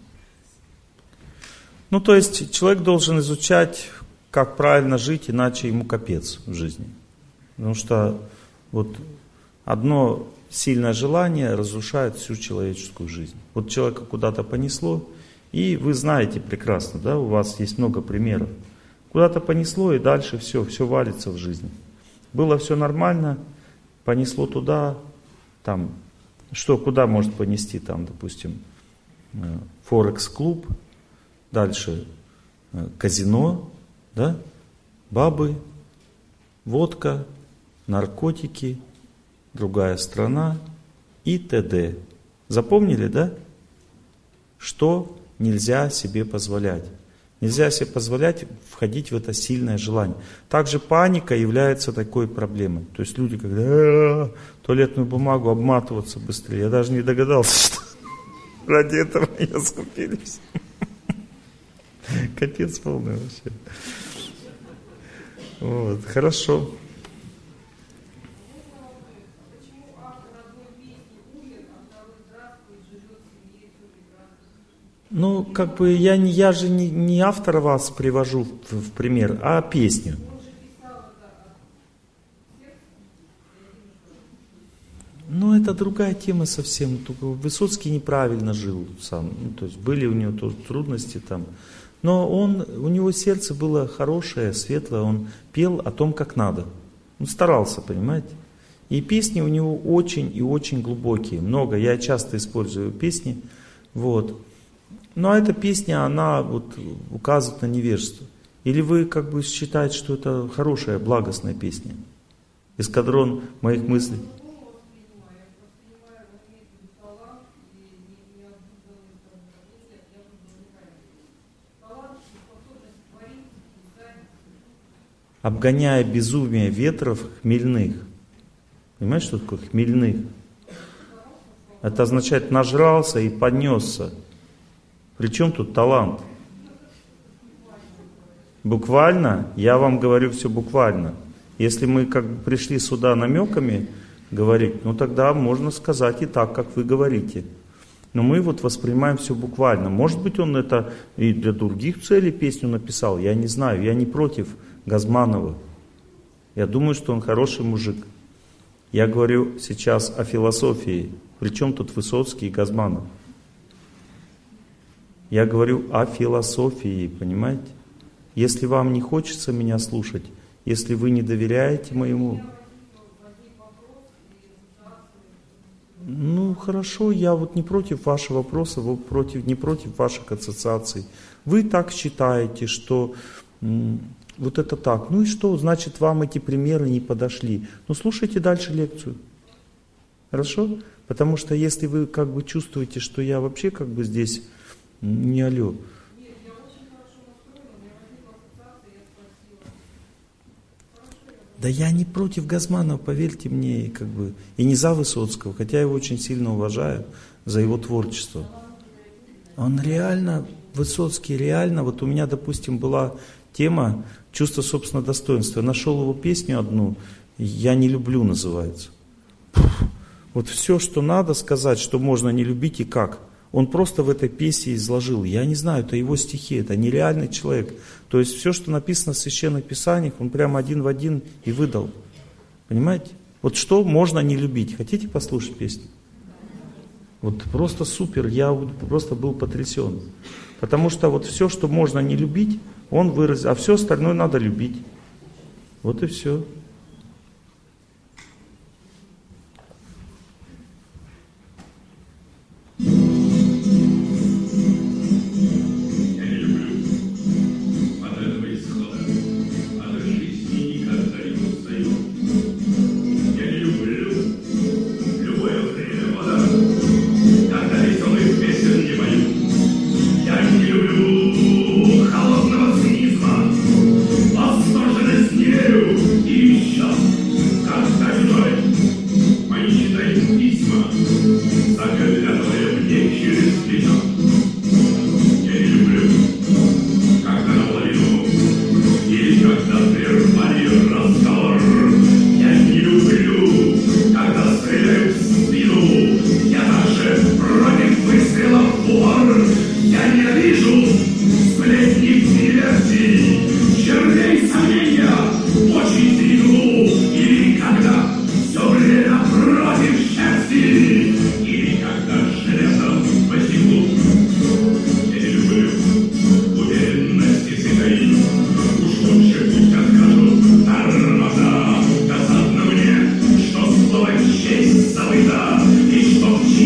Ну, то есть, человек должен изучать, как правильно жить, иначе ему капец в жизни. Потому что вот одно сильное желание разрушает всю человеческую жизнь. Вот человека куда-то понесло, и вы знаете прекрасно, да, у вас есть много примеров. Куда-то понесло, и дальше все валится в жизни. Было все нормально, понесло туда, там, что, куда может понести, там, допустим, Форекс-клуб, дальше казино, да, бабы, водка, наркотики, другая страна и т.д. Запомнили, да? Что нельзя себе позволять? Нельзя себе позволять входить в это сильное желание. Также паника является такой проблемой. То есть люди, когда туалетную бумагу обматываться быстрее, я даже не догадался, что ради этого меня скупились. Капец полный вообще. Вот, хорошо. Ну, как бы я же не автора вас привожу в пример, а песню. Ну, это другая тема совсем. Высоцкий неправильно жил сам. Ну, то есть были у него тоже трудности там. Но у него сердце было хорошее, светлое. Он пел о том, как надо. Он старался, понимаете? И песни у него очень и очень глубокие. Много. Я часто использую песни. Вот. Но эта песня, она вот указывает на невежество. Или вы как бы считаете, что это хорошая, благостная песня? Эскадрон моих мыслей. Обгоняя безумие ветров хмельных. Понимаете, что такое хмельных? Это означает нажрался и понесся. Причем тут талант? Буквально, я вам говорю все буквально. Если мы как бы пришли сюда намеками говорить, ну тогда можно сказать и так, как вы говорите. Но мы вот воспринимаем все буквально. Может быть, он это и для других целей песню написал, я не знаю, я не против Газманова. Я думаю, что он хороший мужик. Я говорю сейчас о философии. Причем тут Высоцкий и Газманов? Я говорю о философии, понимаете? Если вам не хочется меня слушать, если вы не доверяете моему... Ну, хорошо, я вот не против вашего вопроса, не против ваших ассоциаций. Вы так считаете, что вот это так. Ну и что, значит, вам эти примеры не подошли. Ну, слушайте дальше лекцию. Хорошо? Потому что если вы как бы чувствуете, что я вообще как бы здесь не алло. Да я не против Газманова, поверьте мне, как бы, и не за Высоцкого, хотя я его очень сильно уважаю за его творчество. Он реально, Высоцкий реально, вот у меня, допустим, была тема «Чувство собственного достоинства». Я нашел его песню одну, «Я не люблю» называется. Вот все, что надо сказать, что можно не любить и как. Он просто в этой песне изложил. Я не знаю, это его стихи, это нереальный человек. То есть все, что написано в Священных Писаниях, он прямо один в один и выдал. Понимаете? Вот что можно не любить. Хотите послушать песню? Вот просто супер, я просто был потрясен. Потому что вот все, что можно не любить, он выразил, а все остальное надо любить. Вот и все. И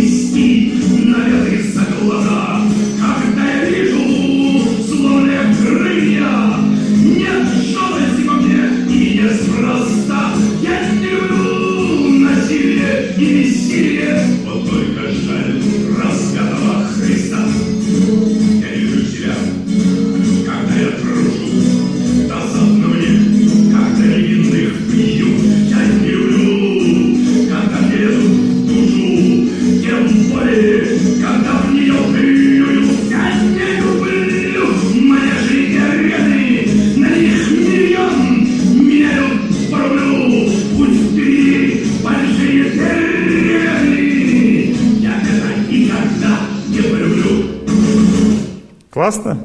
отвести наряды за глаза. Когда я вижу сломанные крылья, нет жалости во мне и неспроста. Я не люблю насилие и бессилие, вот только жаль распятого Христа. Я не люблю себя, когда я трушу, досадно мне, когда невинных бью. Я не люблю, когда мне лезут в душу, тем более, когда в нее плюю. Я не люблю, моя жизнь арены, на них миллион меряют по рублю. Пусть ты большие территории, я это никогда не полюблю. Классно?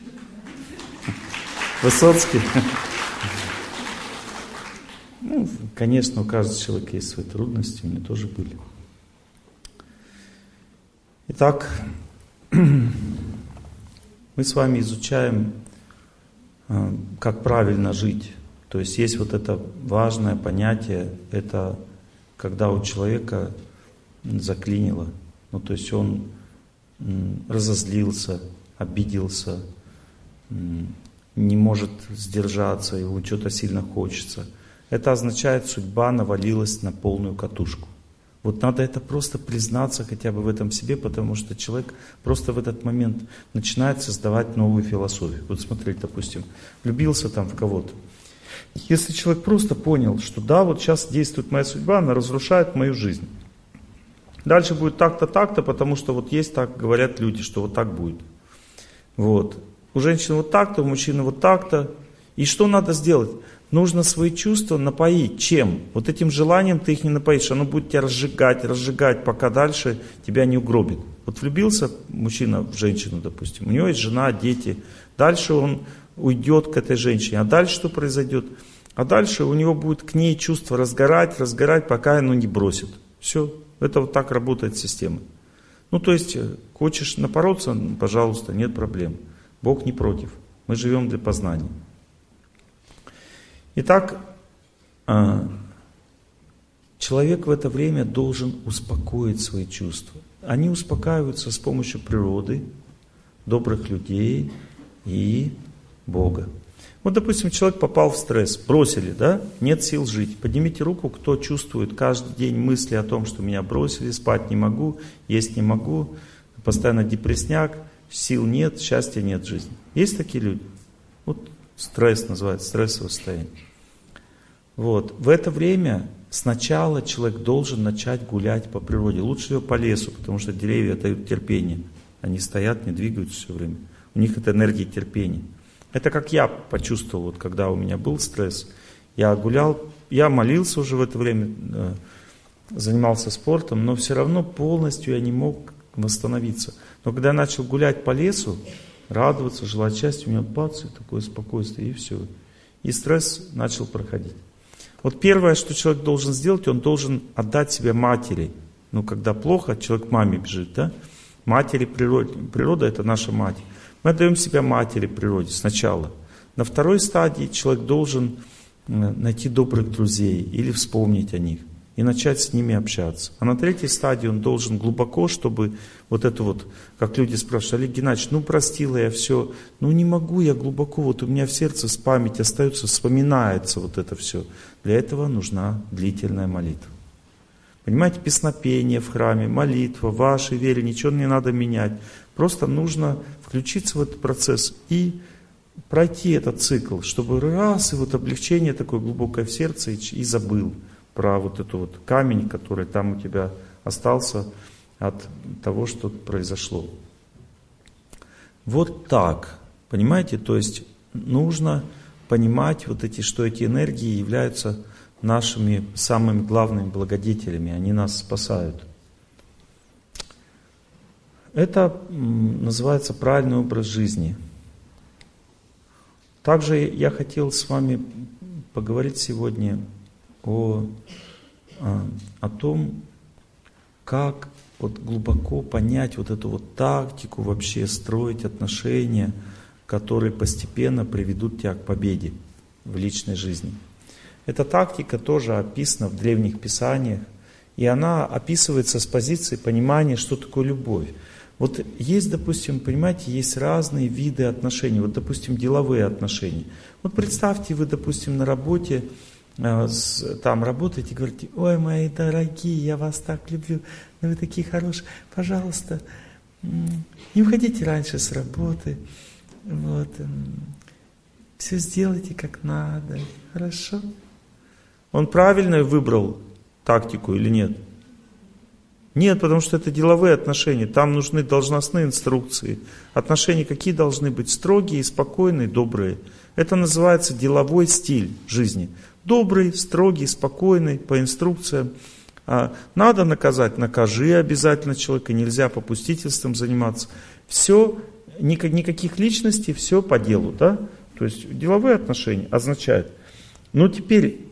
Высоцкий. Ну, конечно, у каждого человека есть свои трудности, у меня тоже были. Итак, мы с вами изучаем, как правильно жить. То есть есть вот это важное понятие, это когда у человека заклинило. Ну, то есть он разозлился, обиделся, не может сдержаться, ему что-то сильно хочется. Это означает, судьба навалилась на полную катушку. Вот надо это просто признаться хотя бы в этом себе, потому что человек просто в этот момент начинает создавать новую философию. Вот смотрите, допустим, влюбился там в кого-то. Если человек просто понял, что да, вот сейчас действует моя судьба, она разрушает мою жизнь. Дальше будет так-то, так-то, потому что вот есть так, говорят люди, что вот так будет. Вот. У женщины вот так-то, у мужчины вот так-то. И что надо сделать? Нужно свои чувства напоить. Чем? Вот этим желанием ты их не напоишь. Оно будет тебя разжигать, пока дальше тебя не угробит. Вот влюбился мужчина в женщину, допустим. У него есть жена, дети. Дальше он уйдет к этой женщине. А дальше что произойдет? А дальше у него будет к ней чувство разгорать, пока оно не бросит. Все. Это вот так работает система. Ну, то есть, хочешь напороться, пожалуйста, нет проблем. Бог не против. Мы живем для познания. Итак, человек в это время должен успокоить свои чувства. Они успокаиваются с помощью природы, добрых людей и Бога. Вот, допустим, человек попал в стресс, бросили, да? Нет сил жить. Поднимите руку, кто чувствует каждый день мысли о том, что меня бросили, спать не могу, есть не могу, постоянно депрессняк, сил нет, счастья нет в жизни. Есть такие люди? Вот стресс называется, стрессовое состояние. Вот. В это время сначала человек должен начать гулять по природе. Лучше всего по лесу, потому что деревья дают терпение. Они стоят, не двигаются все время. У них это энергия терпения. Это как я почувствовал, вот, когда у меня был стресс. Я гулял, я молился уже в это время, занимался спортом, но все равно полностью я не мог восстановиться. Но когда я начал гулять по лесу, радоваться, желать счастья, у меня бац, и такое спокойствие, и все. И стресс начал проходить. Вот первое, что человек должен сделать, он должен отдать себя матери. Ну, когда плохо, человек к маме бежит, да? Матери природе. Природа — это наша мать. Мы отдаем себя матери природе сначала. На второй стадии человек должен найти добрых друзей или вспомнить о них и начать с ними общаться. А на третьей стадии он должен глубоко, чтобы вот это вот, как люди спрашивают: Олег Геннадьевич, ну простила я все, ну не могу я глубоко, вот у меня в сердце с памяти остается, вспоминается вот это все. Для этого нужна длительная молитва. Понимаете, песнопение в храме, молитва, в вашей вере, ничего не надо менять. Просто нужно включиться в этот процесс и пройти этот цикл, чтобы раз и вот облегчение такое глубокое в сердце и забыл про вот этот вот камень, который там у тебя остался от того, что произошло. Вот так, понимаете, то есть нужно понимать вот эти, что эти энергии являются нашими самыми главными благодетелями, они нас спасают. Это называется правильный образ жизни. Также я хотел с вами поговорить сегодня о том, как вот глубоко понять вот эту вот тактику, вообще строить отношения, которые постепенно приведут тебя к победе в личной жизни. Эта тактика тоже описана в древних писаниях, и она описывается с позиции понимания, что такое любовь. Вот есть, допустим, понимаете, есть разные виды отношений. Вот, допустим, деловые отношения. Вот представьте, вы, допустим, на работе, там работаете, говорите: ой, мои дорогие, я вас так люблю, вы такие хорошие, пожалуйста, не уходите раньше с работы, вот, все сделайте как надо, хорошо? Он правильно выбрал тактику или нет? Нет, потому что это деловые отношения, там нужны должностные инструкции. Отношения какие должны быть? Строгие, спокойные, добрые. Это называется деловой стиль жизни. Добрый, строгий, спокойный, по инструкциям. Надо наказать, накажи обязательно человека, нельзя попустительством заниматься. Все, никаких личностей, все по делу, да? То есть деловые отношения означают. Но теперь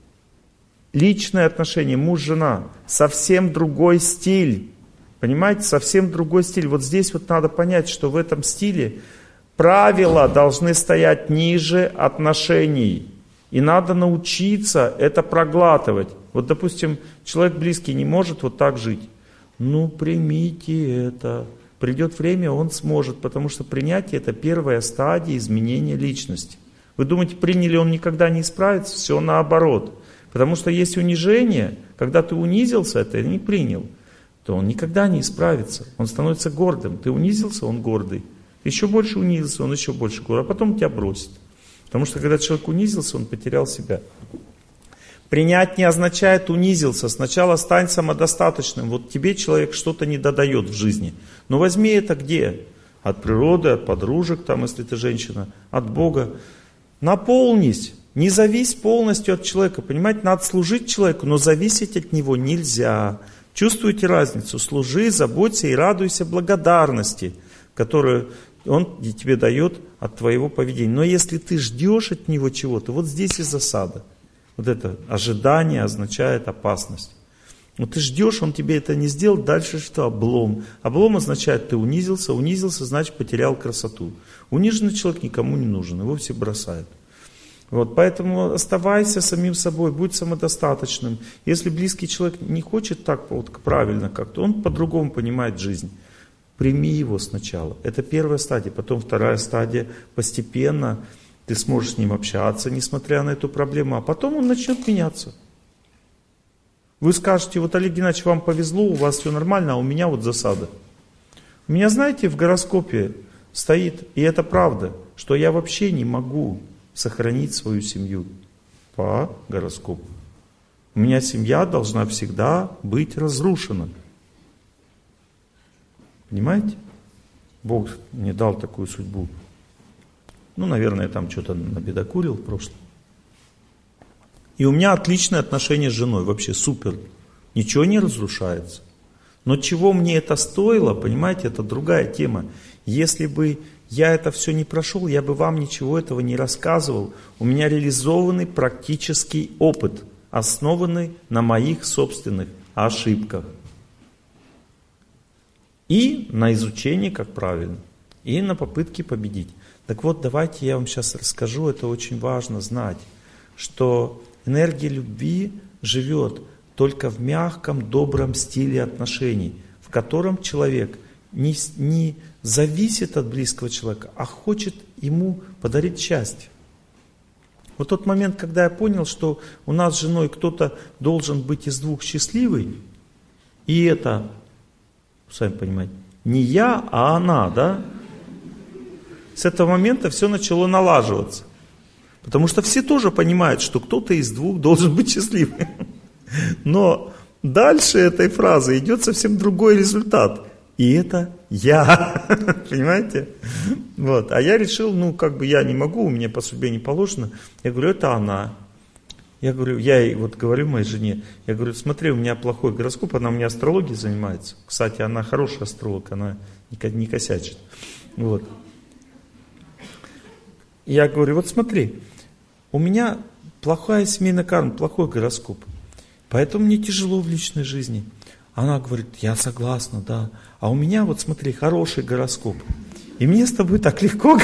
личные отношения, муж-жена, совсем другой стиль. Понимаете, совсем другой стиль. Вот здесь вот надо понять, что в этом стиле правила должны стоять ниже отношений. И надо научиться это проглатывать. Вот, допустим, человек близкий не может вот так жить. Ну, примите это. Придет время, он сможет, потому что принятие — это первая стадия изменения личности. Вы думаете, приняли, он никогда не исправится? Все наоборот. Потому что есть унижение, когда ты унизился, это не принял, то он никогда не исправится. Он становится гордым. Ты унизился, он гордый. Еще больше унизился, он еще больше гордый. А потом тебя бросит. Потому что когда человек унизился, он потерял себя. Принять не означает унизился. Сначала стань самодостаточным. Вот тебе человек что-то не додает в жизни. Но возьми это где? От природы, от подружек, там, если ты женщина, от Бога. Наполнись. Не завись полностью от человека. Понимаете, надо служить человеку, но зависеть от него нельзя. Чувствуете разницу? Служи, заботься и радуйся благодарности, которую он тебе дает от твоего поведения. Но если ты ждешь от него чего-то, вот здесь и засада. Вот это ожидание означает опасность. Вот ты ждешь, он тебе это не сделал, дальше что? Облом. Облом означает, ты унизился, значит потерял красоту. Униженный человек никому не нужен, его все бросают. Вот, поэтому оставайся самим собой, будь самодостаточным. Если близкий человек не хочет так вот правильно как-то, он по-другому понимает жизнь. Прими его сначала. Это первая стадия. Потом вторая стадия. Постепенно ты сможешь с ним общаться, несмотря на эту проблему. А потом он начнет меняться. Вы скажете: вот, Олег Геннадьевич, вам повезло, у вас все нормально, а у меня вот засада. У меня, знаете, в гороскопе стоит, и это правда, что я вообще не могу сохранить свою семью по гороскопу. У меня семья должна всегда быть разрушена. Понимаете? Бог мне дал такую судьбу. Ну, наверное, я там что-то набедокурил в прошлом. И у меня отличные отношения с женой, вообще супер. Ничего не разрушается. Но чего мне это стоило, понимаете, это другая тема. Если бы я это все не прошел, я бы вам ничего этого не рассказывал. У меня реализованный практический опыт, основанный на моих собственных ошибках. И на изучении, как правильно, и на попытке победить. Так вот, давайте я вам сейчас расскажу, это очень важно знать, что энергия любви живет только в мягком, добром стиле отношений, в котором человек не зависит от близкого человека, а хочет ему подарить счастье. Вот тот момент, когда я понял, что у нас с женой кто-то должен быть из двух счастливый, и это, сами понимаете, не я, а она, да? С этого момента все начало налаживаться. Потому что все тоже понимают, что кто-то из двух должен быть счастливым. Но дальше этой фразы идет совсем другой результат. И это я. Понимаете? Вот. А я решил, я не могу, у меня по судьбе не положено. Я говорю, это она. Я ей говорю моей жене, я говорю, смотри, у меня плохой гороскоп, она у меня астрологией занимается. Кстати, она хороший астролог, она не косячит. Вот. Я говорю, вот смотри, у меня плохая семейная карма, плохой гороскоп. Поэтому мне тяжело в личной жизни. Она говорит, я согласна, да. А у меня, вот смотри, хороший гороскоп. И мне с тобой так легко.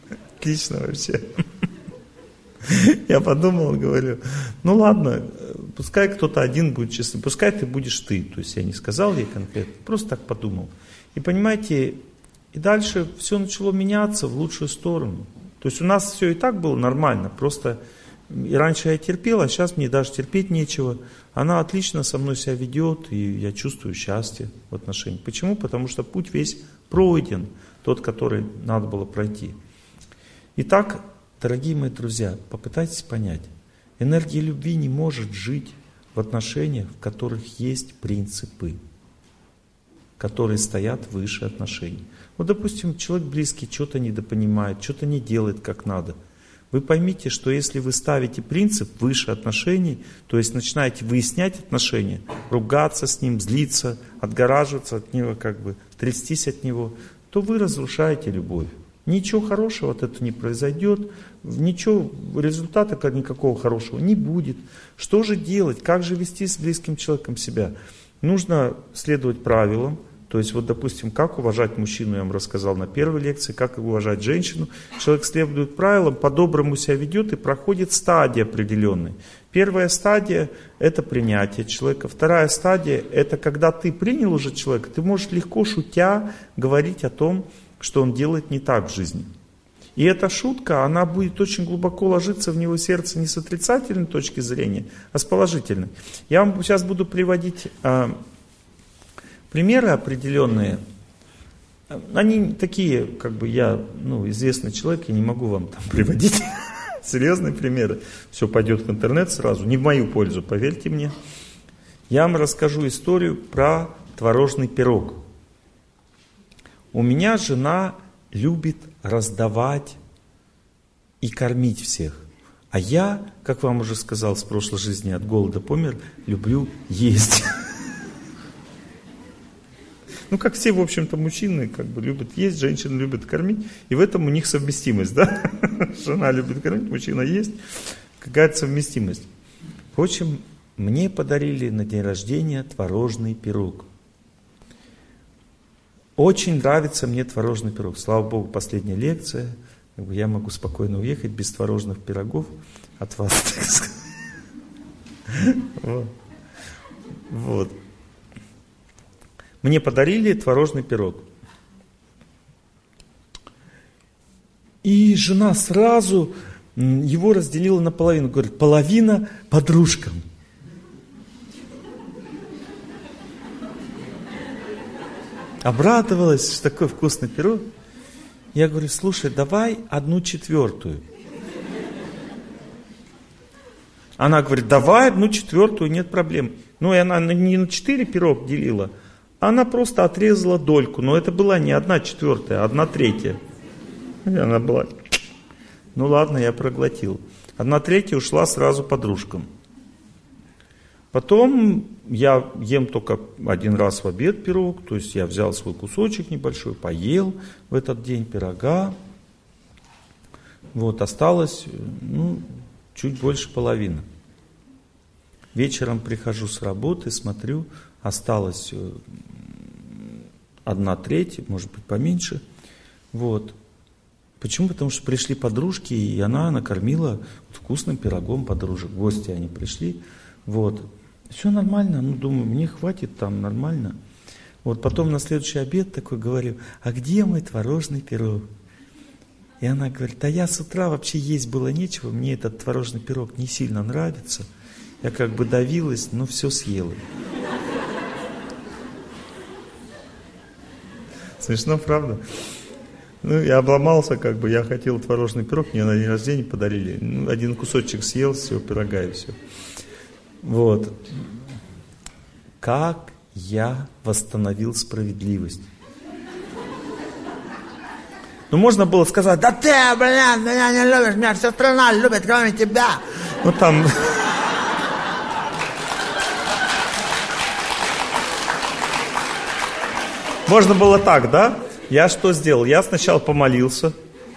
Отлично вообще. Я подумал, говорю, ладно, Пускай кто-то один будет счастлив, пускай ты будешь ты. То есть я не сказал ей конкретно, просто так подумал. И понимаете, и дальше все начало меняться в лучшую сторону. То есть у нас все и так было нормально, просто и раньше я терпел, а сейчас мне даже терпеть нечего. Она отлично со мной себя ведет, и я чувствую счастье в отношениях. Почему? Потому что путь весь пройден, тот, который надо было пройти. Итак, дорогие мои друзья, попытайтесь понять. Энергия любви не может жить в отношениях, в которых есть принципы, которые стоят выше отношений. Вот, допустим, человек близкий что-то недопонимает, что-то не делает как надо. Вы поймите, что если вы ставите принцип выше отношений, то есть начинаете выяснять отношения, ругаться с ним, злиться, отгораживаться от него, трястись от него, то вы разрушаете любовь. Ничего хорошего от этого не произойдет, ничего, результата никакого хорошего не будет. Что же делать? Как же вести с близким человеком себя? Нужно следовать правилам. То есть, вот, допустим, как уважать мужчину, я вам рассказал на первой лекции, как уважать женщину. Человек следует правилам, по-доброму себя ведет и проходит стадии определенные. Первая стадия – это принятие человека. Вторая стадия – это когда ты принял уже человека, ты можешь легко, шутя, говорить о том, что он делает не так в жизни. И эта шутка, она будет очень глубоко ложиться в него сердце не с отрицательной точки зрения, а с положительной. Я вам сейчас буду приводить примеры определенные. Они такие, я известный человек, я не могу вам там приводить серьезные примеры. Все пойдет в интернет сразу, не в мою пользу, поверьте мне. Я вам расскажу историю про творожный пирог. У меня жена любит раздавать и кормить всех. А я, как вам уже сказал, с прошлой жизни от голода помер, люблю есть. Как все, в общем-то, мужчины любят есть, женщины любят кормить. И в этом у них совместимость, да? Жена любит кормить, мужчина есть. Какая-то совместимость. В общем, мне подарили на день рождения творожный пирог. Очень нравится мне творожный пирог. Слава Богу, последняя лекция. Я могу спокойно уехать без творожных пирогов от вас, так сказать. Вот. Мне подарили творожный пирог. И жена сразу его разделила наполовину. Говорит, половина подружкам. Обрадовалась, что такой вкусный пирог. Я говорю, слушай, давай 1/4. Она говорит, давай 1/4, нет проблем. И она не на 4 пирог делила, она просто отрезала дольку. Но это была не 1/4, а 1/3. И она была, ладно, я проглотил. 1/3 ушла сразу подружкам. Потом я ем только один раз в обед пирог, то есть я взял свой кусочек небольшой, поел в этот день пирога. Осталось, чуть больше половины. Вечером прихожу с работы, смотрю, осталось 1/3, может быть поменьше. Почему? Потому что пришли подружки, и она накормила вкусным пирогом подружек. Гости они пришли. Все нормально, думаю, мне хватит там, нормально. Потом на следующий обед такой говорю, а где мой творожный пирог? И она говорит, да я с утра вообще есть было нечего, мне этот творожный пирог не сильно нравится. Я давилась, но все съела. Смешно, правда? Я обломался, я хотел творожный пирог, мне на день рождения подарили. Один кусочек съел, все, пирога и все. Как я восстановил справедливость? Можно было сказать, да ты, меня не любишь, меня вся страна любит, кроме тебя. Можно было так, да? Я что сделал? Я сначала помолился.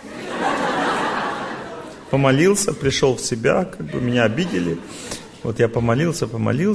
Пришел в себя, меня обидели. Я помолился.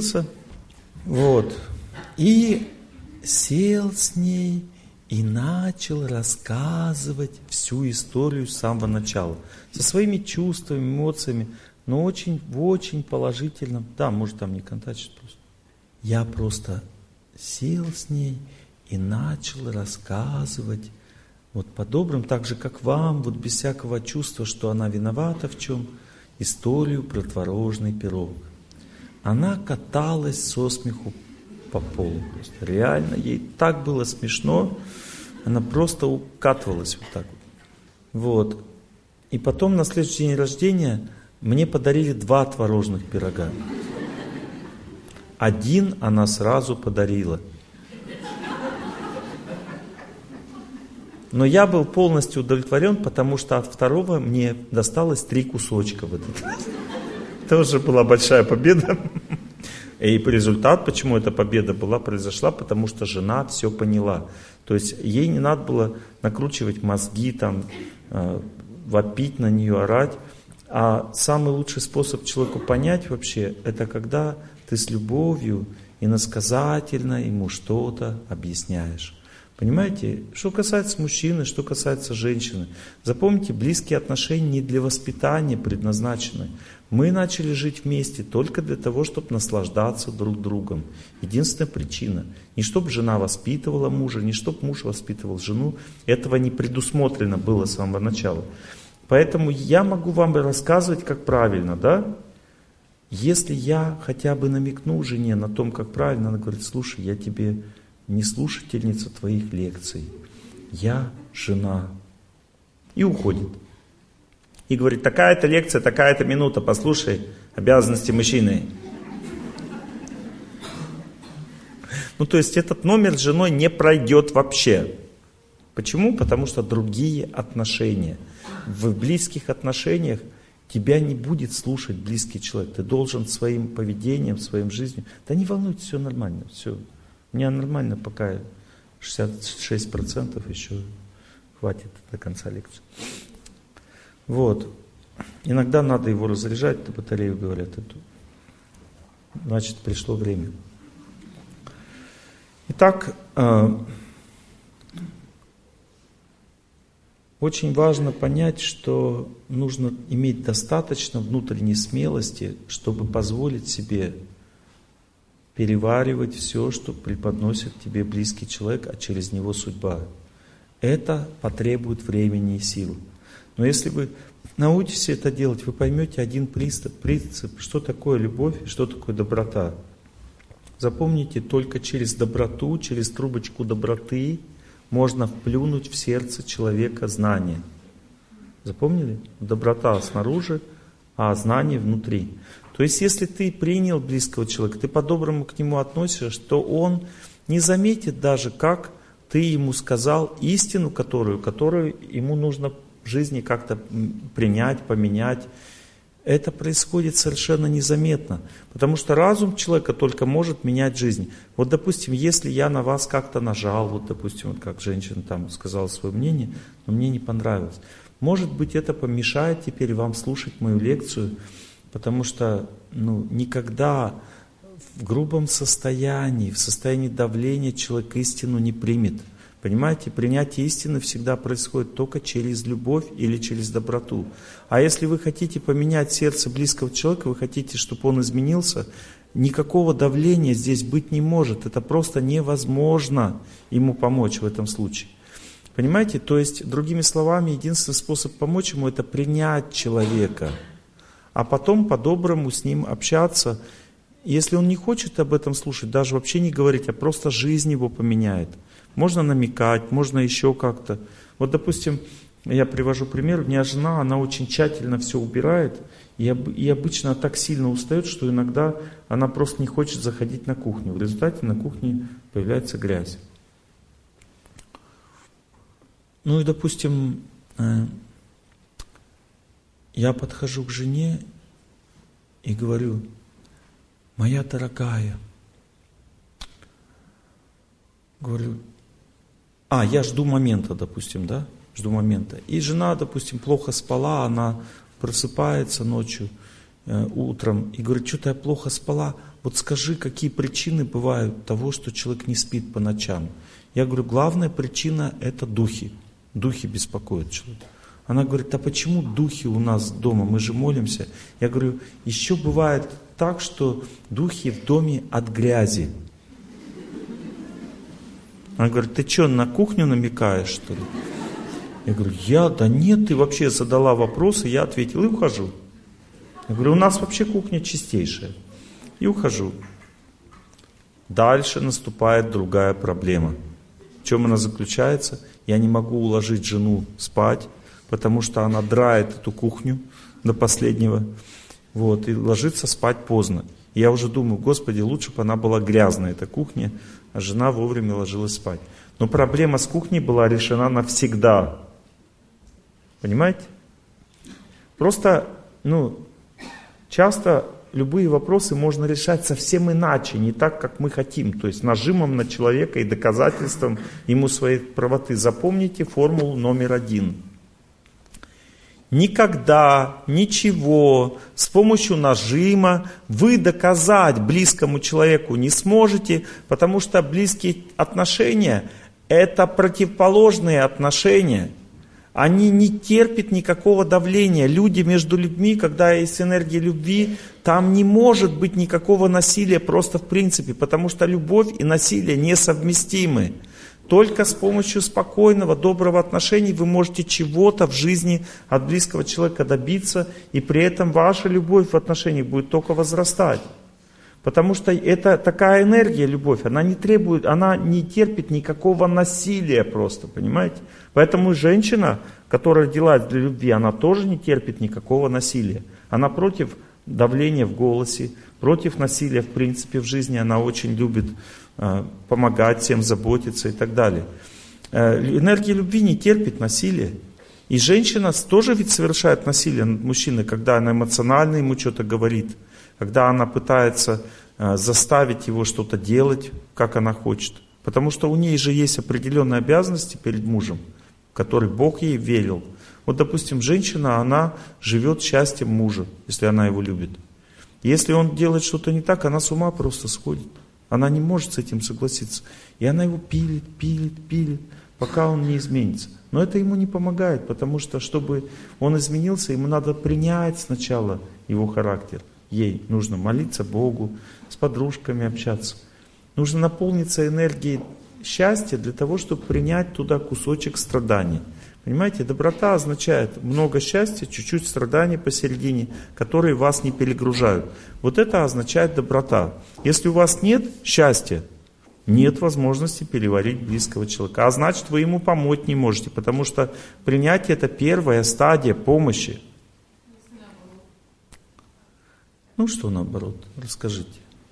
И сел с ней и начал рассказывать всю историю с самого начала. Со своими чувствами, эмоциями. но очень, в очень положительном, да, может там не контачит просто. Я просто сел с ней и начал рассказывать, вот по-доброму, так же, как вам, вот без всякого чувства, что она виновата в чем, историю про творожный пирог. Она каталась со смеху по полу просто. Реально, ей так было смешно, она просто укатывалась вот так вот. Вот. И потом на следующий день рождения мне подарили 2 творожных пирога. Один она сразу подарила. Но я был полностью удовлетворен, потому что от второго мне досталось 3 кусочка в этот раз. Тоже была большая победа. И результат, почему эта победа произошла, потому что жена все поняла. То есть ей не надо было накручивать мозги, там, вопить на нее, орать. А самый лучший способ человеку понять вообще, это когда ты с любовью иносказательно ему что-то объясняешь. Понимаете, что касается мужчины, что касается женщины. Запомните, близкие отношения не для воспитания предназначены. Мы начали жить вместе только для того, чтобы наслаждаться друг другом. Единственная причина. Не чтобы жена воспитывала мужа, не чтобы муж воспитывал жену. Этого не предусмотрено было с самого начала. Поэтому я могу вам рассказывать, как правильно, да? Если я хотя бы намекну жене на том, как правильно, она говорит: слушай, я тебе не слушательница твоих лекций, я жена. И уходит. И говорит: такая-то лекция, такая-то минута, послушай, обязанности мужчины. Ну, то есть этот номер с женой не пройдет вообще. Почему? Потому что другие отношения. В близких отношениях тебя не будет слушать близкий человек. Ты должен своим поведением, своим жизнью. Да не волнуйтесь, все нормально, все. У меня нормально, пока 66% еще хватит до конца лекции. Вот. Иногда надо его разряжать, на батарею говорят. Значит, пришло время. Итак, очень важно понять, что нужно иметь достаточно внутренней смелости, чтобы позволить себе переваривать все, что преподносит тебе близкий человек, а через него судьба. Это потребует времени и сил. Но если вы научитесь это делать, вы поймете один принцип, что такое любовь и что такое доброта. Запомните, только через доброту, через трубочку доброты можно вплюнуть в сердце человека знание. Запомнили? Доброта снаружи, а знание внутри. То есть, если ты принял близкого человека, ты по-доброму к нему относишься, то он не заметит даже, как ты ему сказал истину, которую ему нужно в жизни как-то принять, поменять. Это происходит совершенно незаметно, потому что разум человека только может менять жизнь. Вот, допустим, если я на вас как-то нажал, вот, допустим, вот как женщина там сказала свое мнение, но мне не понравилось. Может быть, это помешает теперь вам слушать мою лекцию, потому что никогда в грубом состоянии, в состоянии давления человек истину не примет. Понимаете, принятие истины всегда происходит только через любовь или через доброту. А если вы хотите поменять сердце близкого человека, вы хотите, чтобы он изменился, никакого давления здесь быть не может. Это просто невозможно ему помочь в этом случае. Понимаете, то есть, другими словами, единственный способ помочь ему — это принять человека, а потом по-доброму с ним общаться. Если он не хочет об этом слушать, даже вообще не говорить, а просто жизнь его поменяет. Можно намекать, можно еще как-то. Вот, допустим, я привожу пример. У меня жена, она очень тщательно все убирает. И обычно так сильно устает, что иногда она просто не хочет заходить на кухню. В результате на кухне появляется грязь. Ну и, допустим, я подхожу к жене и говорю: моя дорогая, говорю, я жду момента, допустим, да, жду момента. И жена, допустим, плохо спала, она просыпается ночью, утром, и говорит: что-то я плохо спала, вот скажи, какие причины бывают того, что человек не спит по ночам. Я говорю: главная причина — это духи. Духи беспокоят человека. Она говорит, а почему духи у нас дома, мы же молимся. Я говорю, еще бывает так, что духи в доме от грязи. Она говорит, ты что, на кухню намекаешь, что ли? Я говорю, да нет, ты вообще задала вопросы, я ответил и ухожу. Я говорю, у нас вообще кухня чистейшая. И ухожу. Дальше наступает другая проблема. В чем она заключается? Я не могу уложить жену спать, потому что она драет эту кухню до последнего. Вот, и ложится спать поздно. И я уже думаю, Господи, лучше бы она была грязная, эта кухня, а жена вовремя ложилась спать. Но проблема с кухней была решена навсегда. Понимаете? Просто, часто любые вопросы можно решать совсем иначе, не так, как мы хотим. То есть нажимом на человека и доказательством ему своей правоты. Запомните формулу номер 1. Никогда, ничего с помощью нажима вы доказать близкому человеку не сможете, потому что близкие отношения – это противоположные отношения. Они не терпят никакого давления. Люди между людьми, когда есть энергия любви, там не может быть никакого насилия просто в принципе, потому что любовь и насилие несовместимы. Только с помощью спокойного, доброго отношения вы можете чего-то в жизни от близкого человека добиться, и при этом ваша любовь в отношениях будет только возрастать. Потому что это такая энергия, любовь, она не терпит никакого насилия просто, понимаете? Поэтому женщина, которая родилась для любви, она тоже не терпит никакого насилия. Она против давления в голосе, против насилия в принципе в жизни, она очень любит помогать всем, заботиться и так далее. Энергия любви не терпит насилия. И женщина тоже ведь совершает насилие над мужчиной, когда она эмоционально ему что-то говорит, когда она пытается заставить его что-то делать, как она хочет. Потому что у ней же есть определенные обязанности перед мужем, которые Бог ей верил. Вот, допустим, женщина, она живет счастьем мужа, если она его любит. Если он делает что-то не так, она с ума просто сходит. Она не может с этим согласиться. И она его пилит, пока он не изменится. Но это ему не помогает, потому что, чтобы он изменился, ему надо принять сначала его характер. Ей нужно молиться Богу, с подружками общаться. Нужно наполниться энергией счастья для того, чтобы принять туда кусочек страданий. Понимаете, доброта означает много счастья, чуть-чуть страданий посередине, которые вас не перегружают. Вот это означает доброта. Если у вас нет счастья, нет возможности переварить близкого человека. А значит, вы ему помочь не можете, потому что принятие – это первая стадия помощи. Что наоборот? Расскажите.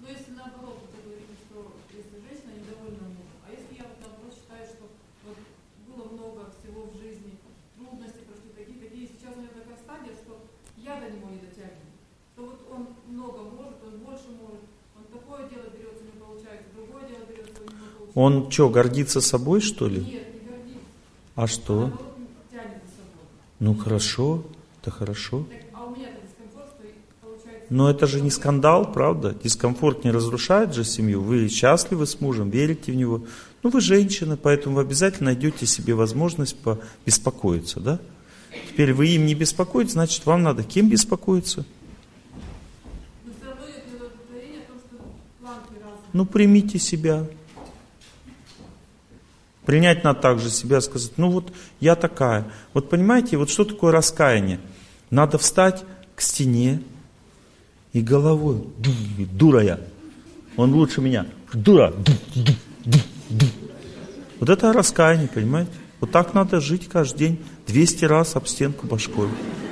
Он что, гордится собой, что ли? Нет, не гордится. А что? Тянет за собой. Хорошо, это хорошо. Так, а у меня-то дискомфорт, что получается... Но это же не скандал, правда? Дискомфорт не разрушает же семью. Вы счастливы с мужем, верите в него. Вы женщина, поэтому вы обязательно найдете себе возможность побеспокоиться, да? Теперь вы им не беспокоитесь, значит, вам надо кем беспокоиться? Но все равно нет удовлетворения о том, что планки разные. Примите себя. Принять надо также себя, сказать, я такая. Вот понимаете, что такое раскаяние? Надо встать к стене и головой, дура я, он лучше меня, дура. Вот это раскаяние, понимаете? Вот так надо жить каждый день, 200 раз об стенку башкой.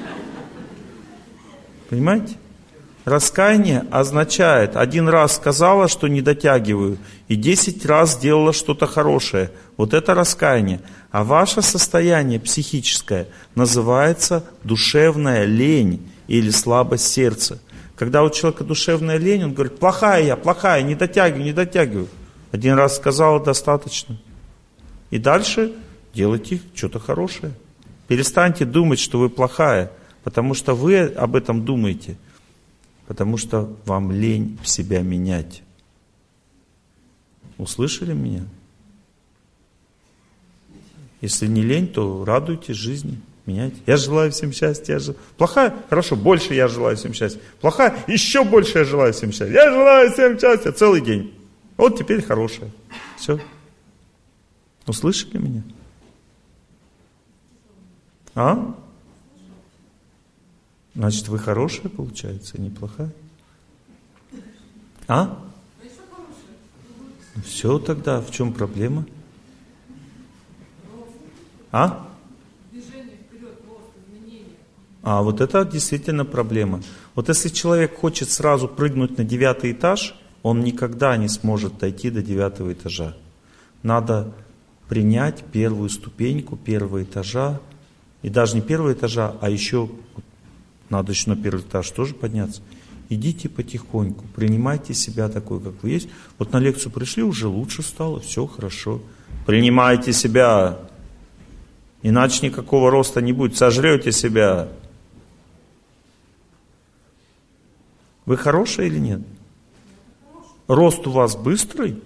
Понимаете? Раскаяние означает, 1 раз сказала, что не дотягиваю, и 10 раз сделала что-то хорошее. Вот это раскаяние. А ваше состояние психическое называется душевная лень или слабость сердца. Когда у человека душевная лень, он говорит, плохая я, не дотягиваю. 1 раз сказала, достаточно. И дальше делайте что-то хорошее. Перестаньте думать, что вы плохая, потому что вы об этом думаете. Потому что вам лень себя менять. Услышали меня? Если не лень, то радуйтесь жизни. Меняйте. Я желаю всем счастья. Плохая? Хорошо, больше я желаю всем счастья. Плохая? Еще больше я желаю всем счастья. Я желаю всем счастья целый день. Вот теперь хорошая. Все. Услышали меня? А? Значит, вы хорошая, получается, неплохая? А? Все тогда, в чем проблема? А? А вот это действительно проблема. Вот если человек хочет сразу прыгнуть на 9 этаж, он никогда не сможет дойти до 9 этажа. Надо принять первую ступеньку 1 этажа, и даже не 1 этажа, а еще надо еще на 1 этаж тоже подняться. Идите потихоньку, принимайте себя такой, как вы есть. Вот на лекцию пришли, уже лучше стало, все хорошо. Принимайте себя, иначе никакого роста не будет, сожрете себя. Вы хорошая или нет? Рост у вас быстрый?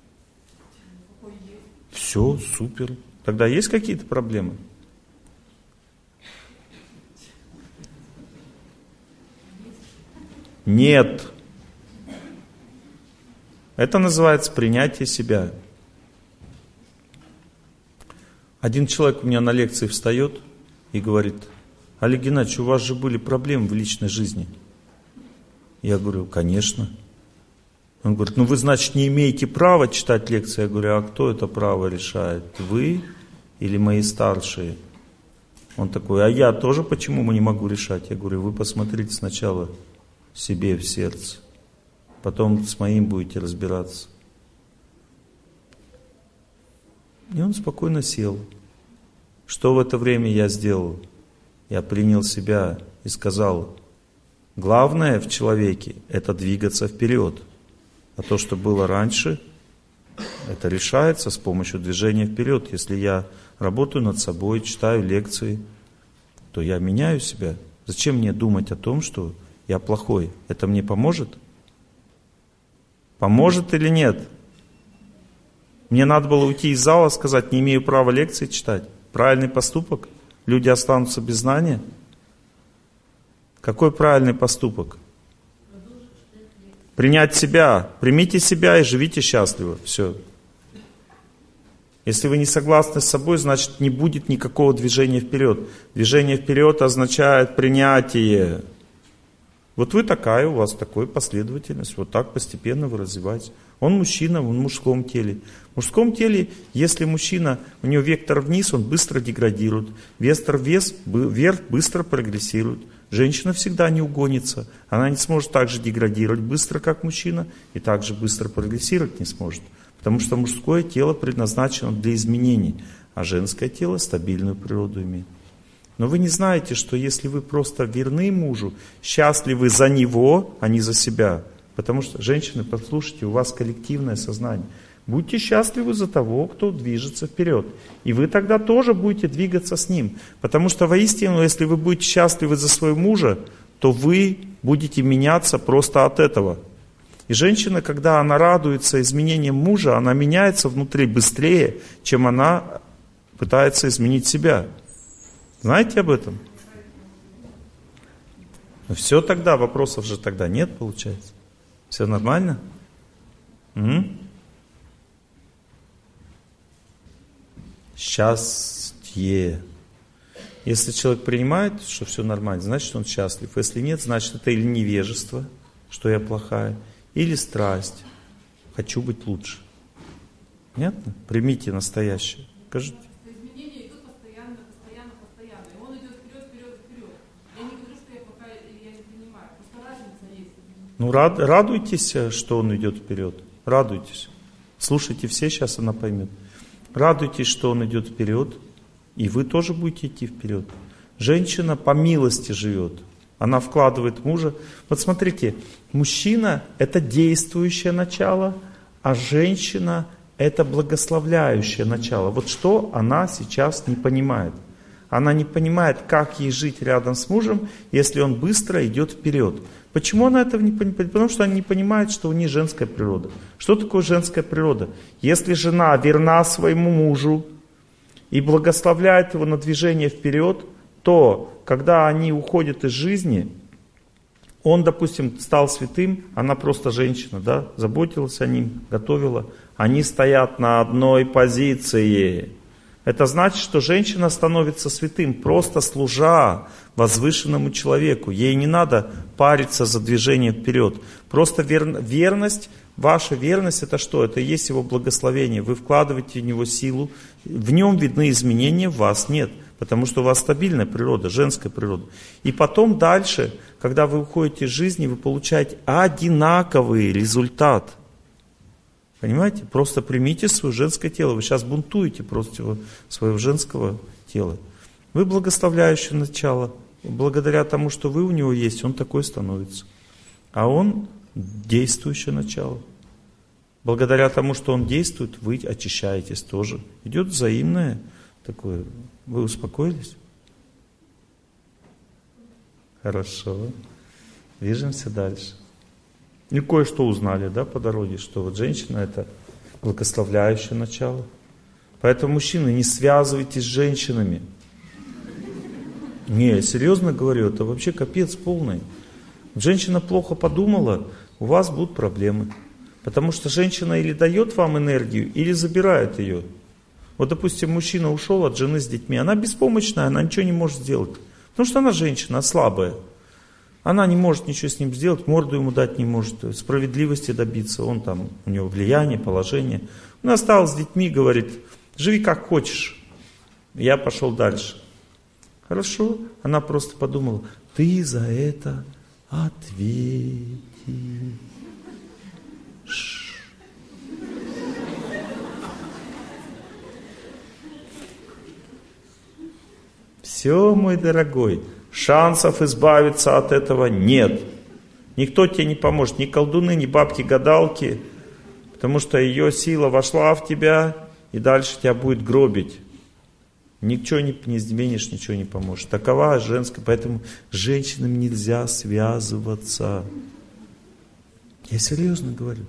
Все, супер. Тогда есть какие-то проблемы? Нет. Это называется принятие себя. Один человек у меня на лекции встает и говорит: Олег Геннадьевич, у вас же были проблемы в личной жизни. Я говорю: конечно. Он говорит: ну вы, значит, не имеете права читать лекции. Я говорю: а кто это право решает? Вы или мои старшие? Он такой: а я тоже почему не могу решать? Я говорю: вы посмотрите сначала себе в сердце, потом с моим будете разбираться. И он спокойно сел. Что в это время я сделал? Я принял себя и сказал: главное в человеке – это двигаться вперед. А то, что было раньше, это решается с помощью движения вперед. Если я работаю над собой, читаю лекции, то я меняю себя. Зачем мне думать о том, что я плохой? Это мне поможет? Поможет или нет? Мне надо было уйти из зала, сказать: не имею права лекции читать. Правильный поступок? Люди останутся без знания? Какой правильный поступок? Принять себя. Примите себя и живите счастливо. Все. Если вы не согласны с собой, значит, не будет никакого движения вперед. Движение вперед означает принятие. Вот вы такая, у вас такая последовательность. Вот так постепенно вы развиваетесь. Он мужчина, он в мужском теле. В мужском теле, если мужчина, у него вектор вниз, он быстро деградирует. Вектор вверх быстро прогрессирует. Женщина всегда не угонится. Она не сможет так же деградировать быстро, как мужчина, и так же быстро прогрессировать не сможет. Потому что мужское тело предназначено для изменений, а женское тело стабильную природу имеет. Но вы не знаете, что если вы просто верны мужу, счастливы за него, а не за себя. Потому что, женщины, послушайте, у вас коллективное сознание. Будьте счастливы за того, кто движется вперед. И вы тогда тоже будете двигаться с ним. Потому что воистину, если вы будете счастливы за своего мужа, то вы будете меняться просто от этого. И женщина, когда она радуется изменениям мужа, она меняется внутри быстрее, чем она пытается изменить себя. Знаете об этом? Ну все тогда, вопросов же тогда нет, получается. Все нормально? Счастье. Если человек принимает, что все нормально, значит он счастлив. Если нет, значит это или невежество, что я плохая, или страсть. Хочу быть лучше. Понятно? Примите настоящее. Скажите. Изменения идут постоянно. И он идет вперед. Я не говорю, что я пока я не принимаю. Просто разница есть. Ну, радуйтесь, что он идет вперед. Радуйтесь. Слушайте все, сейчас она поймет. Радуйтесь, что он идет вперед, и вы тоже будете идти вперед. Женщина по милости живет. Она вкладывает мужа. Вот смотрите, мужчина – это действующее начало, а женщина – это благословляющее начало. Вот что она сейчас не понимает. Она не понимает, как ей жить рядом с мужем, если он быстро идет вперед. Почему она этого не понимает? Потому что она не понимает, что у нее женская природа. Что такое женская природа? Если жена верна своему мужу и благословляет его на движение вперед, то когда они уходят из жизни, он, допустим, стал святым, она просто женщина, да, заботилась о ним, готовила. Они стоят на одной позиции. Это значит, что женщина становится святым, просто служа возвышенному человеку. Ей не надо париться за движение вперед. Просто верность, ваша верность это что? Это и есть его благословение. Вы вкладываете в него силу, в нем видны изменения, в вас нет. Потому что у вас стабильная природа, женская природа. И потом дальше, когда вы уходите из жизни, вы получаете одинаковый результат. Понимаете? Просто примите свое женское тело. Вы сейчас бунтуете против своего женского тела. Вы благословляющее начало. Благодаря тому, что вы у него есть, он такой становится. А он действующее начало. Благодаря тому, что он действует, вы очищаетесь тоже. Идет взаимное такое. Вы успокоились? Хорошо. Движемся дальше. И кое-что узнали, да, по дороге, что вот женщина это благословляющее начало. Поэтому, мужчины, не связывайтесь с женщинами. Не, я серьезно говорю, это вообще капец полный. Женщина плохо подумала, у вас будут проблемы. Потому что женщина или дает вам энергию, или забирает ее. Вот, допустим, мужчина ушел от жены с детьми, она беспомощная, она ничего не может сделать. Потому что она женщина, слабая. Она не может ничего с ним сделать, морду ему дать не может, справедливости добиться, он там, у него влияние, положение. Он остался с детьми, говорит, живи как хочешь. Я пошел дальше. Хорошо, она просто подумала, ты за это ответишь. Все, мой дорогой, шансов избавиться от этого нет. Никто тебе не поможет, ни колдуны, ни бабки-гадалки, потому что ее сила вошла в тебя и дальше тебя будет гробить. Ничего не изменишь, ничего не поможет. Такова женская, поэтому с женщинами нельзя связываться. Я серьезно говорю.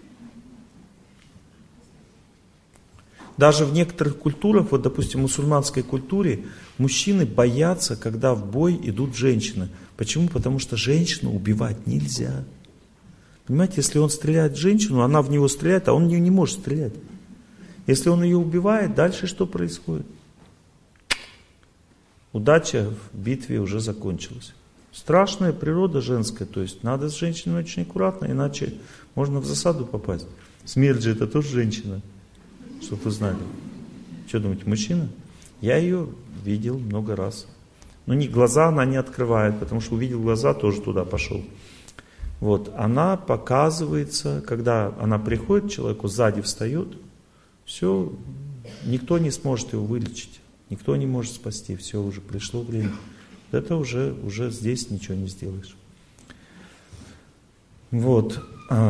Даже в некоторых культурах, вот допустим в мусульманской культуре, мужчины боятся, когда в бой идут женщины. Почему? Потому что женщину убивать нельзя. Понимаете, если он стреляет в женщину, она в него стреляет, а он в нее не может стрелять. Если он ее убивает, дальше что происходит? Удача в битве уже закончилась. Страшная природа женская, то есть надо с женщиной очень аккуратно, иначе можно в засаду попасть. Смерть же это тоже женщина. Чтобы вы знали. Что думаете, мужчина? Я ее видел много раз. Но глаза она не открывает, потому что увидел глаза, тоже туда пошел. Вот, она показывается, когда она приходит к человеку, сзади встает, все, никто не сможет его вылечить, никто не может спасти, все, уже пришло время. Это уже здесь ничего не сделаешь. Вот.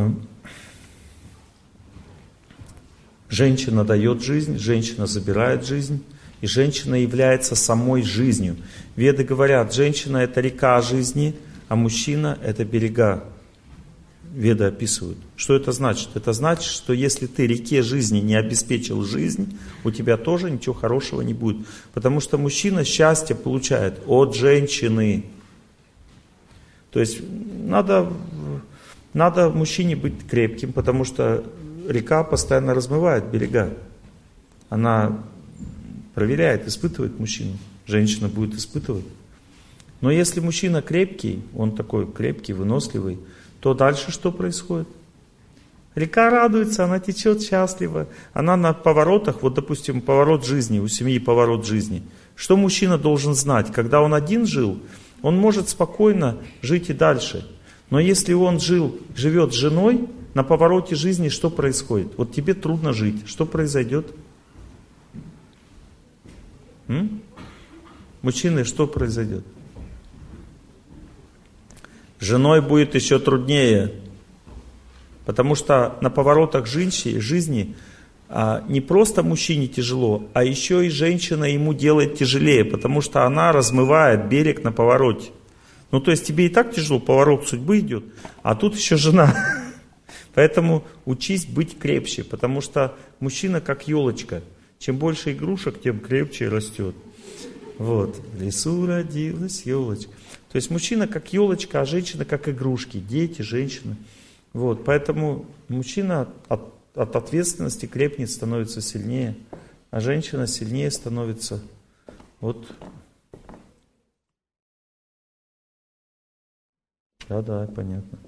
Женщина дает жизнь, женщина забирает жизнь, и женщина является самой жизнью. Веды говорят, женщина это река жизни, а мужчина это берега. Веды описывают. Что это значит? Это значит, что если ты реке жизни не обеспечил жизнь, у тебя тоже ничего хорошего не будет. Потому что мужчина счастье получает от женщины. То есть надо мужчине быть крепким, потому что река постоянно размывает берега. Она проверяет, испытывает мужчину. Женщина будет испытывать. Но если мужчина крепкий, он такой крепкий, выносливый, то дальше что происходит? Река радуется, она течет счастливо. Она на поворотах, вот допустим, поворот жизни, у семьи поворот жизни. Что мужчина должен знать? Когда он один жил, он может спокойно жить и дальше. Но если он живет с женой, на повороте жизни что происходит? Вот тебе трудно жить. Что произойдет? Мужчины, что произойдет? С женой будет еще труднее. Потому что на поворотах жизни не просто мужчине тяжело, а еще и женщина ему делает тяжелее, потому что она размывает берег на повороте. Ну то есть тебе и так тяжело, поворот судьбы идет, а тут еще жена. Поэтому учись быть крепче, потому что мужчина как елочка. Чем больше игрушек, тем крепче растет. Вот, в лесу родилась елочка. То есть мужчина как елочка, а женщина как игрушки, дети, женщины. Вот, поэтому мужчина от ответственности крепнет, становится сильнее, а женщина сильнее становится. Вот. Да, понятно.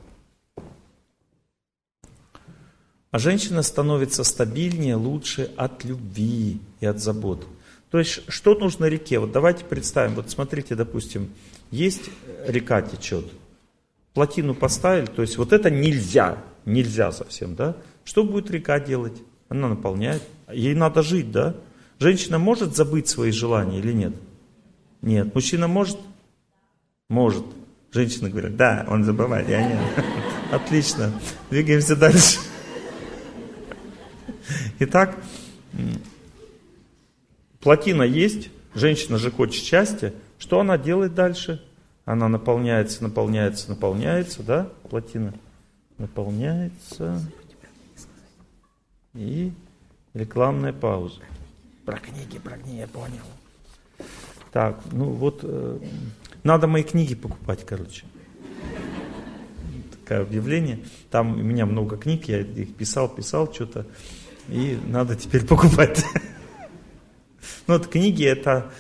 А женщина становится стабильнее, лучше от любви и от забот. То есть, что нужно реке? Вот давайте представим, вот смотрите, допустим, есть река течет, плотину поставили, то есть вот это нельзя совсем, да? Что будет река делать? Она наполняет, ей надо жить, да? Женщина может забыть свои желания или нет? Нет. Мужчина может? Может. Женщины говорят, да, он забывает, я нет. Отлично, двигаемся дальше. Итак, плотина есть, женщина же хочет счастья. Что она делает дальше? Она наполняется, да, плотина наполняется. И рекламная пауза. Про книги, я понял. Так, ну вот, надо мои книги покупать, короче. Такое объявление. Там у меня много книг, я их писал что-то. И надо теперь покупать. Ну, вот книги это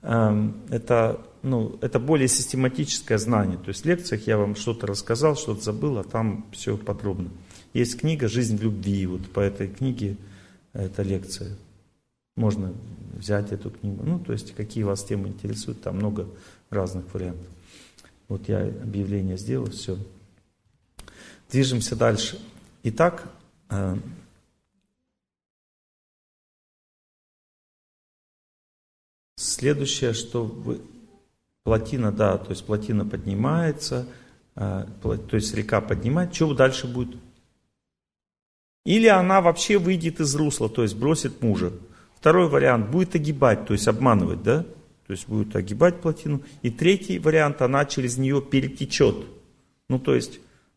более систематическое знание. То есть в лекциях я вам что-то рассказал, что-то забыл, а там все подробно. Есть книга «Жизнь в любви». Вот по этой книге это лекция. Можно взять эту книгу. Ну, то есть какие вас темы интересуют, там много разных вариантов. Вот я объявление сделал, все. Движемся дальше. Итак, следующее, что плотина, да, то есть плотина поднимается, то есть река поднимает, что дальше будет? Или она вообще выйдет из русла, то есть бросит мужа. Второй вариант, будет огибать, то есть обманывать, да? То есть будет огибать плотину. И третий вариант, она через нее перетечет. Ну, то есть,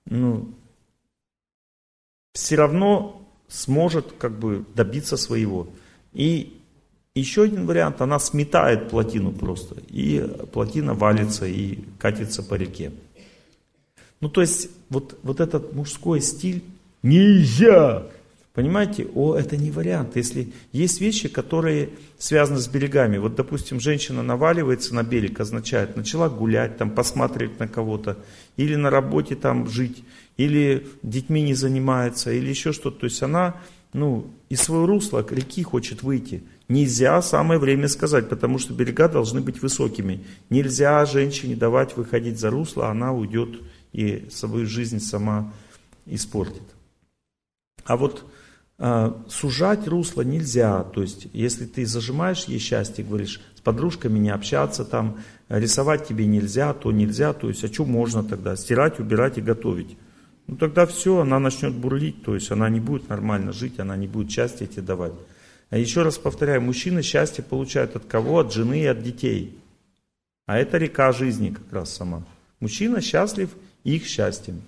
все равно сможет как бы добиться своего. И еще один вариант, она сметает плотину просто, и плотина валится и катится по реке. Ну, то есть, вот этот мужской стиль нельзя. Понимаете, это не вариант. Если есть вещи, которые связаны с берегами. Вот, допустим, женщина наваливается на берег, означает, начала гулять, там, посматривать на кого-то, или на работе там жить, или детьми не занимается, или еще что-то. То есть она, из своего русла к реки хочет выйти. Нельзя, самое время сказать, потому что берега должны быть высокими. Нельзя женщине давать выходить за русло, она уйдет и свою жизнь сама испортит. А вот сужать русло нельзя. То есть, если ты зажимаешь ей счастье, говоришь, с подружками не общаться, там, рисовать тебе нельзя, то нельзя. То есть, а что можно тогда? Стирать, убирать и готовить. Ну тогда все, она начнет бурлить, то есть она не будет нормально жить, она не будет счастья тебе давать. А еще раз повторяю, мужчины счастье получают от кого? От жены и от детей. А это река жизни как раз сама. Мужчина счастлив их счастьем.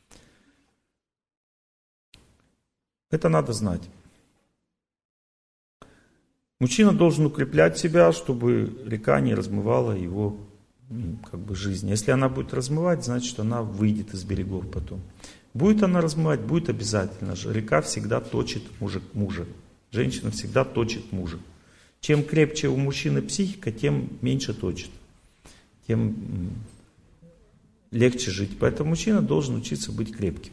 Это надо знать. Мужчина должен укреплять себя, чтобы река не размывала его как бы жизнь. Если она будет размывать, значит она выйдет из берегов потом. Будет она размывать, будет обязательно. Река всегда точит мужа. Женщина всегда точит мужа. Чем крепче у мужчины психика, тем меньше точит. Тем легче жить. Поэтому мужчина должен учиться быть крепким.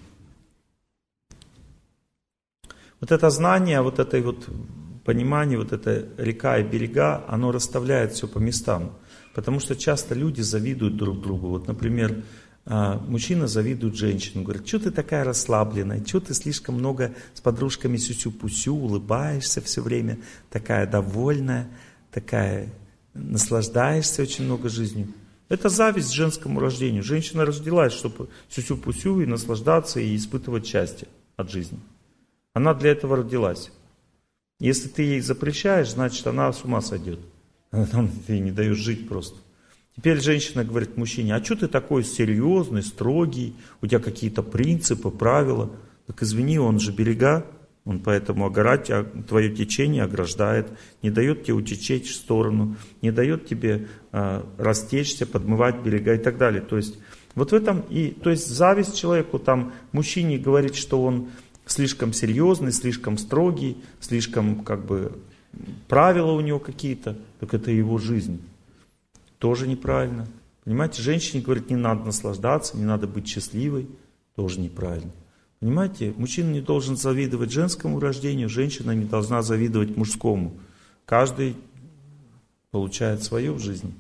Вот это знание, вот это вот понимание, вот эта река и берега, оно расставляет все по местам. Потому что часто люди завидуют друг другу. Вот, например, мужчина завидует женщине, говорит, что ты такая расслабленная, что ты слишком много с подружками сюсю-пусю, улыбаешься все время, такая довольная, такая наслаждаешься очень много жизнью. Это зависть женскому рождению. Женщина родилась, чтобы сюсю-пусю и наслаждаться, и испытывать счастье от жизни. Она для этого родилась. Если ты ей запрещаешь, значит она с ума сойдет. Ты не даешь жить просто. Теперь женщина говорит мужчине, а что ты такой серьезный, строгий, у тебя какие-то принципы, правила. Так извини, он же берега Он поэтому твое течение ограждает, не дает тебе утечь в сторону, не дает тебе растечься, подмывать берега и так далее. То есть вот в этом то есть зависть человеку, там мужчине говорит, что он слишком серьезный, слишком строгий, слишком правила у него какие-то, так это его жизнь. Тоже неправильно. Понимаете, женщине говорит, не надо наслаждаться, не надо быть счастливой, тоже неправильно. Понимаете, мужчина не должен завидовать женскому рождению, женщина не должна завидовать мужскому. Каждый получает свое в жизни.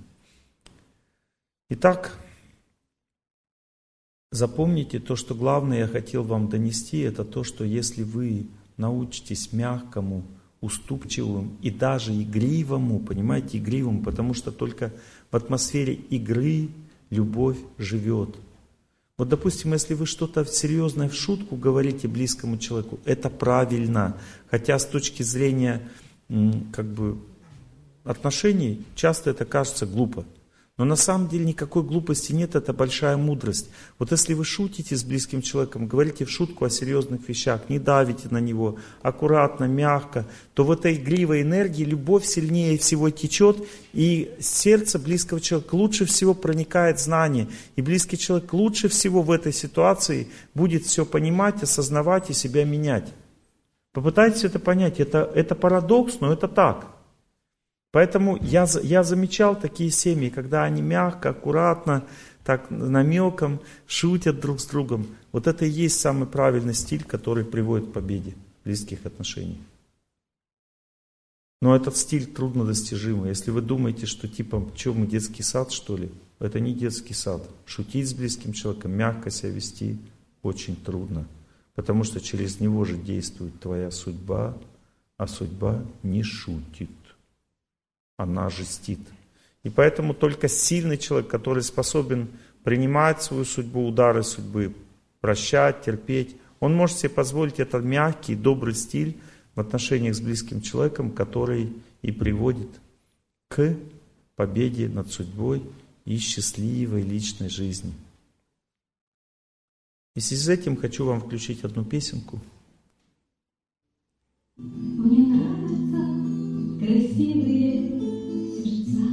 Итак, запомните то, что главное я хотел вам донести, это то, что если вы научитесь мягкому, уступчивому и даже игривому, понимаете, игривому, потому что только в атмосфере игры любовь живет. Вот, допустим, если вы что-то серьезное в шутку говорите близкому человеку, это правильно. Хотя с точки зрения отношений часто это кажется глупо. Но на самом деле никакой глупости нет, это большая мудрость. Вот если вы шутите с близким человеком, говорите в шутку о серьезных вещах, не давите на него, аккуратно, мягко, то в этой игривой энергии любовь сильнее всего течет, и сердце близкого человека лучше всего проникает знание. И близкий человек лучше всего в этой ситуации будет все понимать, осознавать и себя менять. Попытайтесь это понять, это парадокс, но это так. Поэтому я замечал такие семьи, когда они мягко, аккуратно, так намеком шутят друг с другом. Вот это и есть самый правильный стиль, который приводит к победе близких отношений. Но этот стиль труднодостижимый. Если вы думаете, что что мы, детский сад, что ли? Это не детский сад. Шутить с близким человеком, мягко себя вести очень трудно. Потому что через него же действует твоя судьба, а судьба не шутит. Она жестит. И поэтому только сильный человек, который способен принимать свою судьбу, удары судьбы, прощать, терпеть, он может себе позволить этот мягкий, добрый стиль в отношениях с близким человеком, который и приводит к победе над судьбой и счастливой личной жизни. И в связи с этим хочу вам включить одну песенку. Мне нравятся красивые сердца,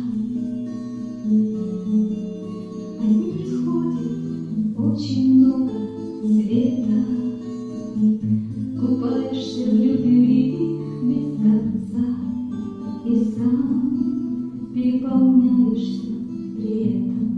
от них исходит очень много света. Купаешься в любви без конца и сам переполняешься при этом.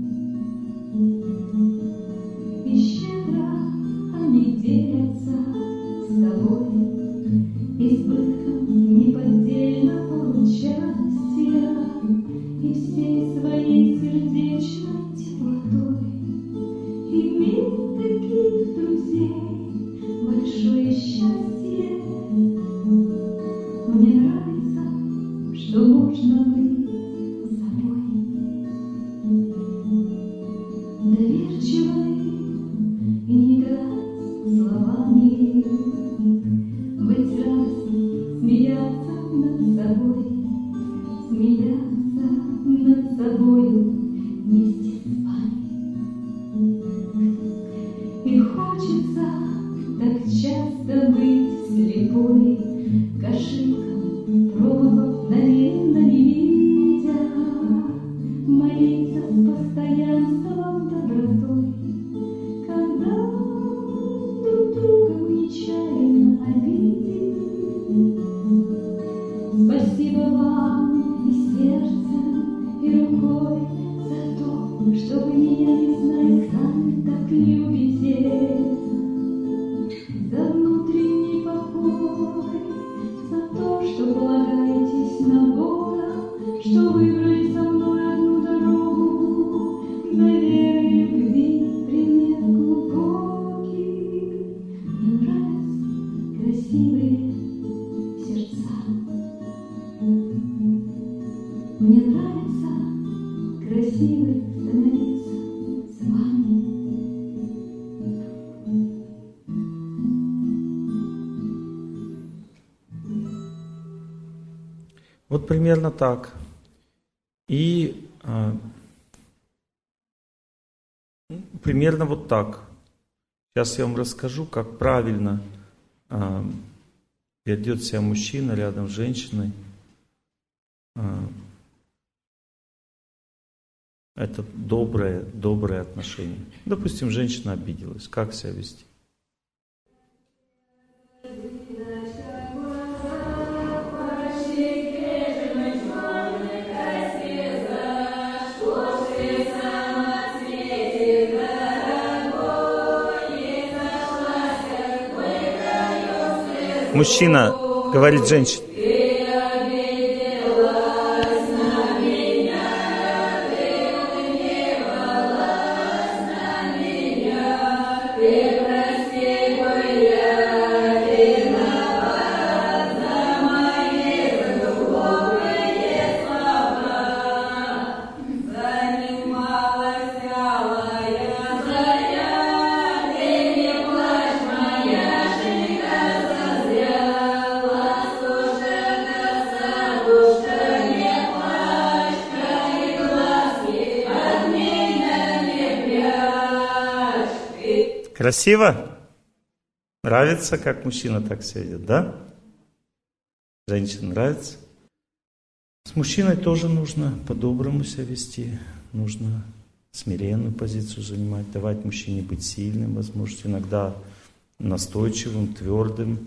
И щедро они делятся с тобой избытком неподдельного участия и всей своей сердечной теплотой. Иметь таких друзей — большое счастье. Мне нравится, что можно быть собой, доверчивой и не играть словами, быть радостным, смеяться над собой, смеяться над собою вместе с вами. И хочется так часто быть слепой к ошибкам, пробовав намеренно не видя, молиться с постоянством, добротой, когда друг друга мы нечаянно обидим. Спасибо вам и сердцем, и рукой за то, что вы меня, не зная сами, так любите, за внутренний покой, за то, что полагаетесь на Бога, что выбрали со мной одну дорогу, доверие, любви, пример глубокий. Мне нравятся красивые сердца. Мне нравится красивой становиться с вами. Вот примерно так. И примерно вот так. Сейчас я вам расскажу, как правильно ведет себя мужчина рядом с женщиной, это доброе отношение. Допустим, женщина обиделась. Как себя вести? Мужчина говорит женщине. Красиво? Нравится, как мужчина так себя ведет, да? Женщине нравится? С мужчиной тоже нужно по-доброму себя вести, нужно смиренную позицию занимать, давать мужчине быть сильным, возможно, иногда настойчивым, твердым,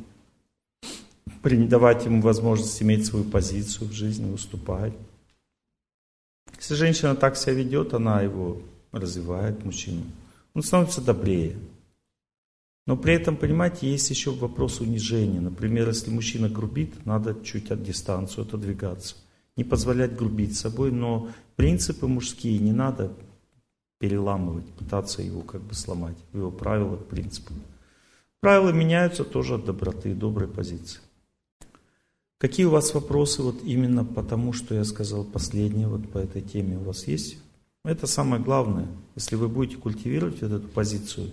давать ему возможность иметь свою позицию в жизни, уступать. Если женщина так себя ведет, она его развивает, мужчину. Он становится добрее. Но при этом, понимаете, есть еще вопрос унижения. Например, если мужчина грубит, надо чуть от дистанцию отодвигаться. Не позволять грубить собой, но принципы мужские не надо переламывать, пытаться его как бы сломать, его правила, принципы. Правила меняются тоже от доброты, доброй позиции. Какие у вас вопросы вот именно по тому, что я сказал последнее вот по этой теме у вас есть? Это самое главное. Если вы будете культивировать вот эту позицию,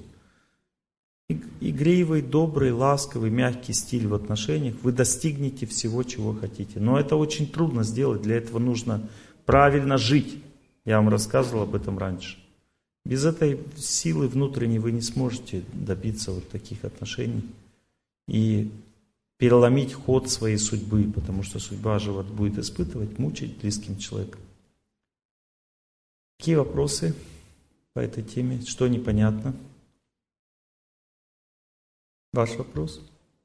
игривый, добрый, ласковый, мягкий стиль в отношениях, вы достигнете всего, чего хотите. Но это очень трудно сделать, для этого нужно правильно жить. Я вам рассказывал об этом раньше. Без этой силы внутренней вы не сможете добиться вот таких отношений и переломить ход своей судьбы, потому что судьба же вот будет испытывать, мучить близким человеком. Какие вопросы по этой теме? Что непонятно? Ваш вопрос?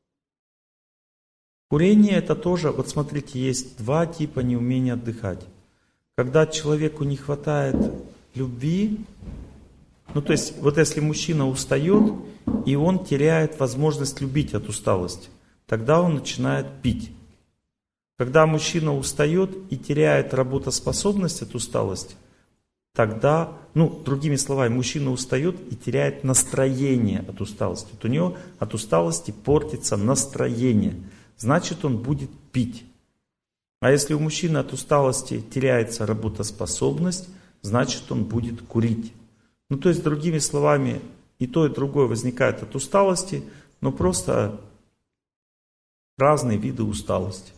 Курение это тоже, вот смотрите, есть два типа неумения отдыхать. Когда человеку не хватает любви, ну то есть вот если мужчина устает, и он теряет возможность любить от усталости, тогда он начинает пить. Когда мужчина устает и теряет работоспособность от усталости, тогда, другими словами, мужчина устает и теряет настроение от усталости. Вот у него от усталости портится настроение. Значит, он будет пить. А если у мужчины от усталости теряется работоспособность, значит, он будет курить. То есть, другими словами, и то, и другое возникает от усталости, но просто разные виды усталости.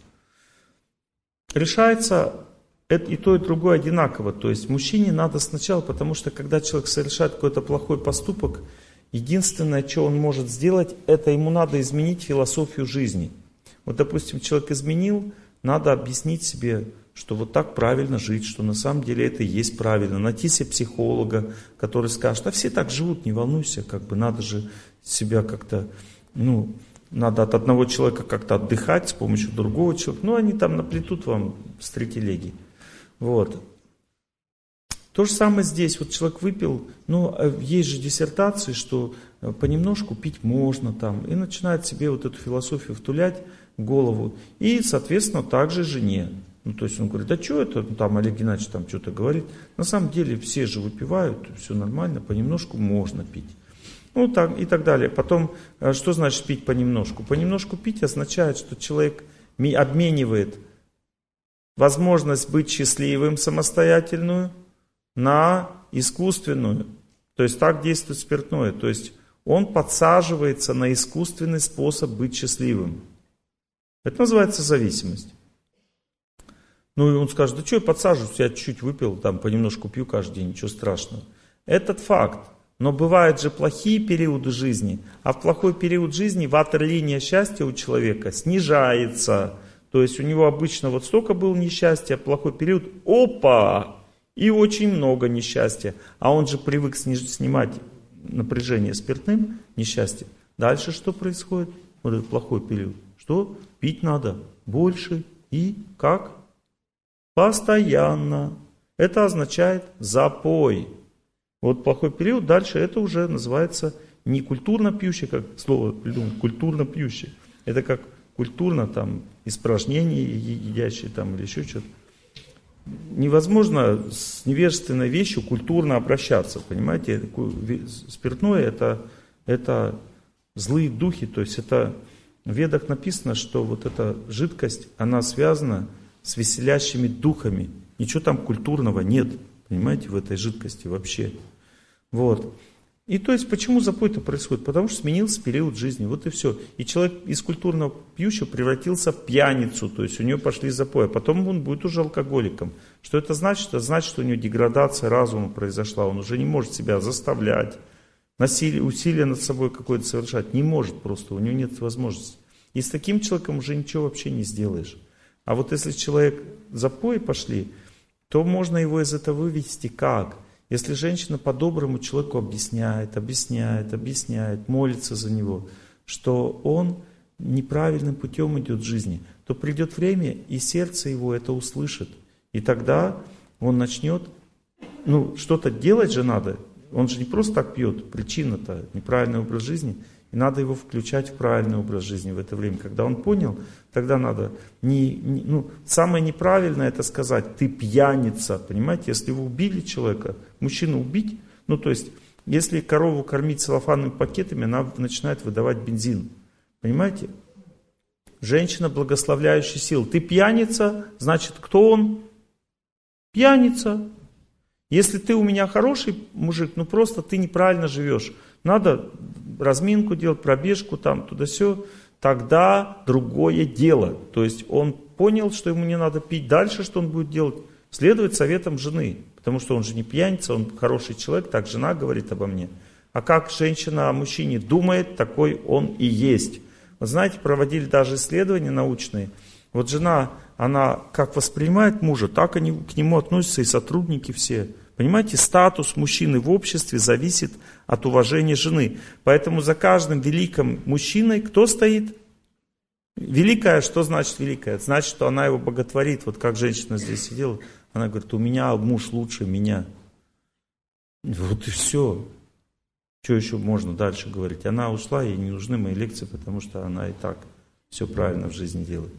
Решается и то, и другое одинаково. То есть мужчине надо сначала, потому что когда человек совершает какой-то плохой поступок, единственное, что он может сделать, это ему надо изменить философию жизни. Вот, допустим, человек изменил, надо объяснить себе, что вот так правильно жить, что на самом деле это и есть правильно. Найти себе психолога, который скажет, а все так живут, не волнуйся, надо же себя как-то, надо от одного человека как-то отдыхать с помощью другого человека. Они там наплетут вам стратегии. Вот. То же самое здесь. Вот человек выпил, есть же диссертации, что понемножку пить можно там, и начинает себе вот эту философию втулять в голову. И, соответственно, также жене. То есть он говорит, да что это, Олег Геннадьевич там что-то говорит. На самом деле все же выпивают, все нормально, понемножку можно пить. И так далее. Потом, что значит пить понемножку? Понемножку пить означает, что человек обменивает возможность быть счастливым самостоятельную на искусственную. То есть так действует спиртное. То есть он подсаживается на искусственный способ быть счастливым. Это называется зависимость. И он скажет, да что я подсаживаюсь, я чуть-чуть выпил, понемножку пью каждый день, ничего страшного. Этот факт Но бывают же плохие периоды жизни, а в плохой период жизни ватерлиния счастья у человека снижается. То есть у него обычно вот столько было несчастья, а плохой период, опа, и очень много несчастья. А он же привык снимать напряжение спиртным, несчастье. Дальше что происходит? Вот этот плохой период. Что? Пить надо больше и как? Постоянно. Это означает запой. Вот плохой период, дальше это уже называется не культурно пьющий, как слово придумал, культурно пьющий. Это как культурно там испражнения едящие там или еще что-то. Невозможно с невежественной вещью культурно обращаться, понимаете? Спиртное это злые духи, то есть это в Ведах написано, что вот эта жидкость, она связана с веселящими духами. Ничего там культурного нет, понимаете, в этой жидкости вообще. Вот. И то есть почему запой-то происходит? Потому что сменился период жизни, вот и все. И человек из культурного пьющего превратился в пьяницу, то есть у него пошли запои, а потом он будет уже алкоголиком. Что это значит? Это значит, что у него деградация разума произошла, он уже не может себя заставлять, усилие над собой какое-то совершать, не может просто, у него нет возможности. И с таким человеком уже ничего вообще не сделаешь. А вот если человек запои пошли, то можно его из этого вывести как? Если женщина по-доброму человеку объясняет, молится за него, что он неправильным путем идет в жизни, то придет время, и сердце его это услышит. И тогда он начнет, что-то делать же надо. Он же не просто так пьет, причина-то неправильный образ жизни. И надо его включать в правильный образ жизни в это время. Когда он понял, тогда надо самое неправильное это сказать: ты пьяница, понимаете? Если вы убили человека, мужчину убить, то есть, если корову кормить целлофанными пакетами, она начинает выдавать бензин, понимаете? Женщина, благословляющая силу. Ты пьяница, значит, кто он? Пьяница. Если ты у меня хороший мужик, просто ты неправильно живешь. Надо разминку делать, пробежку там, туда-сё, тогда другое дело. То есть он понял, что ему не надо пить. Дальше что он будет делать? Следовать советам жены. Потому что он же не пьяница, он хороший человек, так жена говорит обо мне. А как женщина о мужчине думает, такой он и есть. Вы знаете, проводили даже исследования научные. Вот жена, она как воспринимает мужа, так они к нему относятся и сотрудники все. Понимаете, статус мужчины в обществе зависит от уважения жены. Поэтому за каждым великим мужчиной кто стоит? Великая, что значит великая? Значит, что она его боготворит. Вот как женщина здесь сидела, она говорит: у меня муж лучше меня. Вот и все. Что еще можно дальше говорить? Она ушла, ей не нужны мои лекции, потому что она и так все правильно в жизни делает.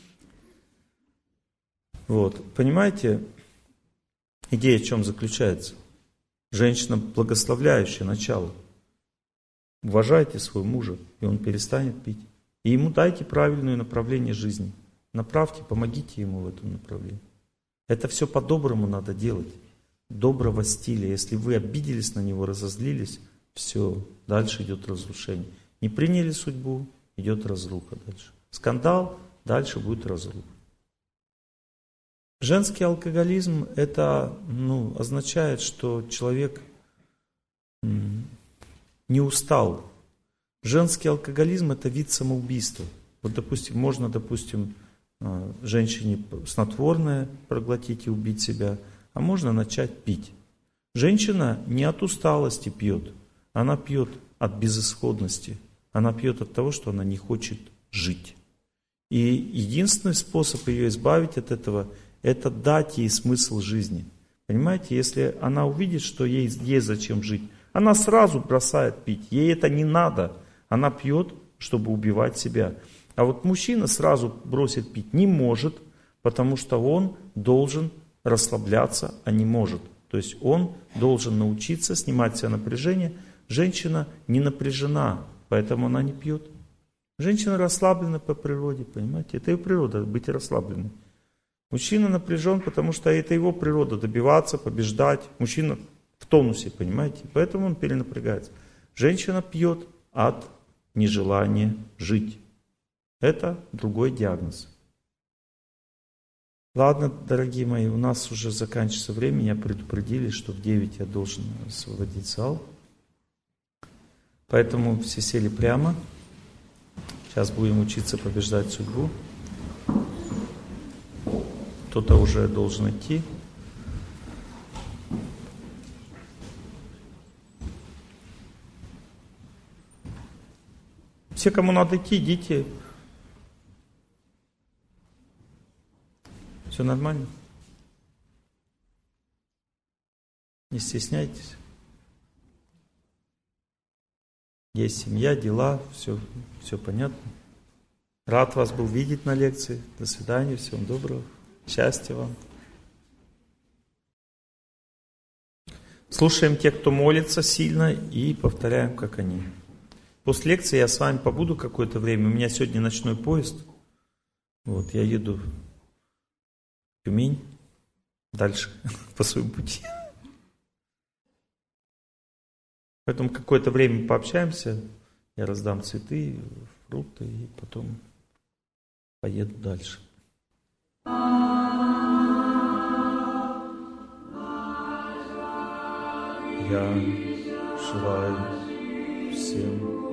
Вот, понимаете? Идея в чем заключается? Женщина, благословляющая начало. Уважайте своего мужа, и он перестанет пить. И ему дайте правильное направление жизни. Направьте, помогите ему в этом направлении. Это все по-доброму надо делать. Доброго стиля. Если вы обиделись на него, разозлились, все, дальше идет разрушение. Не приняли судьбу, идет разруха дальше. Скандал, дальше будет разруха. Женский алкоголизм это означает, что человек не устал. Женский алкоголизм это вид самоубийства. Вот, можно, женщине снотворное проглотить и убить себя, а можно начать пить. Женщина не от усталости пьет, она пьет от безысходности. Она пьет от того, что она не хочет жить. И единственный способ ее избавить от этого – это дать ей смысл жизни. Понимаете, если она увидит, что ей зачем жить, она сразу бросает пить. Ей это не надо. Она пьет, чтобы убивать себя. А вот мужчина сразу бросит пить не может, потому что он должен расслабляться, а не может. То есть он должен научиться снимать с себя напряжение. Женщина не напряжена, поэтому она не пьет. Женщина расслаблена по природе, понимаете? Это ее природа, быть расслабленной. Мужчина напряжен, потому что это его природа, добиваться, побеждать. Мужчина в тонусе, понимаете? Поэтому он перенапрягается. Женщина пьет от нежелания жить. Это другой диагноз. Ладно, дорогие мои, у нас уже заканчивается время. Меня предупредили, что в 9 я должен освободить зал. Поэтому все сели прямо. Сейчас будем учиться побеждать судьбу. Кто-то уже должен идти. Все, кому надо идти, идите. Все нормально? Не стесняйтесь. Есть семья, дела, все понятно. Рад вас был видеть на лекции. До свидания, всего доброго. Счастья вам. Слушаем тех, кто молится сильно, и повторяем, как они. После лекции я с вами побуду какое-то время. У меня сегодня ночной поезд. Вот, я еду в Тюмень. Дальше по своему пути. Поэтому какое-то время пообщаемся. Я раздам цветы, фрукты, и потом поеду дальше. Я желаю всем